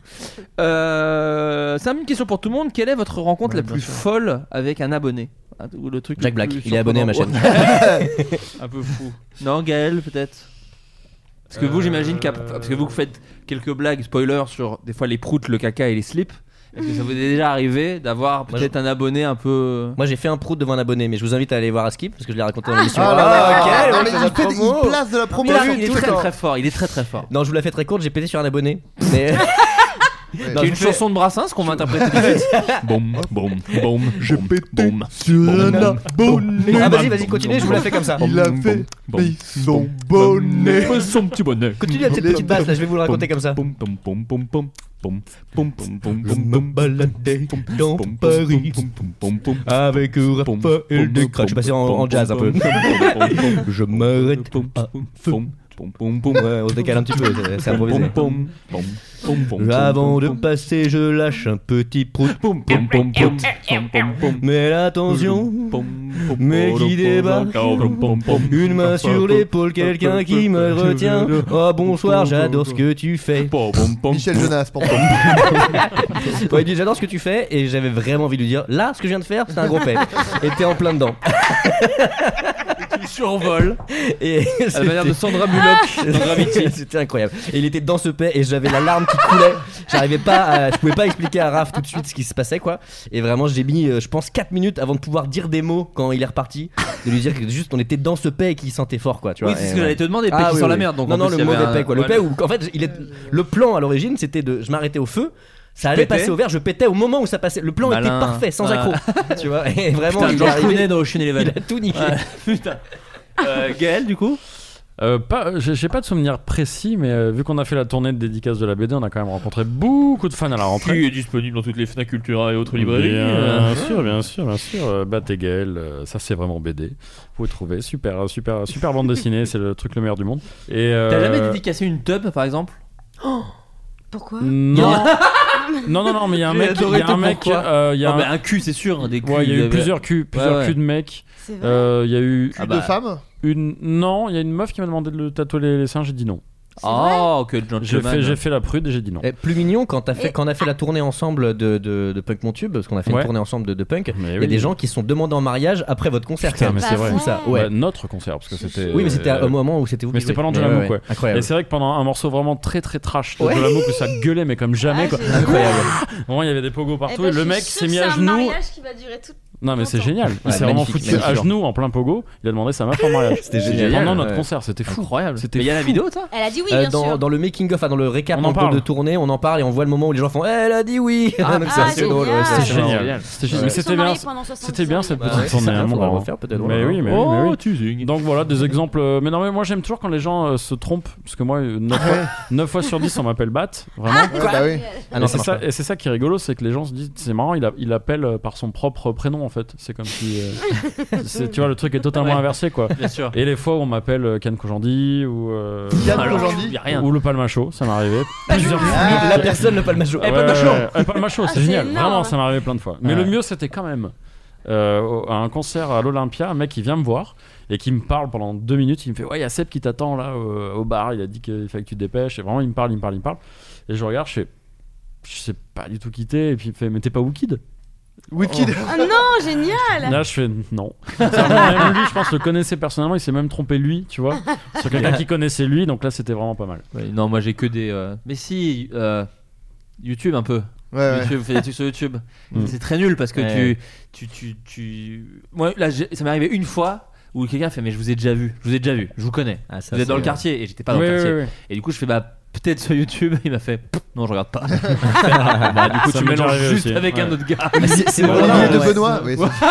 Euh, c'est une question pour tout le monde. Quelle est votre rencontre Ouais, la bien plus sûr. folle avec un abonné? Ah, ou le truc Jack le Black, plus il est abonné à ma surprenant. chaîne. Un peu fou. Non, Gaël, peut-être. Parce que vous, Euh, j'imagine qu'à- parce que vous faites quelques blagues, spoilers sur des fois les proutes, le caca et les slips. Est-ce que ça vous est déjà arrivé d'avoir Moi, peut-être un abonné un peu. Moi j'ai fait un prout devant un abonné, mais je vous invite à aller voir à Skip parce que je l'ai raconté dans l'émission. Ah là là, ok, ah, on mais fait il, la fait, promo. il place de la promo. Mais là, sur il est tout très le temps. très fort. Il est très très fort. Non, je vous la fais très courte, j'ai pété sur un abonné. Mais Ouais. Non, Qui est je une fais- chanson de Brassens qu'on va interpréter tout de suite. Boum, boum, boum. Je boum, pétais boum. sur un abonné. ah vas-y, vas-y, continuez, je vous la fais comme ça. Il a fait pris son bonnet. Son petit bonnet. Continue la petite petite basse là, je vais vous le raconter comme ça. Boum, boum, boum, boum, boum. Boum, boum, boum, boum, Je boum, me baladais dans Paris avec Raphaël Descraques. Je suis passé en, en jazz un peu. Je m'arrête à feu. Ouais, on se décale un petit peu, c'est- c'est improvisé. Avant de passer, je lâche un petit prout. Mais attention, mais qui débarque. Une main sur l'épaule, quelqu'un qui me retient. Oh bonsoir, j'adore ce que tu fais. Michel Jonas, pardon. Ouais, il dit j'adore ce que tu fais et j'avais vraiment envie de lui dire là, ce que je viens de faire, c'est un gros pet. Et t'es en plein dedans. Il survole. Et À la manière de Sandra Bullock dans Gravity. C'était incroyable. Et il était dans ce paix et j'avais la larme qui coulait. J'arrivais pas, à, je pouvais pas expliquer à Raph tout de suite ce qui se passait quoi. Et vraiment j'ai mis, euh, je pense quatre minutes avant de pouvoir dire des mots quand il est reparti, de lui dire que juste on était dans ce paix et qu'il sentait fort quoi. Tu Oui, vois. c'est ce Et que ouais. j'allais te demander. Paix Ah qui oui, sent la oui. merde. Donc non en non plus, le il y avait mauvais un- paix quoi. Le ouais, paix où en fait il est, le plan à l'origine c'était de, je m'arrêtais au feu. Ça allait pétais. passer au vert, je pétais au moment où ça passait. Le plan Malin. était parfait, sans Ouais. accroc. Tu vois, et vraiment, Putain, il est George arrivé, Clooney dans Ocean Eleven. il a tout niqué. Ouais, putain. Euh, Gaël, du coup Euh, pas, j'ai j'ai pas de souvenir précis, mais euh, vu qu'on a fait la tournée de dédicace de la B D, on a quand même rencontré beaucoup de fans à la rentrée. Qui est disponible dans toutes les Fnac Cultura et autres librairies. Bien euh. sûr, bien sûr, bien sûr. Euh, Bat et Gaël, euh, ça c'est vraiment B D. Vous pouvez trouver super, super, super bande dessinée, c'est le truc le meilleur du monde. Et euh, T'as jamais dédicacé une tub par exemple? Pourquoi Non. non, non, non, mais il y a un J'ai mec, il adoré y a ton un mec, pourquoi. euh, il y a Non, un- mais un cul, c'est sûr. Des culs, ouais, il y a il y eu avait- plusieurs culs, plusieurs Ouais, ouais. culs de mecs. C'est vrai. Euh, Il y a eu Cul Ah bah. de femme. une, non, il y a une meuf qui m'a demandé de le tatouer les, les seins, j'ai dit non. Oh, que J'ai gentleman. fait, j'ai fait la prude et j'ai dit non. Et plus mignon quand, t'as fait, Et- quand on a fait la tournée ensemble de, de, de Punk Mon Tube, parce qu'on a fait Ouais. une tournée ensemble de, de Punk, Mais il y a oui. des gens qui se sont demandés en mariage après votre concert. Putain, quand mais même. c'est vrai. Fou, ça, ouais. Bah, notre concert, parce que c'était. Oui, mais c'était euh, au moment où c'était vous. Mais qui c'était jouiez. pendant Mais Jalamouk, ouais, ouais. ouais. Incroyable. Et c'est vrai que pendant un morceau vraiment très très trash de Ouais. Jalamouk où ça gueulait, mais comme jamais Ah, quoi. j'ai- Incroyable. Vraiment, il y avait des pogos partout Eh ben, et le je mec suis s'est sûre mis que à c'est un genoux. mariage qui va durer tout. Non, mais c'est longtemps. génial. Il Ouais, s'est vraiment magnifique, foutu à magnifique. genoux en plein pogo. Il a demandé sa meuf en mariage. C'était Et génial, Pendant notre ouais. concert, c'était fou. Incroyable. C'était Mais il y a la fou. vidéo, toi Elle a dit oui, Euh, bien dans, sûr. dans le making of, enfin dans le récap On en un peu parle. de tournée, on en parle et on voit le moment où les gens font eh, elle a dit oui. Ah, Donc ah, c'est assez génial. drôle. ouais, C'était c'est génial. génial. C'était génial. Ouais. Mais Ils sont c'était bien. mariés pendant soixante-dix C'était bien ans, cette les Bah gars. ouais, petite c'est tournée. ça, hein, faudra bravo. refaire peut-être. Mais oui, mais oui, Oh, mais oui. teasing. Donc voilà, des exemples. euh, Mais non, mais moi j'aime toujours quand les gens euh, se trompent. Parce que moi, neuf fois, neuf fois sur dix, on m'appelle Bat. Vraiment. Ouais, bah oui. Ah non, et ça c'est marche ça, pas. et c'est ça qui est rigolo, c'est que les gens se disent c'est marrant, il, a, il appelle euh, par son propre prénom en fait. C'est comme si. euh, c'est- tu vois, le truc est totalement Ouais. inversé quoi. Bien sûr. Et les fois où on m'appelle euh, Ken Kojandi ou. euh, Yann Alors, Kojandi. il y a rien. Ou le Palmacho, ça m'est arrivé. Plusieurs fois. Ah, la personne le palmacho. Ouais, Eh, Palmacho. ouais, ouais. Eh, Palmacho, Ah, c'est c'est génial. énorme. Vraiment, ça m'est arrivé plein de fois. Mais Ouais. le mieux, c'était quand même euh, au- à un concert à l'Olympia, un mec qui vient me voir et qui me parle pendant deux minutes. Il me fait ouais, il y a Seb qui t'attend là au, au bar. Il a dit qu'il fallait que tu te dépêches. Et vraiment, il me parle, il me parle, il me parle. Et je regarde, je fais je sais pas du tout qui t'es. Et puis il me fait mais t'es pas Wookid? Wicked. Ah non, génial. Là, je fais non. C'est-à-dire, même lui, je pense, le connaissait personnellement. Il s'est même trompé lui, tu vois, sur quelqu'un qui connaissait lui. Donc là, c'était vraiment pas mal. Ouais, non, moi j'ai que des. euh, Mais si, euh, YouTube un peu. Ouais, ouais. YouTube, fais des trucs sur YouTube. Mm. C'est très nul parce que Ouais. tu, tu, tu, tu. Moi, là, j'ai- ça m'est arrivé une fois où quelqu'un fait mais je vous ai déjà vu, je vous ai déjà vu, je vous connais. Ah, ça, Vous êtes dans c'est- le quartier et j'étais pas dans Oui, le oui, quartier. oui. Et du coup, je fais bah peut-être sur YouTube. Il m'a fait Pff, non, je regarde pas. Bah, du coup, Ça tu m'est déjà mélanges arrivé juste aussi. avec un Ouais. autre gars. Mais c'est c'est Olivier marrant, de ouais. Benoît. Oui, c'est-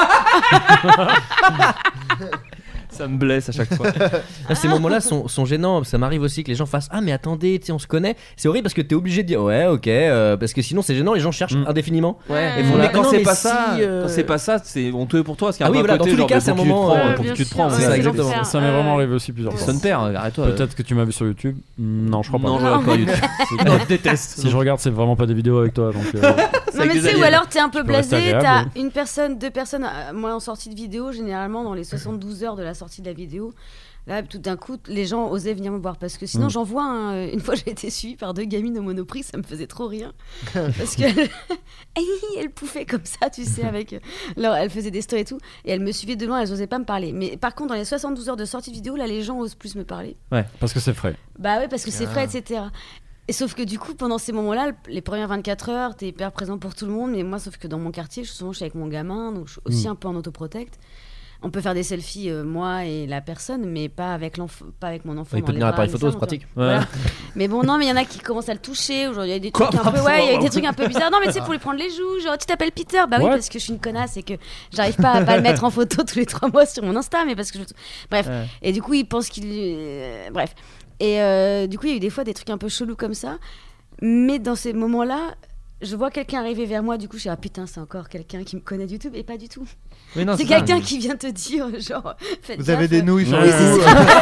Ça me blesse à chaque fois. Ah, ces moments-là sont, sont gênants. Ça m'arrive aussi que les gens fassent ah mais attendez, tu sais, on se connaît. C'est horrible parce que t'es obligé de dire ouais ok euh, parce que sinon c'est gênant. Les gens cherchent Mm. indéfiniment. Ouais. Et Mais voilà. quand Non, c'est mais pas si, ça, euh, quand c'est pas ça, c'est honteux pour toi. Parce qu'il y a Ah un oui, peu voilà, à côté, dans tous les genre, cas, mais c'est un pour que tu te moment, prends, euh, pour bien que tu te sûr, prends. c'est ouais, ça, c'est exactement. l'enfer. Ça m'est Ouais. vraiment arrivé aussi plusieurs fois. Son père, arrête-toi. Peut-être que tu m'as vu sur YouTube. Non, je crois pas. Non, je regarde pas YouTube. Non, je déteste. Si je regarde, c'est vraiment pas des vidéos avec toi. Donc, euh, Non avec mais des tu sais, ou aliens. alors t'es un peu Tu peux rester blasé, t'as agréable. une personne, deux personnes, euh, moi en sortie de vidéo, généralement dans les soixante-douze heures de la sortie de la vidéo, là tout d'un coup les gens osaient venir me voir parce que sinon Mm. j'en vois un, une fois j'ai été suivie par deux gamines au Monoprix, ça me faisait trop rire parce qu'elles elles pouffaient comme ça, tu sais, avec leur, elles faisaient des stories et tout et elles me suivaient de loin, elles osaient pas me parler. Mais par contre dans les soixante-douze heures de sortie de vidéo, là les gens osent plus me parler. parce que c'est frais. Bah ouais, parce que c'est frais, et cetera. Et sauf que du coup, pendant ces moments-là, les premières vingt-quatre heures, t'es hyper présent pour tout le monde. Mais moi, sauf que dans mon quartier, je, souvent, je suis avec mon gamin, donc je suis aussi Mm. un peu en autoprotect. On peut faire des selfies, euh, moi et la personne, mais pas avec, l'enf- pas avec mon enfant. Il dans peut les tenir bras, l'appareil ni photo, ça, c'est donc, pratique. euh, voilà. Mais bon, non, mais il y en a qui commencent à le toucher. Genre, il y a des trucs Quoi un peu, ouais, il y a des trucs un peu bizarres. Non, mais tu sais, pour lui prendre les joues, genre, tu t'appelles Peter. Bah oui, What? parce que je suis une connasse et que j'arrive pas à pas le mettre en photo tous les trois mois sur mon Insta, mais parce que je. Bref. Ouais. Et du coup, il pense qu'il. euh, Bref. Et euh, du coup, il y a eu des fois des trucs un peu chelous comme ça. Mais dans ces moments-là, je vois quelqu'un arriver vers moi. Du coup, je suis ah putain, c'est encore quelqu'un qui me connaît du tout. Et pas du tout. Mais non, C'est ça. quelqu'un qui vient te dire, genre, faites Vous avez gaffe. des nouilles sur Ouais, le c'est cou.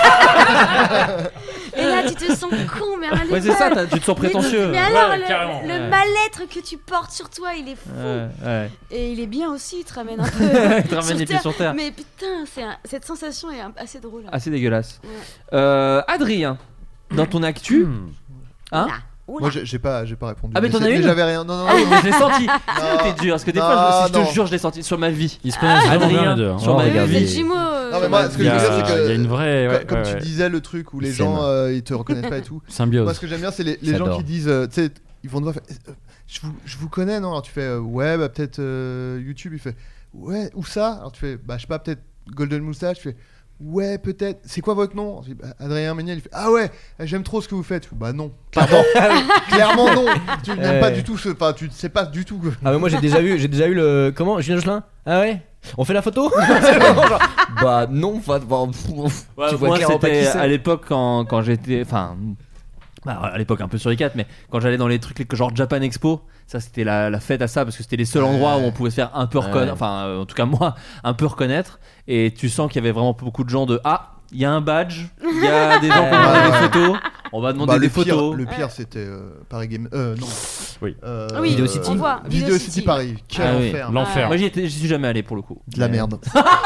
Et là, tu te sens con, mais allez, Ouais, c'est ça, t'as- tu te sens mais, prétentieux. mais alors, Ouais, le, carrément. le Ouais. mal-être que tu portes sur toi, il est fou. Ouais, ouais. Et il est bien aussi, il te ramène un peu. Il te ramène les pieds sur terre. Mais putain, c'est un- cette sensation est un- assez drôle. Assez dégueulasse. Ouais. Euh, Adrien, dans ton actu, Hmm. hein Oula, oula. Moi, j'ai j'ai pas, j'ai pas répondu. Ah, mais t'en c'est- as une J'avais rien. Non, non, Ah oui, non. mais je l'ai senti. Non. T'es dur, parce que des Non, fois, je, je te non. jure, je l'ai senti sur ma vie. Ils se connaissent vraiment bien Adrien, les deux. hein. sur Oh, ma Ouais, regarde, vous êtes il- jumeaux. Non, mais moi, ce que il y je veux dire, c'est a- que- il y a une vraie. ouais, Comme, comme ouais, tu ouais. disais le truc où les Ils gens s'aiment. euh, ils te reconnaissent pas et tout. Symbiose. Moi, ce que j'aime bien, c'est les, les gens J'adore. qui disent, euh, tu sais, ils vont te voir, faire, euh, je vous, je vous connais, non? Alors tu fais, euh, ouais, bah peut-être euh, YouTube. Il fait, ouais, où ça? Alors tu fais, bah je sais pas, peut-être Golden Moustache. Tu fais, ouais, peut-être. C'est quoi votre nom? Je dis, bah, Adrien Méniel. Il fait, ah ouais, j'aime trop ce que vous faites. Je fais, bah non, clairement, clairement non. Tu n'aimes Ouais. pas du tout ce, enfin, tu sais pas du tout. que- Ah mais moi j'ai déjà vu, j'ai déjà eu le comment Julien Josselin. Ah ouais. On fait la photo. C'est vraiment genre, bah non, enfin, bon, pff, Ouais, tu vois moi, clairement pas qui c'était c'est. à l'époque quand, quand j'étais. Enfin. Bah, à l'époque un peu sur les quatre, mais quand j'allais dans les trucs genre Japan Expo, ça c'était la, la fête à ça parce que c'était les seuls Ouais. endroits où on pouvait se faire un peu reconnaître, Ouais. enfin euh, en tout cas moi, un peu reconnaître. Et tu sens qu'il y avait vraiment beaucoup de gens de ah, il y a un badge, il y a des gens qui ont demandé Ouais. des photos, on va demander Bah, des le pire, photos. le pire, c'était euh, Paris Game. Euh, non. Oui. Euh, Oui, Video City. on voit. Vidéo City Paris. Quel Ah oui. enfer. L'enfer. Moi j'y étais- j'y suis jamais allé pour le coup. De la Mais- merde.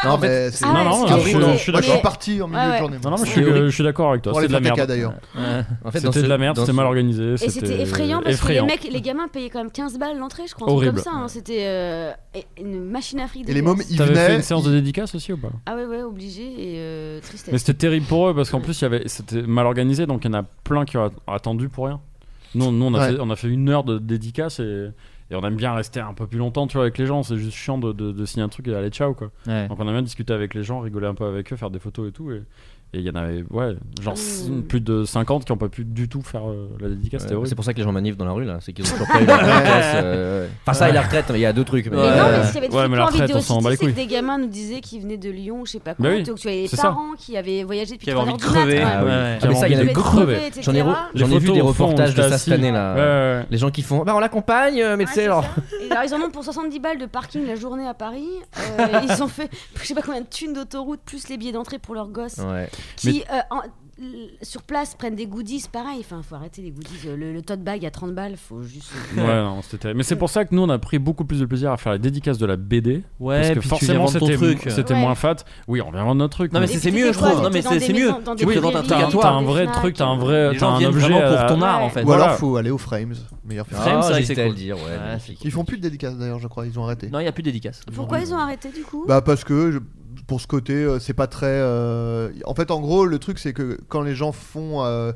Non, mais c'est Ah ouais, non, non, c'est- je suis- c'est- je suis Moi, je suis mais- parti en milieu Ouais, ouais. de journée. Non, non, mais je C'est suis, horrible. je suis d'accord avec toi. Pour C'est aller de la faire merde. caca d'ailleurs. Ouais. En fait, dans C'était ce- de la merde, dans c'était ce- mal organisé. Et c'était effrayant parce effrayant. que les mecs, les gamins payaient quand même quinze balles l'entrée, je crois. Un Horrible. truc comme ça. hein. C'était euh, une machine à fric. Et les mômes, dégueulasse. ils T'avais fait venaient. une séance de dédicace aussi ou pas? Ah ouais, ouais, obligé et euh, tristesse. Mais c'était terrible pour eux parce qu'en plus il y avait, c'était mal organisé, donc il y en a plein qui ont attendu pour rien. Nous, nous on, a Ouais. fait, on a fait une heure de dédicace et, et on aime bien rester un peu plus longtemps, tu vois, avec les gens. C'est juste chiant de, de, de signer un truc et aller ciao quoi. Ouais. Donc on aime bien discuter avec les gens, rigoler un peu avec eux, faire des photos et tout. Et et il y en avait, ouais, genre Mmh. plus de cinquante qui ont pas pu du tout faire euh, la dédicace. C'était Ouais, horrible. c'est pour ça que les gens manifent dans la rue là, c'est qu'ils ont toujours pas eu la dédicace. euh, ouais. Enfin ça et la retraite, il y a deux trucs. Mais, Mais Ouais. non, euh, mais s'il y avait des Ouais, trucs mais pas la en retraite, vidéo, on s'en bat les c'est que couilles. des gamins nous disaient qu'ils venaient de Lyon, je sais pas quoi. Bah oui, donc tu voyais les c'est ça. parents qui avaient voyagé depuis Qui avait trois envie de heures du mat, crever. ouais. Ah oui. Ouais. Ah, mais ça, il y en a Ils eu devaient crevé. crever, et cetera. J'en ai, re- Les j'en ai vu photos des au fond, reportages de j'étais ça assis. cette année là. Ouais, ouais, ouais. Les gens qui font, bah on l'accompagne, euh, mais tu Ouais, sais c'est alors. ça. Et alors ils en ont pour soixante-dix balles de parking la journée à Paris. Euh, ils ont fait je sais pas combien de thunes d'autoroute plus les billets d'entrée pour leurs gosses Ouais. qui euh, en- l- sur place prennent des goodies pareil. Enfin faut arrêter les goodies. Le, le tote bag à trente balles, faut juste. Ouais, non, c'était terrible. Mais c'est pour ça que nous on a pris beaucoup plus de plaisir à faire la dédicace de la B D. Ouais, parce que puis tu forcément viens vendre ton c'était, truc. c'était Ouais. moins fat. Oui, on vient vendre notre truc. Non, mais Et c'est, puis c'est tu mieux, fais je quoi, trouve. Non, t'étais mais dans c'est, des c'est mieux. maisons- dans Tu des présentes un vieilles truc à villes, toi. t'as dans un des vrai Fnac, truc, t'as un euh, vrai, Les t'as gens un viennent objet vraiment à- pour ton art Ouais. en fait. Ou alors Voilà. faut aller aux Frames. Meilleur film. Frames, Ah, c'est vrai que j'hésitais c'est à cool. le dire, ouais. Ouais, magnifique. Ils font plus de dédicaces d'ailleurs, je crois. Ils ont arrêté. Non, il n'y a plus de dédicace. Pourquoi ils ont arrêté du coup Bah parce que je- pour ce côté, euh, c'est pas très. euh, En fait, en gros, le truc c'est que quand les gens font euh,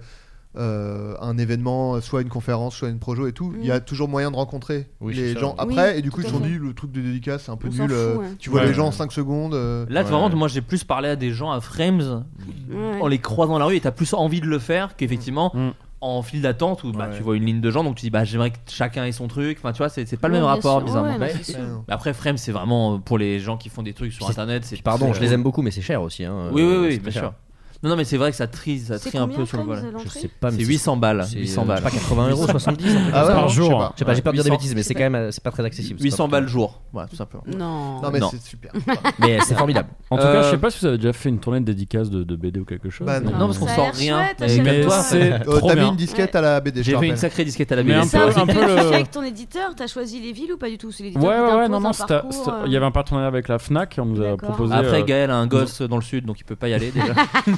euh, un événement, soit une conférence, soit une projo et tout, il y a toujours moyen de rencontrer Oui, les c'est ça, gens ouais. après. Oui, et du coup, tout ils à se sont fait. dit le truc de dédicace c'est un peu On s'en nul. fout, euh, ouais. Tu vois Ouais. les gens en cinq secondes. euh, Là, Ouais. vraiment, moi j'ai plus parlé à des gens à Frames Ouais. en les croisant dans la rue et t'as plus envie de le faire qu'effectivement Mm. en file d'attente où bah, Ouais. tu vois une ligne de gens donc tu dis bah j'aimerais que chacun ait son truc. Enfin, tu vois, c'est, c'est pas le Ouais, même bien rapport sûr. bizarrement. Ouais, non, Ouais, c'est c'est- sûr. Mais après, Frames, c'est vraiment pour les gens qui font des trucs sur Puis internet. C'est, Puis pardon, c'est- je les aime beaucoup, mais c'est cher aussi. Hein. Oui, oui, Euh, oui, c'est bien cher. sûr. Non, non, mais c'est vrai que ça trie, ça C'est trie un combien peu sur le Frames, volet. l'entrée Je sais pas, mais C'est c'est- huit cents balles. c'est, huit cents euh, balles. Pas quatre-vingts euros, soixante-dix. un truc Ah comme ouais, ça. par je sais jour. pas. Je sais pas, j'ai peur de dire des huit cents, bêtises, mais je c'est sais quand même, euh, c'est pas très accessible. huit c'est cents pas- balles jour. Voilà, tout simplement. Non. Non mais Non. c'est super. Mais c'est formidable. En tout cas, Euh, je sais pas si vous avez déjà fait une tournée de dédicace de, de B D ou quelque chose. Bah, mais- Non, parce qu'on Ça a sort l'air rien. chouette, Mais à chaque mais toi, fois. c'est Euh, trop T'as mis bien. une disquette à la B D. je J'ai te fait une rappelle. sacrée disquette à la B Mais D. un C'est peu- un truc un que peu tu le- fais avec ton éditeur, t'as choisi les villes ou pas du tout? C'est l'éditeur Ouais, qui ouais, ouais, t'impose non, un non, c'était- parcours, c'était- euh. il y avait un partenariat avec la Fnac, on nous a D'accord. proposé. Après, euh, Gaël a un gosse dans le sud, donc il peut pas y aller déjà.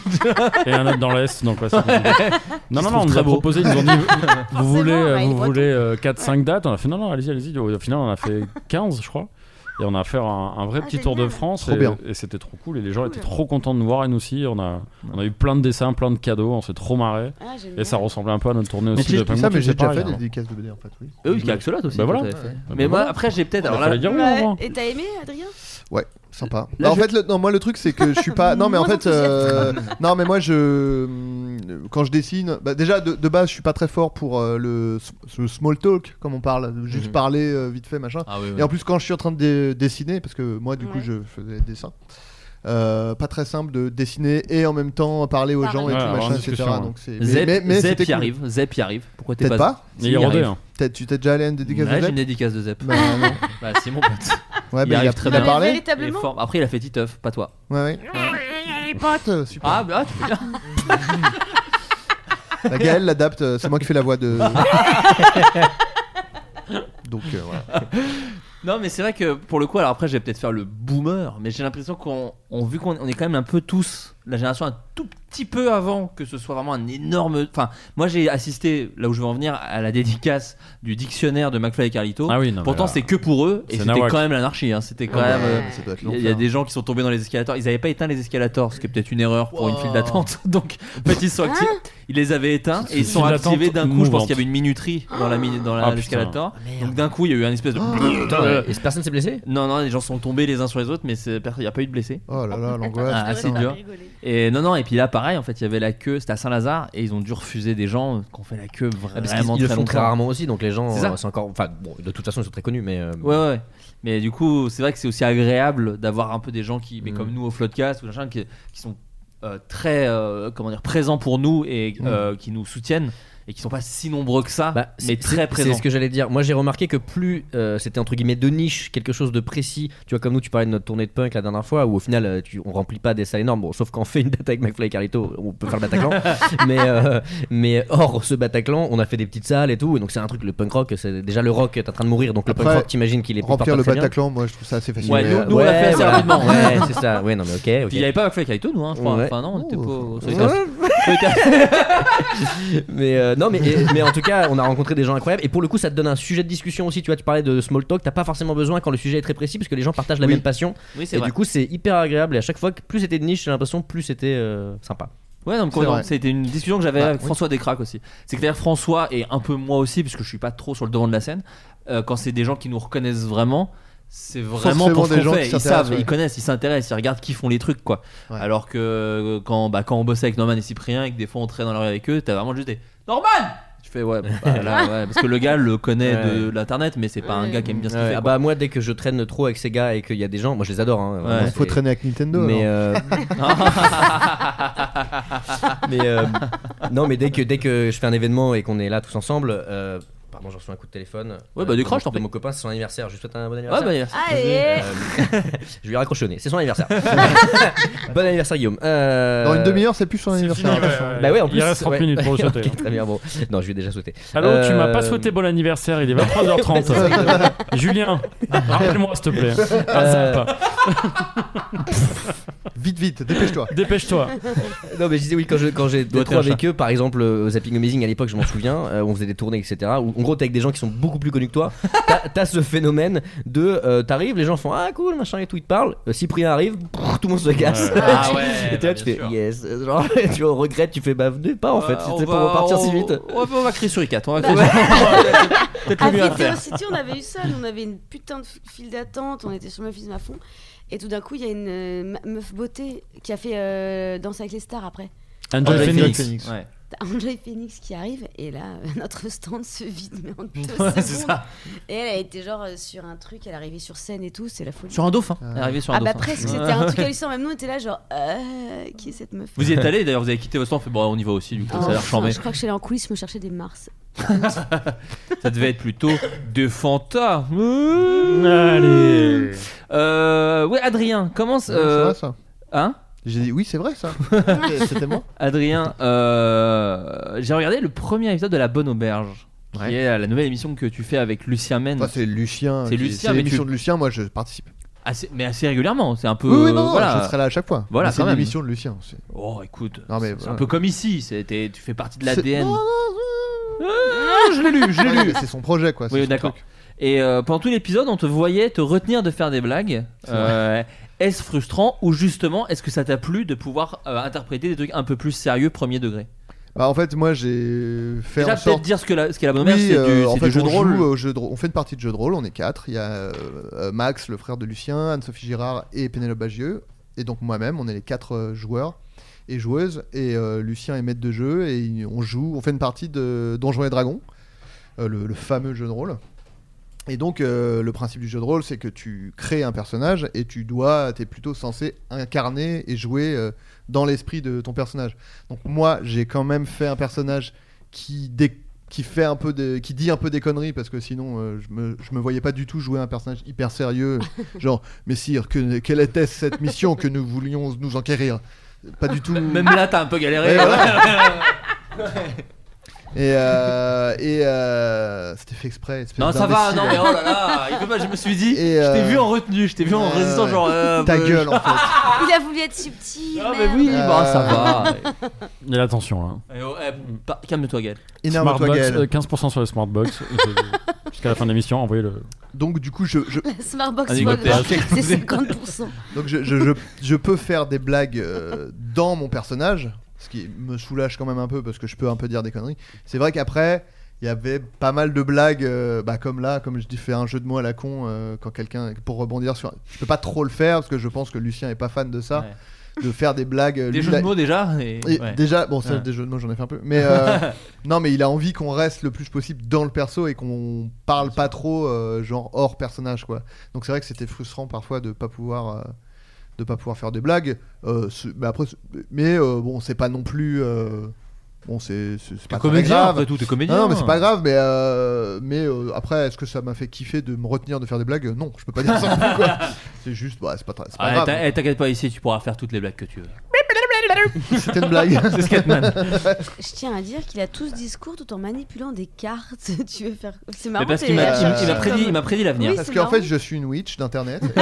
et un autre dans l'Est, donc ouais, c'est compliqué. Non, non, non, on nous très a beau. proposé, ils nous ont dit vous voulez, Forcément, euh, ouais, il est vous breton. voulez euh, quatre cinq dates? On a fait non, non, allez-y, allez-y. Au final, on a fait quinze, je crois. Et on a fait un, un vrai Ah, petit tour de génial. France. Trop et, bien. et c'était trop cool. Et les gens Cool. étaient trop contents de nous voir et nous aussi. On a, on a eu plein de dessins, plein de cadeaux. On s'est trop marré. Ah, génial. Et ça ressemblait un peu à notre tournée Mais aussi j'ai de tout ça, Paymount, mais c'est j'ai déjà pareil, fait des hein. dédicaces de B D en fait. Oui. Et oui, qui est Axolot aussi. Bah voilà. toi, t'avais fait. Ouais. Mais Bah moi, voilà. après, j'ai peut-être. Il Alors fallait là, dire oui, Ouais. au moins. Et t'as aimé, Adrien? Ouais, sympa. Là, Bah, en je- fait, le, non, moi le truc c'est que je suis pas. Non, mais en Moins fait, euh, non, mais moi je quand je dessine, bah, déjà de, de base, je suis pas très fort pour euh, le, le small talk, comme on parle, juste Mhm. parler euh, vite fait, machin. Ah oui, oui. Et en plus, quand je suis en train de dé- dessiner, parce que moi, du coup, Ouais. je faisais des dessins. Euh, pas très simple de dessiner et en même temps parler aux Parler. gens et Ouais, tout avoir machin, une et cetera. discussion, Donc c'est. Zep, mais, mais Zep c'était y cool. arrive. Zep y arrive. Pourquoi t'es Peut-être pas. pas. Mais il est y rodé. arrive. hein. Peut-être tu t'es déjà allé à une dédicace Ouais, de j'ai Zep une dédicace de Zep. Bah, non. Bah, c'est mon pote. Ouais, Il mais il arrive a, très il a bien. parlé. Il est Véritablement. fort. Après, il a fait Titeuf, pas toi. Ouais, ouais. Pote, super. Ah, bah, tu fais bien. La Gaëlle l'adapte, euh, c'est moi qui fais la voix de. Donc euh, voilà. Non, mais c'est vrai que pour le coup, alors après, je vais peut-être faire le boomer, mais j'ai l'impression qu'on, on, vu qu'on on est quand même un peu tous la génération un tout petit peu avant que ce soit vraiment un énorme. Enfin, moi j'ai assisté, là où je veux en venir, à la dédicace du dictionnaire de McFly et Carlito. Ah oui, non, mais Pourtant, là, c'est que pour eux, et c'est c'était nawak. quand même l'anarchie. Hein. C'était quand Ouais. même. euh, Ça doit être Il y, a- il y a l'enfer. des gens qui sont tombés dans les escalators. Ils n'avaient pas éteint les escalators, ce qui est peut-être une erreur pour une Wow. file d'attente. Donc, en fait, ils sont actifs. Hein Ils les avaient éteints et ils File sont activés d'attente d'un coup. Je pense mouvante. qu'il y avait une minuterie dans la mini- dans la- Ah, putain. l'escalator. Donc d'un coup, il y a eu un espèce de. Putain, ouais. Et personne s'est blessé? Non, non, les gens sont tombés les uns sur les autres, mais c'est- il n'y a pas eu de blessés. Oh là là, l'angoisse. Ah, assez putain. dur. Et non, non, et puis là, pareil, en fait, il y avait la queue, c'était à Saint-Lazare, et ils ont dû refuser des gens qui ont fait la queue Ah, parce vraiment qu'ils le très font très longtemps. rarement aussi, donc les gens, C'est ça. euh, c'est encore. Enfin, bon, de toute façon, ils sont très connus, mais. euh, Ouais, ouais. Mais du coup, c'est vrai que c'est aussi agréable d'avoir un peu des gens qui, mais Mm. comme nous au Floodcast ou machin, qui, qui sont euh, très, euh, comment dire, présents pour nous et euh, qui nous soutiennent. et qui sont pas si nombreux que ça, Bah, mais c'est- très c'est- présents. C'est ce que j'allais dire. Moi, j'ai remarqué que plus euh, c'était entre guillemets de niche, quelque chose de précis. Tu vois, comme nous, tu parlais de notre tournée de punk la dernière fois, où au final, euh, tu, on remplit pas des salles énormes. Bon, sauf quand on fait une date avec McFly et Carlito, on peut faire le Bataclan. mais, euh, mais hors ce Bataclan, on a fait des petites salles et tout. Et donc, c'est un truc, le punk rock, c'est déjà le rock est en train de mourir. Donc, le Après, punk rock, t'imagines qu'il est Remplir le très bien. Bataclan, moi je trouve ça assez facile. Ouais, Mais, nous, euh, nous, on l'a fait assez voilà. rapidement. Ouais, c'est ça. Ouais, non, mais ok. ok. Puis il y avait pas McFly et Carlito, nous, hein, je crois. Ouais. Enfin, non, on était Oh. pas. ça a été- mais euh, non mais, et- mais en tout cas on a rencontré des gens incroyables et pour le coup ça te donne un sujet de discussion aussi. Tu vois, tu parlais de small talk, t'as pas forcément besoin quand le sujet est très précis parce que les gens partagent la Oui. même passion. Oui, c'est Et vrai. du coup c'est hyper agréable et à chaque fois que plus c'était de niche j'ai l'impression plus c'était euh, sympa. Ouais, non, mais C'est complètement. vrai. C'était une discussion que j'avais Bah, avec oui. François Descraques aussi. C'est que d'ailleurs François et un peu moi aussi, parce que je suis pas trop sur le devant de la scène, euh, quand c'est des gens qui nous reconnaissent vraiment, c'est vraiment Forcément pour ce des qu'on gens fait. qui Ils s'intéressent, savent, ouais. ils connaissent, ils s'intéressent, ils regardent qui font les trucs, quoi. Ouais. Alors que euh, quand, bah, quand on bossait avec Norman et Cyprien et que des fois on traîne dans la rue avec eux, t'as vraiment juste des Norman. Tu fais ouais, bah, là, ouais, parce que le gars le connaît de Ouais. l'internet, mais c'est pas un Ouais. gars qui aime bien ce qu'il Ouais, fait. ah quoi. bah moi dès que je traîne trop avec ces gars et qu'il y a des gens, moi je les adore. Hein, vraiment, Il faut c'est- traîner avec Nintendo. Mais, alors. euh, mais euh, non, mais dès que dès que je fais un événement et qu'on est là tous ensemble, euh, pardon, j'ai reçu un coup de téléphone. Ouais, bah, décroche, de t'en mon- prie. de mon copain, c'est son anniversaire. Je lui souhaite un bon Ouais, anniversaire. bah, il y a- Allez. Euh, je lui ai raccroché au nez. C'est son anniversaire. Bon anniversaire Guillaume. Euh, Dans une demi-heure, c'est plus son C'est anniversaire. fini, ouais, ouais. Bah ouais, en plus. Il reste trente ouais. minutes pour le souhaiter. Ok, très bien, bon. Non, je lui ai déjà souhaité. Allô, tu m'as pas Euh, souhaité bon anniversaire, il est vingt-trois heures trente. Julien, rappelle-moi s'il te plaît. Ah, Euh, sympa. Vite, vite, dépêche-toi. Dépêche-toi. Non, mais je disais oui, quand je- quand j'ai Doit deux trois être un avec eux, par exemple euh, au Zapping Amazing à l'époque, je m'en souviens, euh, on faisait des tournées, et cetera. Où, en gros, t'es avec des gens qui sont beaucoup plus connus que toi. T'as, t'as ce phénomène de euh, t'arrives, les gens font ah cool, machin et tout, ils te parlent. Euh, Cyprien arrive, pff, tout le monde se casse. Ouais. Ah ouais, et t'es là, bah, tu bien fais sûr. yes. Genre, tu regrettes, tu fais bah venez pas en fait, Euh, on c'était pour va- repartir si on- vite. On va, on va crier sur I quatre. On va crier sur peut-être À le mieux à Vidéo faire. City, on avait eu ça. Nous, on avait une putain de f- file d'attente. On était sur Meufisme à fond. Et tout d'un coup, il y a une euh, ma- meuf beauté qui a fait euh, Danse avec les stars après. Angel Angel Phoenix. Phoenix. Ouais. T'as Angel Phoenix qui arrive. Et là, euh, notre stand se vide. Mais en deux Ouais, c'est secondes. ça. Et elle a été genre euh, sur un truc. Elle est arrivée sur scène et tout. C'est la folie. Sur un dauphin. Elle est arrivée sur un Ah bah dauphin. presque. C'était un truc hallucinant. Même nous, on était là genre euh, qui est cette meuf? Vous y êtes allé d'ailleurs, vous avez quitté votre stand, on fait bon, on y va aussi, du coup, Oh, ça a l'air enfin, chambé. je crois que je suis allée en coulisses me chercher des Mars. Ça devait être plutôt des fantas. Allez. Euh, ouais, Adrien, comment. Ouais, c'est euh, vrai ça. Hein J'ai dit oui, c'est vrai ça. C'était moi. Adrien, euh, j'ai regardé le premier épisode de La Bonne Auberge, qui Ouais. est la nouvelle émission que tu fais avec Lucien Men. Enfin, c'est Lucien. C'est qui- Lucien, C'est mais l'émission tu- de Lucien. Moi, je participe. Assez- mais assez régulièrement, c'est un peu. Oui, oui, non, non, voilà. je serai là à chaque fois. Voilà, Mais c'est quand même. l'émission de Lucien. c'est- Oh, écoute, Non, mais c'est voilà. un peu comme ici, c'était- tu fais partie de l'A D C'est- N. Non, non, Ah, je l'ai lu, je non, l'ai lu. mais c'est son projet quoi. c'est Oui, son d'accord. truc. Et euh, pendant tout l'épisode, on te voyait te retenir de faire des blagues. C'est Euh, est-ce frustrant ou justement, est-ce que ça t'a plu de pouvoir euh, interpréter des trucs un peu plus sérieux, premier degré? Bah, en fait, moi, j'ai fait Déjà, en peut-être sorte. dire ce que la- ce qu'est la bonne auberge, Oui, c'est du, euh, en c'est fait, du jeu on de rôle. joue au jeu de rôle. On fait une partie de jeu de rôle. On est quatre. Il y a euh, euh, Max, le frère de Lucien, Anne-Sophie Girard et Pénélope Bagieux. Et donc moi-même, on est les quatre euh, joueurs et joueuses. Et euh, Lucien est maître de jeu et on joue. On fait une partie de Donjons et Dragons, euh, le, le fameux jeu de rôle. Et donc euh, le principe du jeu de rôle, c'est que tu crées un personnage et tu dois, t'es plutôt censé incarner et jouer euh, dans l'esprit de ton personnage. Donc moi, j'ai quand même fait un personnage qui dé- qui fait un peu de, qui dit un peu des conneries parce que sinon euh, je me je me voyais pas du tout jouer un personnage hyper sérieux, genre messire, que quelle était cette mission que nous voulions nous enquérir. Pas du tout. Même là, t'as un peu galéré. Ouais, voilà. Et, euh, et euh, c'était fait exprès. espèce Non, ça va, d'imbécile. non, mais oh là là, il peut pas, je me suis dit, Et, je t'ai euh, vu en retenue, je t'ai vu en ouais, résistant, ouais. genre. euh, Ta bah, gueule en fait. Il a voulu être subtil. Ah, mais merde. oui, Euh, bah ça va. Il y a l'attention là. Eh, oh, eh, pa- Calme-toi, Gaël. Énerve-toi, Smartbox, Gaël. euh, quinze pour cent sur les Smartbox. euh, Jusqu'à la fin de l'émission, envoyez-le. Donc du coup, je, je, La Smartbox Un Mode, hélicoptère. c'est cinquante pour cent. donc je, je, je, je peux faire des blagues euh, dans mon personnage, ce qui me soulage quand même un peu parce que je peux un peu dire des conneries. C'est vrai qu'après, il y avait pas mal de blagues, euh, bah, comme là, comme je dis, fais un jeu de mots à la con euh, quand quelqu'un, pour rebondir sur. Je peux pas trop le faire parce que je pense que Lucien est pas fan de ça, Ouais. de faire des blagues. euh, Des lui, jeux il a- de mots déjà et- Et ouais. déjà, bon, ça, Ouais. des jeux de mots, j'en ai fait un peu, mais euh, non, mais il a envie qu'on reste le plus possible dans le perso et qu'on parle pas trop, euh, genre hors personnage, quoi. Donc c'est vrai que c'était frustrant parfois de pas pouvoir, euh, de pas pouvoir faire des blagues. Euh, ce- mais après, ce- mais euh, bon, c'est pas non plus. euh, Bon, c'est, c'est, c'est pas comédien, très grave. après tout, t'es comédien. Non, non, mais c'est pas grave. Mais, euh, mais euh, après, est-ce que ça m'a fait kiffer de me retenir de faire des blagues ? Non, je peux pas dire ça non plus, quoi. C'est juste, bah, c'est pas, c'est pas Ah, grave. t'in- eh, t'inquiète pas, ici tu pourras faire toutes les blagues que tu veux. C'était une blague. C'est Scatman. Je tiens à dire qu'il a tout ce discours tout en manipulant des cartes. Tu veux faire. C'est marrant. Mais parce t'es- qu'il m'a, il- euh, il m'a prédit, il m'a prédit l'avenir. Oui, Parce c'est qu'en fait, marrant. je suis une witch d'internet. Et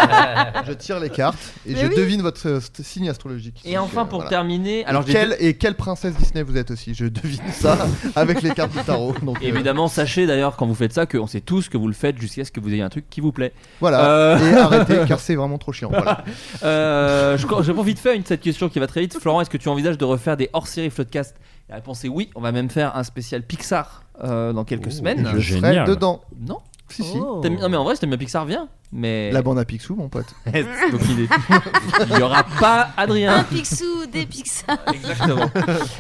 je, je tire les cartes et Mais je oui. devine votre euh, signe astrologique. Et Donc, enfin, euh, pour voilà. terminer, alors et, j'ai quelle, deux- et quelle princesse Disney vous êtes aussi ? Je devine ça avec les cartes du tarot. Donc, euh, évidemment, sachez d'ailleurs quand vous faites ça qu'on sait tous que vous le faites jusqu'à ce que vous ayez un truc qui vous plaît. voilà. Euh. Et arrêtez car c'est vraiment trop chiant. Voilà. Euh, je, je réponds vite fait à une cette question qui va très vite. Florent, est-ce que tu envisages de refaire des hors-séries Floodcast ? La réponse est oui. On va même faire un spécial Pixar euh, dans quelques semaines. Je Génial. serai dedans. Non. Si, si. Oh. T'aimes- non mais en vrai, si t'aimes bien Pixar, viens. Mais La bande à Picsou, mon pote. C'est aucune idée. Il y aura pas Un Adrien. Picsou, des Pixar. Exactement.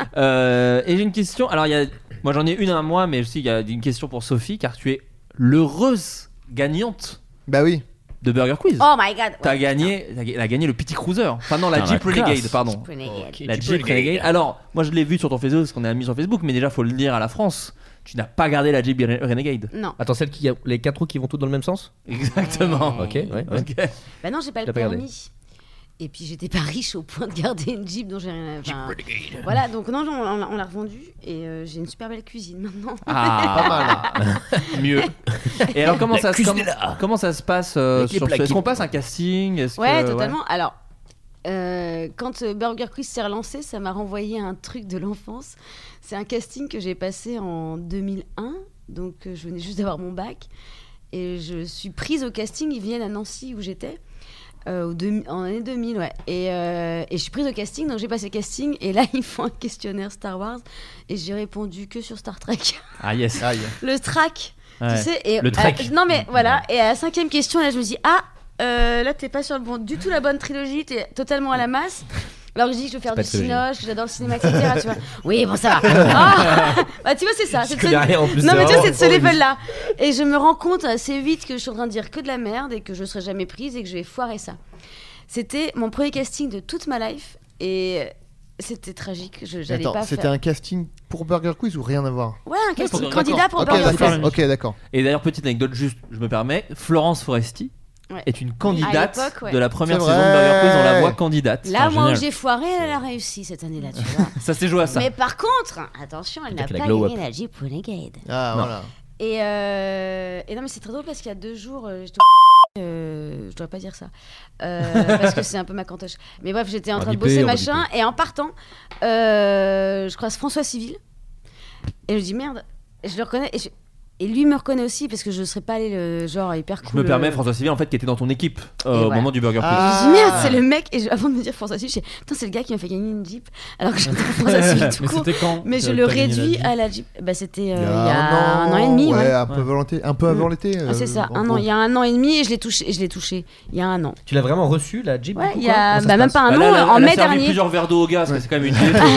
Euh, et j'ai une question. Alors il y a, moi j'en ai une à moi, mais aussi il y a une question pour Sophie, car tu es l'heureuse gagnante Bah oui. de Burger Quiz. Oh my god. T'as Ouais, gagné, t'as ga- elle a gagné le petit cruiser. Enfin non, la Putain, Jeep la Renegade, classe. pardon. putain, Renegade. La Jeep Renegade. Alors, moi je l'ai vu sur ton Facebook parce qu'on est amis sur Facebook, mais déjà faut le dire à la France. Tu n'as pas gardé la Jeep Re- Renegade. Non. Attends, celle qui a les quatre roues qui vont toutes dans le même sens. Exactement. Ok, ouais. ouais. Ok. Bah non, j'ai pas Tu le l'as pas gardé. permis. Et puis j'étais pas riche au point de garder une Jeep dont j'ai rien. Enfin, voilà, donc non, on, l'a- on l'a revendue et euh, j'ai une super belle cuisine maintenant. Ah, Pas mal. mieux. Et alors comment La ça se cuisine comment, est là. comment ça se passe euh, Avec les sur ce- plaques Est-ce qui- qu'on passe un casting Est-ce Ouais, que- totalement. Alors, euh, quand euh, Burger Quiz s'est relancé, ça m'a renvoyé un truc de l'enfance. C'est un casting que j'ai passé en deux mille un. Donc, euh, je venais juste d'avoir mon bac. Et je suis prise au casting. Ils viennent à Nancy où j'étais. Euh, au deux- en année deux mille, ouais. Et, euh, et je suis prise au casting. Donc, j'ai passé le casting. Et là, ils font un questionnaire Star Wars. Et j'ai répondu que sur Star Trek. Ah yes. Aïe. Le track. Ouais. Tu sais, et Le trek. à- non mais voilà, et à la cinquième question, là je me dis ah, euh, là t'es pas sur le bon, du tout la bonne trilogie, t'es totalement à la masse. Alors que je dis que je veux faire pas du de trilogie. cinoche, que j'adore le cinéma, et cetera. Tu vois. Oui, bon ça va. Ah bah tu vois c'est ça. Je c'est de connais ce- rien en plus. Non mais tu vois vraiment c'est de ce horrible. level là. Et je me rends compte assez vite que je suis en train de dire que de la merde et que je serai jamais prise et que je vais foirer ça. C'était mon premier casting de toute ma life et c'était tragique. Je j'allais Attends, pas c'était faire. un casting pour Burger Quiz ou rien à voir ? Ouais, un casting pour- candidat pour Ok, Burger Quiz. d'accord. Ok, d'accord. Et d'ailleurs petite anecdote juste, je me permets, Florence Foresti Ouais. est une candidate À l'époque, ouais. de la première C'est saison de vrai. Burger Quiz. On la voit candidate. Là, Ah, moi où génial. j'ai foiré, elle a réussi cette année-là, tu vois. Ça s'est joué à ça. Mais par contre, attention, elle n'a Peut-être la pas glow gagné la Jeep Renegade. Ah, Non. voilà. Et, euh, et non, mais c'est très drôle parce qu'il y a deux jours, euh, j'étais au euh, je dois pas dire ça Euh, parce que c'est un peu ma cantoche. Mais bref, j'étais en On va train de biper, bosser on va machin et en partant, euh, je croise François Civil et je dis merde, je le reconnais et, je- et lui me reconnaît aussi parce que je serais pas allé le genre hyper cool. Je me permets, euh, François Civil en fait qui était dans ton équipe euh, Et au voilà. moment du Burger Quiz. Ah. Je dis merde, c'est le mec. Et je- avant de me dire François Civil, je dis putain, c'est le gars qui m'a fait gagner une Jeep. Alors que j'étais François Civil tout Mais court. c'était quand Mais que je t'as le gagné la réduis Jeep à la Jeep. Bah, c'était euh, Il il y a un an et demi. ouais, Ouais. un peu volonté, un peu avant l'été. Ah, c'est euh, ça, en un an. gros. Il y a un an et demi et je l'ai touché. Et je l'ai touché. Il y a un an. Tu l'as vraiment reçu la Jeep du Ouais, coup, il y quoi a Comment ça bah, se même passe pas un Bah, an, là, elle a- en elle a mai servi dernier. plusieurs verres d'eau au gaz, parce que c'est quand même une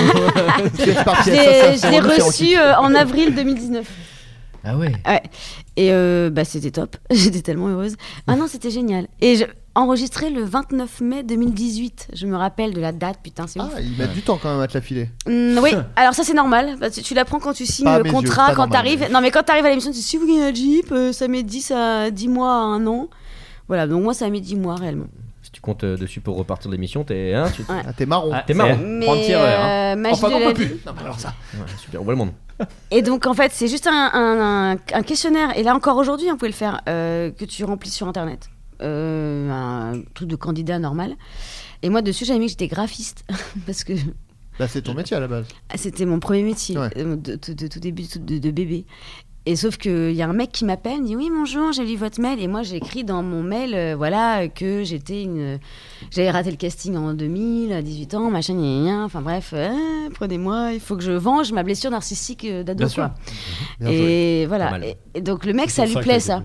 C'est parti, Je ça, l'ai ça, je ça, l'ai on le fait en reçu kit. euh, en avril deux mille dix-neuf. Ah ouais. Ouais. Et euh, bah, c'était top. J'étais tellement heureuse. Ah non, c'était génial. Et je enregistré le vingt-neuf mai deux mille dix-huit. Je me rappelle de la date, putain, c'est Ah, ouf. ils mettent du temps quand même à te la filer. Mm, oui, alors ça c'est normal. Bah, tu, tu l'apprends quand tu signes Pas à le mes contrat, yeux, pas quand normal, t'arrives. mais- Non, mais quand t'arrives à l'émission, tu dis si vous gagnez la Jeep, euh, ça met dix à dix mois à un an. Voilà, donc moi ça a mis dix mois réellement. Si tu comptes euh, dessus pour repartir de l'émission, t'es hein, tu... Ouais. Ah, t'es marron. Ah, T'es marrant. c'est- Mais Prendre tireur, hein. euh, magie Enfin, de on la peut plus. vie. Non, mais alors ça. Ouais, super, on voit le monde. Et donc en fait, c'est juste un, un- un- un questionnaire. Et là encore aujourd'hui, on pouvait le faire, euh, que tu remplis sur internet. Euh, un truc de candidat normal. Et moi dessus, j'avais mis que j'étais graphiste parce que Là, c'est ton métier à la base. c'était mon premier métier Ouais. euh, de, de- de tout début de, de- de bébé. Et sauf qu'il y a un mec qui m'appelle, me dit oui bonjour, j'ai lu votre mail et moi j'ai écrit dans mon mail, euh, voilà que j'étais une, j'avais raté le casting en deux mille, à dix-huit ans, machin, gna, gna, gna. Enfin bref, euh, prenez-moi, il faut que je venge ma blessure narcissique euh, d'ado Bien sûr. quoi. Bien Et Pas voilà. mal. Et, et donc le mec C'est ça pour lui ça que plaît t'as ça. été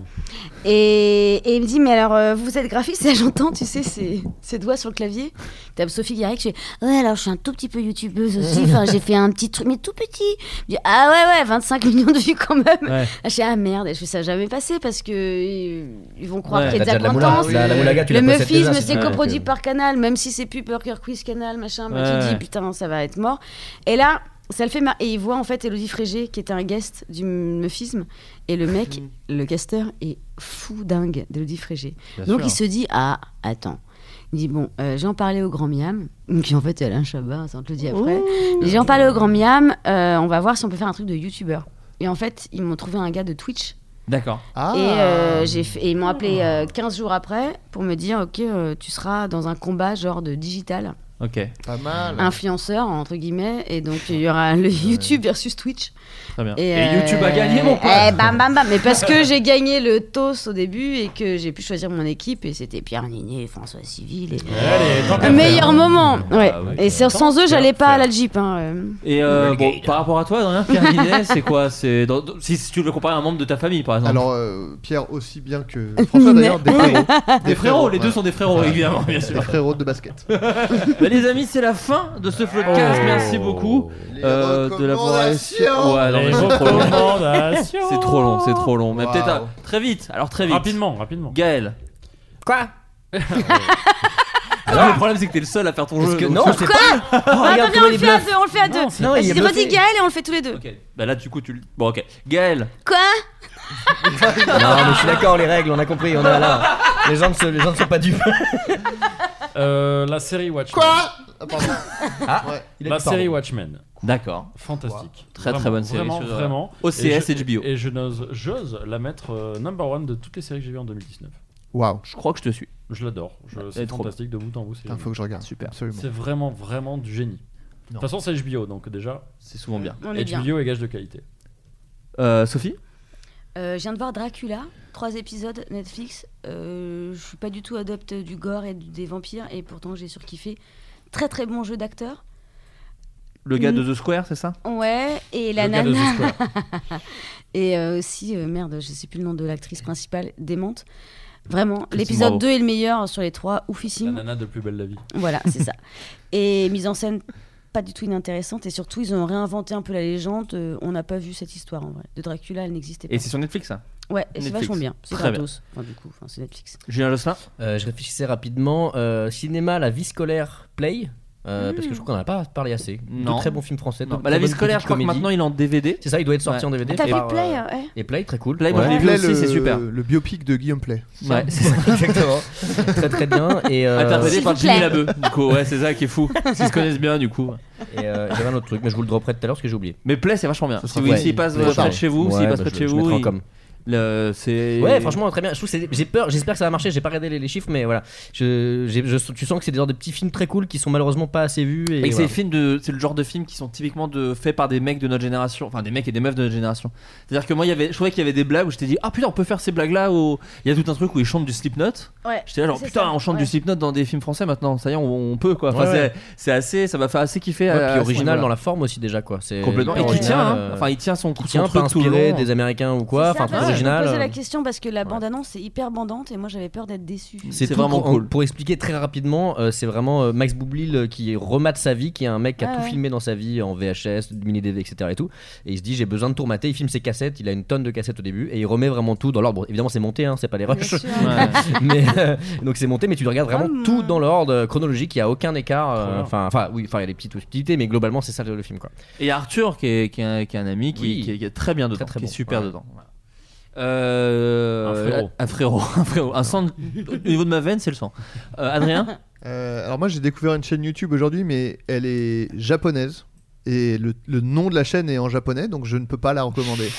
Et, et il me dit mais alors euh, vous êtes graphiste et là, j'entends tu sais ses, ses doigts sur le clavier. T'as Sophie Garrick, je fais ouais alors je suis un tout petit peu youtubeuse aussi, enfin j'ai fait un petit truc mais tout petit. Je dis ah ouais ouais vingt-cinq millions de vues quand même. Ouais. Ah, je fais ah merde, et je fais ça a jamais passé parce que ils, ils vont croire Ouais, qu'il y a T'as des déjà de la moula, acquaintances. la, la moulaga, tu Le l'as pas cette meufisme, déjà, c'est vrai coproduit que- par Canal, même si c'est plus Burger Quiz Canal, machin. Bah, Ouais. tu te dis putain, ça va être mort. Et là, ça le fait mar- et il voit en fait Élodie Frégé qui était un guest du Meufisme et le mec, le casteur est fou dingue d'Élodie Frégé. Bien Donc sûr. il se dit ah attends. Il dit bon, euh, j'en parlais au Grand Miam, qui en fait est Alain Chabat, ça on te le dit après. Il dit, j'en parlais au Grand Miam, euh, on va voir si on peut faire un truc de youtubeur. Et en fait, ils m'ont trouvé un gars de Twitch. D'accord. Ah. Et, euh, j'ai fait, et ils m'ont appelé euh, quinze jours après pour me dire ok, euh, tu seras dans un combat genre de digital. Ok. Pas mal. Influenceur entre guillemets, et donc il y aura le YouTube versus Twitch. Très bien. Et, Et, euh, YouTube a gagné, mon pote. eh, bam bam bam. Mais parce que j'ai gagné le T O S au début et que j'ai pu choisir mon équipe, et c'était Pierre Ninet, François Civil. Et... Allez, tant qu'à Le meilleur faire. moment. Ouais. Ah, ouais, Et c'est- sans eux, j'allais pas à la Jeep. Hein. euh. Et euh, bon, par rapport à toi, Adrien, Pierre Ninet, c'est quoi C'est dans- dans- si, si tu veux comparer à un membre de ta famille, par exemple. Alors, euh, Pierre aussi bien que François d'ailleurs, des frérots. Des frérots, les deux ouais. sont des frérots, évidemment, bien Des sûr. frérots de basket. Bah, les amis, c'est la fin de ce podcast. Merci beaucoup Les euh, de l'avoir. recommandations. Ouais, non, mais Les c'est trop long. recommandations. C'est trop long, c'est trop long. Mais Wow. peut-être à- très vite. Alors très vite. Rapidement, rapidement. Gaël. Quoi Alors, le problème, c'est que t'es le seul à faire ton Parce jeu. que donc- non, c'est pas. Oh, Ah, regarde viens, comment on il le fait à bluffe. deux, on le fait à deux. Non, il Vas-y, a bluffé. redis Gaël et on le fait tous les deux. Ok. Bah là, du coup, tu. le- Bon, ok. Gaël. Quoi Non, mais je suis d'accord, les règles, on a compris, on est là. Les gens ne, se- les gens ne sont pas dupes. Euh, la série Watchmen. Quoi Ah, pardon. Ah, Ouais. il a La dit pardon. série Watchmen. D'accord. Fantastique. Très, très Vraiment, bonne série Vraiment, sur, euh, vraiment. O C S Et je- H B O. Et je n'ose, j'ose la mettre euh, number one de toutes les séries que j'ai vues en deux mille dix-neuf. Waouh. Je crois que je te suis. Je l'adore. Je- Elle est C'est trop fantastique de bout en bout. c'est Il génial. faut que je regarde. Super. Absolument. C'est vraiment, vraiment du génie. De Non. toute façon, c'est H B O, donc déjà, C'est souvent bien. On est bien. H B O est gage de qualité. Euh, Sophie. Euh, je viens de voir Dracula, trois épisodes Netflix. Euh, je suis pas du tout adepte du gore et du- des vampires, et pourtant j'ai surkiffé. Très très bon jeu d'acteur. Le gars Mm. de The Square, c'est ça? Ouais, et la Le gars de nana. The Square. Et euh, aussi, euh, merde, je sais plus le nom de l'actrice principale, démente. Vraiment, Christine l'épisode Bravo. deux est le meilleur sur les trois, La oufissime. nana de Plus belle la vie. Voilà, c'est ça. Et mise en scène pas du tout inintéressante, et surtout ils ont réinventé un peu la légende. Euh, on n'a pas vu cette histoire en vrai. De Dracula, elle n'existait pas. Et c'est sur Netflix, ça? Ouais, et c'est Netflix. vachement bien. C'est Très gratos. Enfin, du coup, enfin, c'est Netflix. Julien Josselin. Euh, je réfléchissais rapidement. Euh, cinéma, La vie scolaire, Play. euh, Parce que je crois qu'on n'en a pas parlé assez. Non. De très bons films français. de Non, très bah, la vie bonnes scolaire, petites je crois que comédies. maintenant il est en D V D. C'est ça, il doit être sorti Ouais. en D V D. T'as et vu par, Play euh, ouais. Et Play, très cool. Play, moi, Ouais. je l'ai vu Play, aussi, le- c'est super. Le biopic de Guillaume Play. Ouais, c'est ça. Exactement. Très très bien. Et euh, Interprété S'il par vous Jimmy plaît. Labeu. Du coup, ouais, c'est ça qui est fou. Ils se connaissent bien, du coup. et, euh, j'avais un autre truc, mais je vous le dropperai tout à l'heure parce que j'ai oublié. Mais Play, c'est vachement bien. Ce Si sera vous, fait. s'il passe Ouais, euh, près pardon. de chez vous, s'il Ouais, passe bah, près de je- chez je vous, mettrai en il- com. le- c'est. Ouais, franchement, très bien. Je trouve que c'est- j'ai peur, j'espère que ça va marcher. J'ai pas regardé les, les chiffres, mais voilà. Je, j'ai- je- tu sens que c'est des genres de petits films très cool qui sont malheureusement pas assez vus. Et, Et que c'est voilà. les films de, c'est le genre de films qui sont typiquement de, faits par des mecs de notre génération, enfin des mecs et des meufs de notre génération. C'est-à-dire que moi, il y avait, je trouvais qu'il y avait des blagues où je t'ai dit, ah putain, on peut faire ces blagues-là. Où il y a tout un truc où ils chantent du Slipknot. Ouais. J'étais là genre c'est putain, ça. on chante Ouais. du Slipknot dans des films français maintenant. Ça y est, on, on peut quoi. Enfin, Ouais, ouais. c'est, c'est assez, ça m'a fait assez kiffer. Ouais, à- puis à ce original niveau-là. dans la forme aussi déjà quoi. C'est Complètement. Et hyper qui tient, original, hein. euh, Enfin, il tient son, qui son tient truc pas tout le inspiré long. des Américains ou quoi. C'est Enfin, ça, très parce que original. Je me posais euh. la question parce que la bande-annonce c'est hyper bandante et moi j'avais peur d'être déçu. C'est C'est tout vraiment pour, cool. Pour expliquer très rapidement, euh, c'est vraiment euh, Max Boublil euh, qui remate sa vie, qui est un mec qui a Ah tout ouais. filmé dans sa vie en V H S, mini D V, et cetera. Et tout. Et il se dit j'ai besoin de tout remater. Il filme ses cassettes. Il a une tonne de cassettes au début et il remet vraiment tout dans l'ordre. Bon, évidemment c'est monté, hein, c'est pas les Bien rushs. sûr. Ouais. mais euh, donc c'est monté, mais tu regardes vraiment Comme, tout euh, dans l'ordre euh, chronologique. Il y a aucun écart. euh, Trop bien. Enfin, enfin oui, enfin il y a des petites subtilités, mais globalement c'est ça le, le film quoi. Et il y a Arthur qui est, qui est un, qui est un ami qui, Oui. qui est, qui est très bien dedans, Très, très qui est bon. super Ouais. dedans. Voilà. Euh, Un frérot. Un frérot, un frérot. Un sang de- au niveau de ma veine, c'est le sang. Euh, Adrien. Euh, alors moi j'ai découvert une chaîne YouTube aujourd'hui, mais elle est japonaise. Et le, le nom de la chaîne est en japonais, donc je ne peux pas la recommander.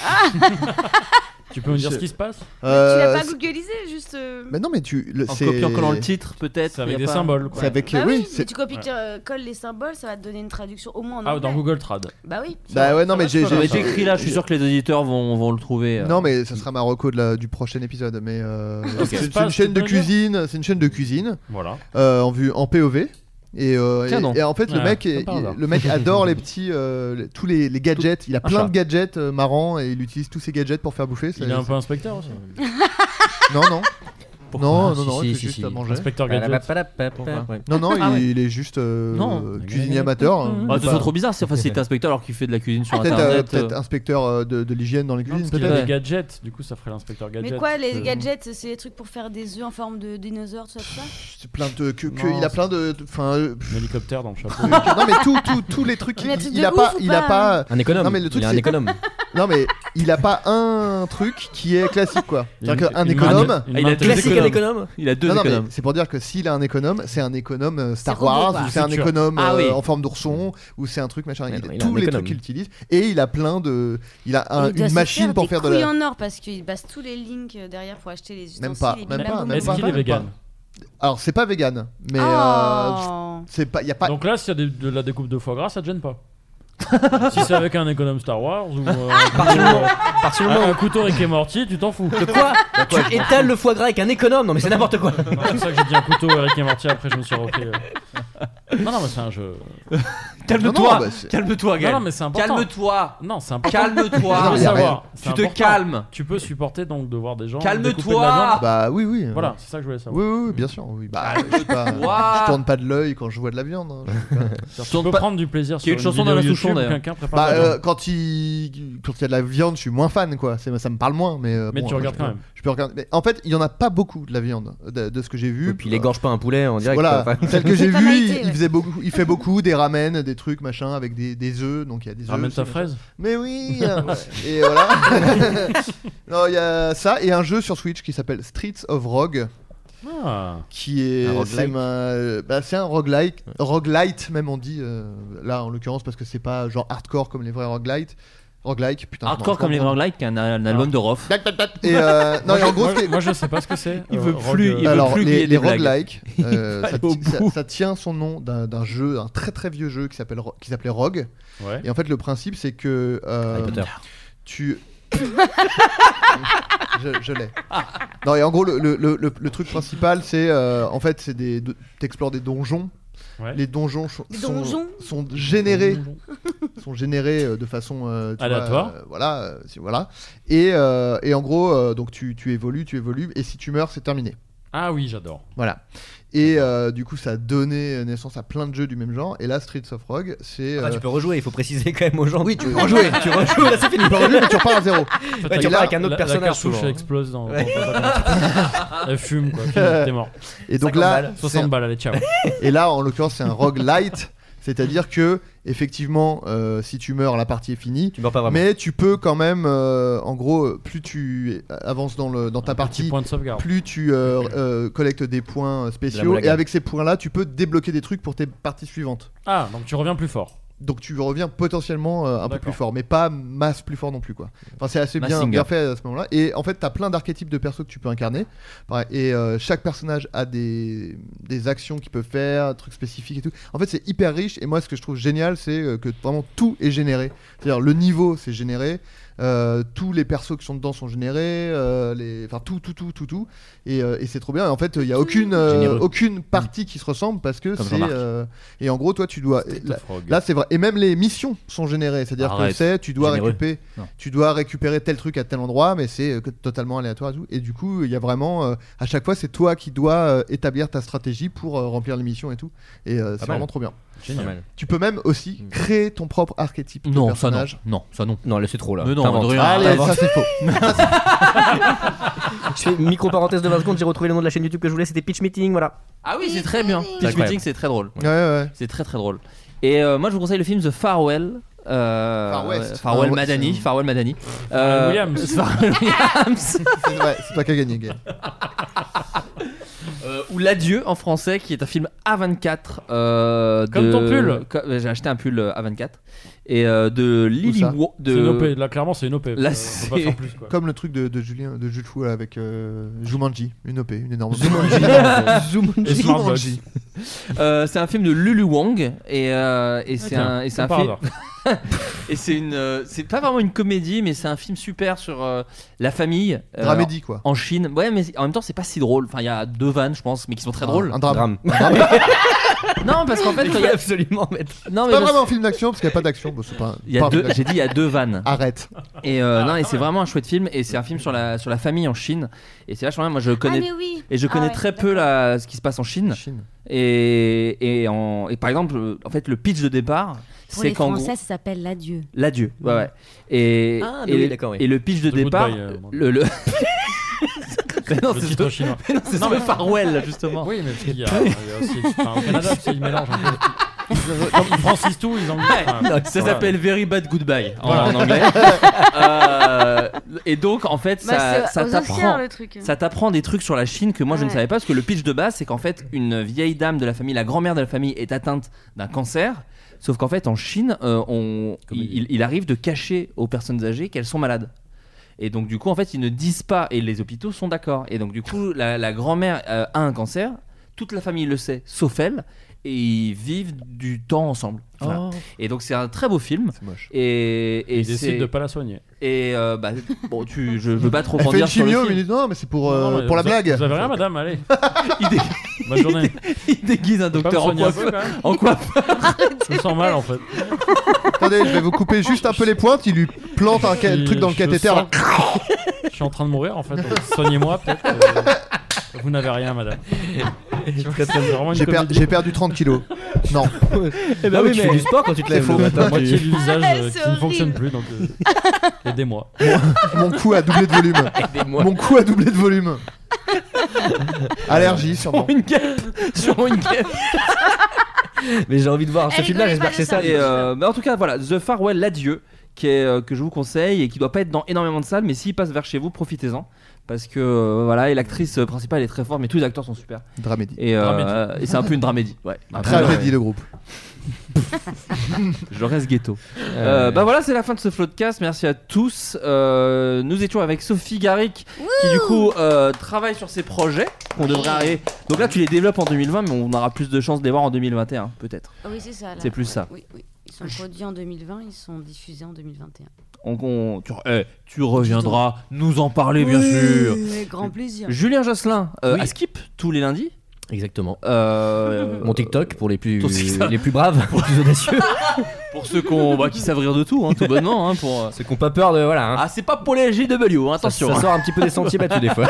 Tu peux me dire Je- ce qui se passe? Euh, tu l'as pas c'est- googlisé juste. euh, Mais non, mais tu. Le, En c'est- copiant collant le titre, peut-être. C'est avec y a des pas- symboles, quoi. C'est avec. Bah oui, oui, c'est- mais tu copies, Ouais. euh, colles les symboles, ça va te donner une traduction au moins en Ah, anglais. dans Google Trad. Bah oui. Bah ouais, non, mais j'ai. Ça va j'ai- être écrit là, je suis sûr que les auditeurs vont, vont le trouver. euh. Non, mais ça sera ma reco de la- du prochain épisode. Mais euh, Qu'est-ce qui c'est se c'est passe, une tu chaîne peux de me dire cuisine. C'est une chaîne de cuisine Voilà. euh, en vue en P O V. Et, euh, Tiens et- donc. et en fait, le Ouais, mec, comme est- par hasard. il- le mec adore les petits, euh, les- tous les, les gadgets. Il a Un plein chat. de gadgets euh, marrants et il utilise tous ces gadgets pour faire bouffer. Il est un peu inspecteur aussi. Non, non. Non, non, Si, non, si, il si, fait juste si. à manger. Inspecteur Gadget. Ouais. Non, non, Ah il, ouais. il est juste euh, Non. euh, cuisinier amateur. hein. Ah, Il est c'est pas- trop bizarre. c'est- Enfin, si t'es inspecteur alors qu'il fait de la cuisine sur Peut-être euh, internet. peut-être euh, inspecteur euh, de, de l'hygiène dans les Non, cuisines, parce qu'il a peut-être. des gadgets, du coup ça ferait l'inspecteur gadget. Mais quoi, les Euh, gadgets, c'est les trucs pour faire des œufs en forme de dinosaure, tout ça, tout ça C'est plein de. Que, que- Non, il a c'est- plein de. Enfin. euh, Un hélicoptère dans le chapeau. non, mais tout, tout, tous les trucs. Mais un Il, truc il de a ouf pas. ou Il a pas pas. Un économe. Non, mais le truc, il est un c'est- économe. Non, mais il a pas un truc qui est classique, quoi. C'est-à-dire Une- qu'un une économe. main- il a une main deux Classique un économes. économe. Il a deux Non, non, mais économes. c'est pour dire que s'il a un économe, c'est un économe euh, Star C'est robot, Wars, quoi. ou c'est un Futur. économe Ah euh, oui. en forme d'ourson, ou c'est un truc machin. Ouais, Il- non, il a tous un les économe. trucs qu'il utilise. Et il a plein de. Il a un- Et il doit une se machine faire pour des faire de couilles la. en or parce qu'il passe tous les links euh, derrière pour acheter les ustensiles. Même pas, et même bim, pas, bam, même Est-ce bam, qu'il bam. est vegan Alors, c'est pas vegan, mais. euh, Oh. C'est pas. Y a pas. Donc là, s'il y a des- de la découpe de foie gras, ça te gêne pas. Si c'est avec un économe Star Wars ou euh, Partir du ou, moment- euh, partir du un, moment un couteau Rick et Morty, tu t'en fous. De quoi Tu étales le foie gras avec un économe. Non mais c'est n'importe quoi. Non, c'est pour ça que j'ai dit un couteau Rick et Morty. Après, je me suis repris. euh. Non, non, mais c'est un jeu. Calme-toi. Non, non, bah, c'est- Calme-toi, Non, Gaël. non, mais c'est important. Calme-toi. Non, c'est important. Calme-toi. Il faut Non, mais y a savoir. Tu c'est te important. calmes. Tu peux supporter donc de voir des gens. Calme-toi. découper de la viande. Bah oui, oui. Voilà, c'est ça que je voulais savoir. Oui, oui, oui, bien sûr. Oui. Bah, je, sais pas, Calme-toi. je tourne pas de l'œil quand je vois de la viande. hein, je sais pas. Tu peux pas- prendre du plaisir Qu'il y sur a une une chanson vidéo d'Alain Souchon, YouTube, d'ailleurs. quelqu'un prépare Bah, de la euh, viande. quand il quand il y a de la viande, je suis moins fan, quoi. C'est, ça me parle moins, mais. euh, Mais bon, tu euh, regardes je quand peux- même. Je peux regarder. Mais en fait, il y en a pas beaucoup de la viande, de, de ce que j'ai vu. Et puis il égorge pas un poulet en direct. Voilà, quoi. Enfin, celle que j'ai C'est vue, tonalité, il, ouais. il faisait beaucoup, il fait beaucoup des ramen, des trucs machin avec des, des œufs, donc il y a des œufs. Ramène aussi, ta machin. fraise. Mais oui. euh, Et voilà. Non, il y a ça et un jeu sur Switch qui s'appelle Streets of Rogue, Ah. qui est, Un c'est, roguelike. ma- bah, c'est un roguelike, roguelite même on dit euh, là en l'occurrence parce que c'est pas genre hardcore comme les vrais roguelites. Roguelike, putain. Hardcore comme les roguelikes, un, un album de Rof. Et euh, non, et en gros, moi, ce qui est- moi, je sais pas ce que c'est. Il euh, veut rogue- plus, il veut alors plus qu'il y les, ait les des blagues. roguelikes, euh, ça, Allez au ça- bout. ça tient son nom d'un, d'un jeu, un très très vieux jeu qui s'appelle Ro- qui s'appelait Rogue. Ouais. Et en fait, le principe c'est que euh, Harry Potter. tu je, je l'ai. Non, et en gros, le, le, le, le- le truc principal, c'est euh, en fait, c'est des, de- t'explores des donjons. Ouais. Les donjons ch- Des sont, donjons sont générés, sont générés euh, de façon euh, tu Aléatoire. vois, euh, voilà, euh, si- voilà. Et, euh, et en gros, euh, donc tu, tu évolues, tu évolues, et si tu meurs, c'est terminé. Ah oui, j'adore. Voilà. Et euh, du coup, ça a donné naissance à plein de jeux du même genre. Et là, Streets of Rogue, c'est. Enfin, euh, tu peux rejouer, il faut préciser quand même aux gens. Oui, tu peux rejouer. tu rejoues, là c'est fini. Tu peux rejouer, mais tu repars à zéro. En fait, Ouais, la- tu repars avec un autre la- personnage, La cartouche souvent. explose dans. Ouais. dans- Elle fume quoi. Fini, T'es mort. Et donc cinquante là, balles. c'est soixante un- balles, allez, ciao. et là, en l'occurrence, c'est un roguelite. C'est-à-dire que, effectivement, euh, si tu meurs, la partie est finie. Tu meurs pas vraiment. Mais tu peux quand même, euh, en gros, plus tu avances dans, le, dans ta Un petit partie, point de sauvegarde. plus tu euh, euh, collectes des points De spéciaux. la Et moulaga. avec ces points-là, tu peux débloquer des trucs pour tes parties suivantes. Ah, donc tu reviens plus fort. Donc tu reviens potentiellement euh, un peu D'accord. plus fort, mais pas masse plus fort non plus quoi. Enfin c'est assez bien, Massinger. bien fait à ce moment-là. Et en fait t'as plein d'archétypes de persos que tu peux incarner. Pareil, et euh, chaque personnage a des, des actions qu'il peut faire, des trucs spécifiques et tout. En fait c'est hyper riche. Et moi ce que je trouve génial c'est euh, que vraiment tout est généré. C'est-à-dire le niveau c'est généré. Euh, tous les persos qui sont dedans sont générés, euh, les... enfin tout, tout, tout, tout, tout, et, euh, et c'est trop bien. Et en fait, il y a aucune, euh, Généreux. aucune partie qui se ressemble parce que Comme c'est. Jean-Marc. euh, Et en gros, toi, tu dois. Street Là, of Rogue. là, c'est vrai. Et même les missions sont générées, c'est-à-dire que Arrête. c'est, tu dois Généreux. récupérer, Non. tu dois récupérer tel truc à tel endroit, mais c'est euh, que- totalement aléatoire et tout. Et du coup, il y a vraiment, euh, à chaque fois, c'est toi qui dois euh, établir ta stratégie pour euh, remplir les missions et tout. Et euh, c'est mal. vraiment trop bien. Génial. Pas mal. Tu peux même aussi créer ton propre archétype de Non, ça non. personnage. Non, ça non. Non, là c'est trop là. Mais non, T'inventes. Adrien, Allez, t'inventes. ça c'est faux. Je fais une micro parenthèse de vingt secondes, j'ai retrouvé le nom de la chaîne YouTube que je voulais, c'était Pitch Meeting, voilà. Ah oui, c'est très bien. Pitch incroyable. Meeting, c'est très drôle. Ouais, ouais. C'est très très drôle. Et euh, moi je vous conseille le film The Farewell. Euh, Far West. ouais, Farewell Far- Madani, c'est- Farewell Madani. Farewell Williams. Farewell Williams. C'est vrai, c'est toi qui as gagné, Gaël. Euh, ou L'Adieu en français, qui est un film A vingt-quatre. Euh, Comme de- ton pull. Co- J'ai acheté un pull euh, A vingt-quatre. Et euh, de Lily ça Wo- de... C'est une O P. Là, clairement, c'est une O P. Là, Euh, c'est- Faut pas faire plus quoi. Comme le truc de, de Julien, de Jules Fou là, avec euh, Jumanji, une O P, une énorme. Et Smartbox. Euh, c'est un film de Lulu Wang. Et, euh, et c'est Tiens, un, et c'est comme un par film. hasard. Et c'est une, euh, c'est pas vraiment une comédie, mais c'est un film super sur euh, la famille. euh, Dramédie, quoi. En Chine. Ouais, mais en même temps, c'est pas si drôle. Enfin, il y a deux vannes, je pense, mais qui sont très Ah, drôles. un drame. Drame. Un drame. Non, parce qu'en fait, Il il faut y a, absolument mettre. non, mais Pas parce- vraiment un film d'action parce qu'il n'y a pas d'action. Bon, c'est pas. il y a pas un deux. film d'action. J'ai dit, il y a deux vannes. Arrête. Et euh, non, et c'est vraiment un chouette film. Et c'est un film sur la sur la famille en Chine. Et c'est vachement bien. Moi, je connais. Ah, mais oui. Et je Ah connais ouais, très peu la, ce qui se passe en Chine. Chine. Et, et, en, et par exemple, euh, en fait, le pitch de départ, Pour c'est les qu'en Français, gros, ça s'appelle l'adieu. l'adieu. Ouais, ouais. Et, Ah, mais et, oui, d'accord, oui. et le pitch de The départ, Goodbye, euh, le, le... Mais non, Le c'est titre The- chinois. mais non, c'est Non, The mais- Farewell, justement. Oui, mais il y a, il y a aussi. Enfin, au Canada, tu sais, ils mélangent un peu. Comme ils francisent tout, ils en enfin, Non, ça voilà. s'appelle Very Bad Goodbye en, Voilà. en anglais. Euh, et donc, en fait, Bah, ça, c'est ça aux Oscars, t'apprend. le truc. Ça t'apprend des trucs sur la Chine que moi je ne Ouais. savais pas, parce que le pitch de base c'est qu'en fait une vieille dame de la famille, la grand-mère de la famille est atteinte d'un cancer, sauf qu'en fait en Chine euh, on, il, il arrive de cacher aux personnes âgées qu'elles sont malades. Et donc du coup en fait ils ne disent pas et les hôpitaux sont d'accord. Et donc du coup la, la grand-mère euh, a un cancer, toute la famille le sait sauf elle, et ils vivent du temps ensemble. Voilà. Oh. Et donc c'est un très beau film. C'est moche. Et, et Ils c'est- décident de pas la soigner. Et euh, bah bon tu je veux pas trop Elle en fait une dire sur le chimio, film. mais il dit non, mais c'est pour, euh, Non, mais pour la vous- blague. Vous avez rien, madame, allez. Il, dé- Bonne journée. il déguise un Pas me docteur en soigner un peu, coiffeur. quand même. En coiffeur. Je me sens mal en fait. Attendez, je vais vous couper juste un peu les pointes. Il lui plante un ca- Je- truc dans le je cathéter. sens- là. Je suis en train de mourir en fait. donc Soignez-moi peut-être. euh, Vous n'avez rien, madame. C'est vraiment une J'ai per- comédie. j'ai perdu trente kilos. Non. Eh ben oui, tu fais du sport quand tu te lèves le La matin. moitié tu- du visage euh, C'est qui ne horrible. fonctionne plus, donc euh, aidez-moi. Mon cou a doublé de volume. Aidez-moi. Mon cou a doublé de volume. Allergie, sûrement. Sur une guêpe. Sur une guêpe. Mais j'ai envie de voir ce Elle film-là, rigolait j'espère pas que c'est de ça. ça. Et euh, mais en tout cas, voilà, The Farewell, l'adieu, qui est, euh, que je vous conseille et qui doit pas être dans énormément de salles, mais s'il passe vers chez vous, profitez-en. Parce que euh, voilà, et l'actrice principale est très forte, mais tous les acteurs sont super. Dramédie. Et, euh, Dramédie. et c'est un peu une dramédie. Ouais. Un peu Dramédie, une- le groupe. Je reste ghetto. Euh, bah voilà, c'est la fin de ce Floodcast. Merci à tous. Euh, nous étions avec Sophie Garrick, qui du coup euh, travaille sur ses projets qu'on devrait arriver. Donc là, tu les développes en deux mille vingt, mais on aura plus de chances de les voir en deux mille vingt et un, peut-être. Ah oui, c'est ça. là. C'est plus ça. Oui, oui. Ils sont produits en deux mille vingt, ils sont diffusés en deux mille vingt et un. On, on- tu, eh, tu reviendras nous en parler, bien Oui, sûr. avec grand plaisir. Julien Josselin, euh, Oui. à Skip, tous les lundis. Exactement. Euh, Mon TikTok pour les plus, Ton TikTok. les plus braves, pour les plus audacieux. Pour ceux qu'on, bah, qui savent rire de tout, hein, tout bonnement. Hein, pour, euh, Ceux qui n'ont pas peur de. Voilà. Hein. Ah, c'est pas pour les G W, hein, ça, attention. ça hein. sort un petit peu des sentiers battus des fois.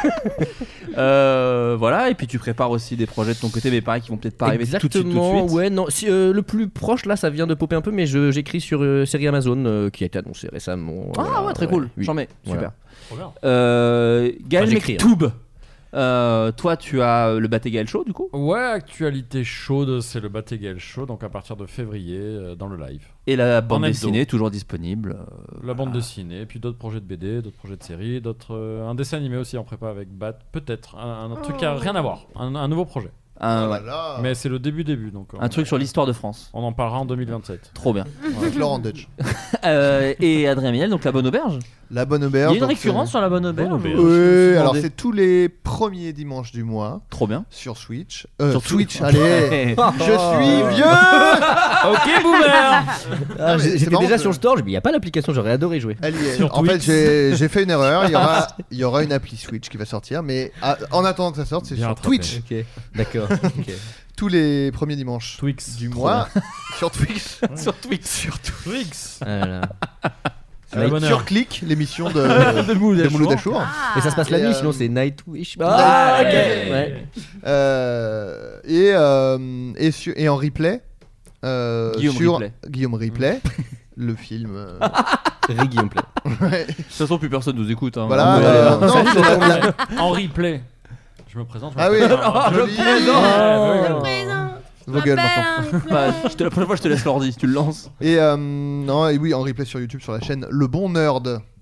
Euh, voilà, et puis tu prépares aussi des projets de ton côté, mais pareil, qui vont peut-être pas arriver tout de suite. Tout de Exactement, suite. ouais, non. Si, euh, le plus proche là, ça vient de popper un peu, mais je- j'écris sur euh, série Amazon euh, qui a été annoncée récemment. Ah Voilà, ouais, très cool. oui. J'en mets, Voilà. super. Trop bien. Euh, Gaël Enfin, j'écris, Mektoub. Euh, toi, tu as le Baté Gaël Show du coup. Ouais, actualité chaude, c'est le Batégal Show, donc à partir de février euh, dans le live. Et la bande En hebdo. dessinée toujours disponible. euh, La bande voilà. dessinée, puis d'autres projets de B D, d'autres projets de séries, d'autres euh, un dessin animé aussi en prépa avec Bat, peut-être un, un truc qui a rien à voir, un, un nouveau projet. Un, Oh ouais. là là. Mais c'est le début début, donc Un on, truc sur l'histoire de France. on en parlera en deux mille vingt-sept. Trop bien. Avec Laurent Dutch. Euh, et Adrien Méniel, donc la bonne auberge. La bonne Il y auberge. a une donc, récurrence euh, sur la bonne auberge. Bonne auberge. ou- je me suis Oui, alors demandé. c'est tous les premiers dimanches du mois Trop bien. sur Switch. Euh, Sur Switch, Twitch. allez. Je suis vieux. Ok, boomer. Ah, mais j'ai- c'est J'étais marrant déjà que- sur le store, j'ai dit, il n'y a pas l'application, j'aurais adoré jouer. Elle y est. Sur En fait, Twitch. j'ai j'ai fait une erreur. Il y aura, il y aura une appli Switch qui va sortir, mais à- en attendant que ça sorte, c'est Bien sur rattrapé. Twitch. Ok, d'accord. ok. Tous les premiers dimanches Twix. du mois sur Twitch. Sur Twix. Sur Twix. Ah là là. C'est la bonne heure. Sur Click, l'émission de, De Mouloud de Achour. Mouloud Achour. Ah. Et ça se passe la Et, nuit, euh, sinon c'est Nightwish. Ah, ok. ok. Ouais. Euh, et, euh, et, sur- et en replay. euh, Guillaume sur Ripley. Guillaume Ripley, le film. euh, Rick Guillaume Play. ouais. De toute façon, plus personne nous écoute. Hein. Voilà. On peut y euh, aller, hein. non, c'est la- la- En replay. Je me présente. je me Ah oui. présente. Oh, Je joli. me présente. Ouais, ouais, ouais. Présent. Vos gueules maintenant. hein, Bah, je te- la prochaine fois, je te laisse l'ordi, tu le lances. Et euh, non, et oui, en replay sur YouTube sur la chaîne Le Bon Nerd.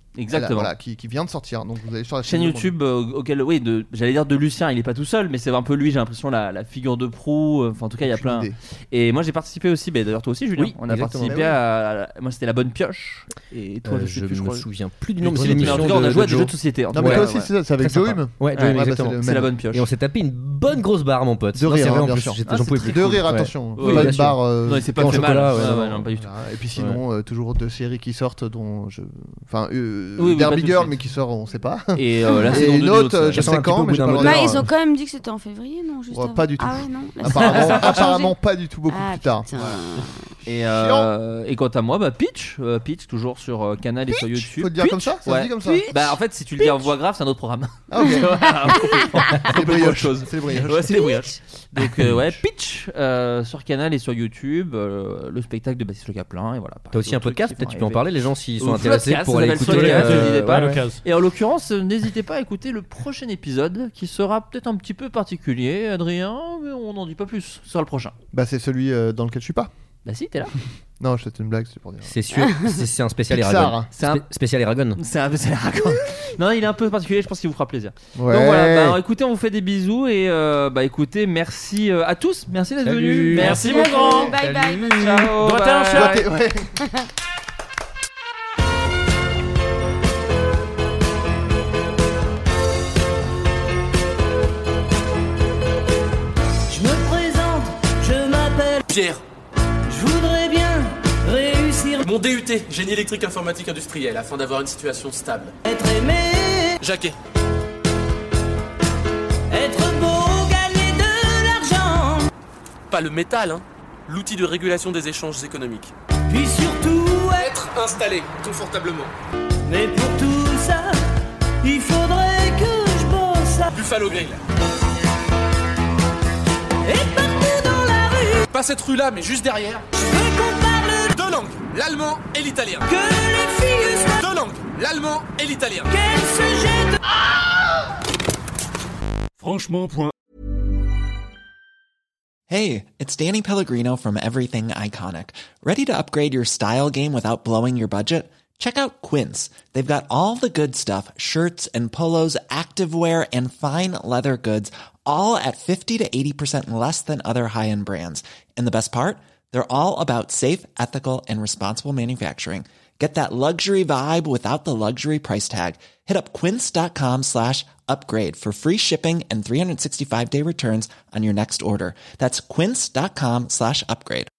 Exactement. Elle a- voilà, qui, qui vient de sortir. Donc vous allez sur la Chaîne de- YouTube euh, auquel, oui, de, j'allais dire de Lucien, il est pas tout seul, mais c'est un peu lui, j'ai l'impression, la, la figure de proue. euh, Enfin, en tout cas, il y a Aucune plein. idée. Et moi, j'ai participé aussi, bah, d'ailleurs, toi aussi, Julien. Oui, on a exactement. participé Bah oui. à, à- Moi, c'était la bonne pioche. Et toi, Euh, je sais je plus, je me crois. souviens plus du nom, mais c'est Mais en Mais l'émission en tout cas, on a de- joué à de des Joe. jeux de société. En Non, tout mais cas, toi aussi, ouais. c'est ça, c'est avec Très sympa. Joim. Ouais, Ouais, Joey, bah, exactement. c'est le C'est la même. bonne pioche. Et on s'est tapé une bonne grosse barre, mon pote. De Non, rire, c'est vrai, hein, en bien plus, sûr. j'étais- Ah, j'en c'est pouvais très plus. De rire, Ouais. attention. Oui, Pas bien une sûr. barre. euh, Non, il s'est pas Et en fait mal. chocolat, ouais, Ouais, non, ouais, non. non, pas du tout. Voilà. Et puis sinon, euh, toujours deux séries qui sortent dont je. Enfin, euh, Oui, oui, pas Derby tout de Girl, suite. mais qui sort, on sait pas. Et euh, la Et saison une deux du autre, Lost, euh, ouais. je J'attends sais un petit quand, peu mais au j'ai bout pas d'un le Bah, moment. droit. ils ont quand même dit que c'était en février, non juste Ouais, avant. pas du tout. Ah ouais, non. la Apparemment, saison- ça a changé. apparemment pas du tout, beaucoup Ah, plus tard. putain. Et, euh, et quant à moi, bah, Pitch, euh, Pitch toujours sur euh, Canal et sur YouTube. Faut le dire Pitch comme ça Ça se Ouais. dit comme ça Bah en fait, si tu le dis en voix grave, c'est un autre programme. Ah, ok. C'est les brioches. C'est les brioches. Ouais, c'est les brioches. Donc euh, ouais, Pitch euh, sur Canal et sur YouTube, euh, le spectacle de Baptiste Le Caplin et voilà. T'as aussi un podcast, peut-être tu peux en parler, les gens s'ils sont Au intéressés podcast, pour ça aller s'appelle écouter. Podcast, euh, n'hésitez pas. ouais, à ouais. l'occasion. Et en l'occurrence, euh, n'hésitez pas à écouter le prochain épisode qui sera peut-être un petit peu particulier, Adrien, mais on n'en dit pas plus. Ce sera le prochain. Bah, c'est celui euh, dans lequel je suis pas. Bah si, t'es là. Non, c'était une blague, c'est pour dire. C'est sûr, c'est c'est un spécial Pixar. Eragon. C'est un- Spé- Spécial Eragon. C'est un c'est un- Non, il est un peu particulier, je pense qu'il vous fera plaisir. Ouais. Donc voilà, bah, écoutez, on vous fait des bisous et euh, bah écoutez, merci euh, à tous, merci d'être Salut. venus. Merci, mon beaucoup. grand. Bye bye. bonne soirée. Ciao. Doigté un bye. chat. Doigté, ouais. Je me présente, je m'appelle Pierre, Je voudrais bien réussir mon D U T, génie électrique informatique industriel, afin d'avoir une situation stable. être aimé, Jacquet, être beau, gagner de l'argent, pas le métal, hein, l'outil de régulation des échanges économiques. puis surtout être. Être installé confortablement. Mais pour tout ça, il faudrait que je bosse Buffalo Grill. et partout dans la rue, Pas cette rue-là, mais juste derrière. je veux qu'on parle Deux langues, l'allemand et l'italien. que les filles soient Deux langues, l'allemand et l'italien. qu'elles se jettent. Franchement, point. Hey, it's Danny Pellegrino from Everything Iconic. Ready to upgrade your style game without blowing your budget? Check out Quince. They've got all the good stuff, shirts and polos, activewear, and fine leather goods, all at fifty to eighty percent less than other high-end brands. And the best part? They're all about safe, ethical, and responsible manufacturing. Get that luxury vibe without the luxury price tag. Hit up quince.com slash upgrade for free shipping and three sixty-five day returns on your next order. That's quince.com slash upgrade.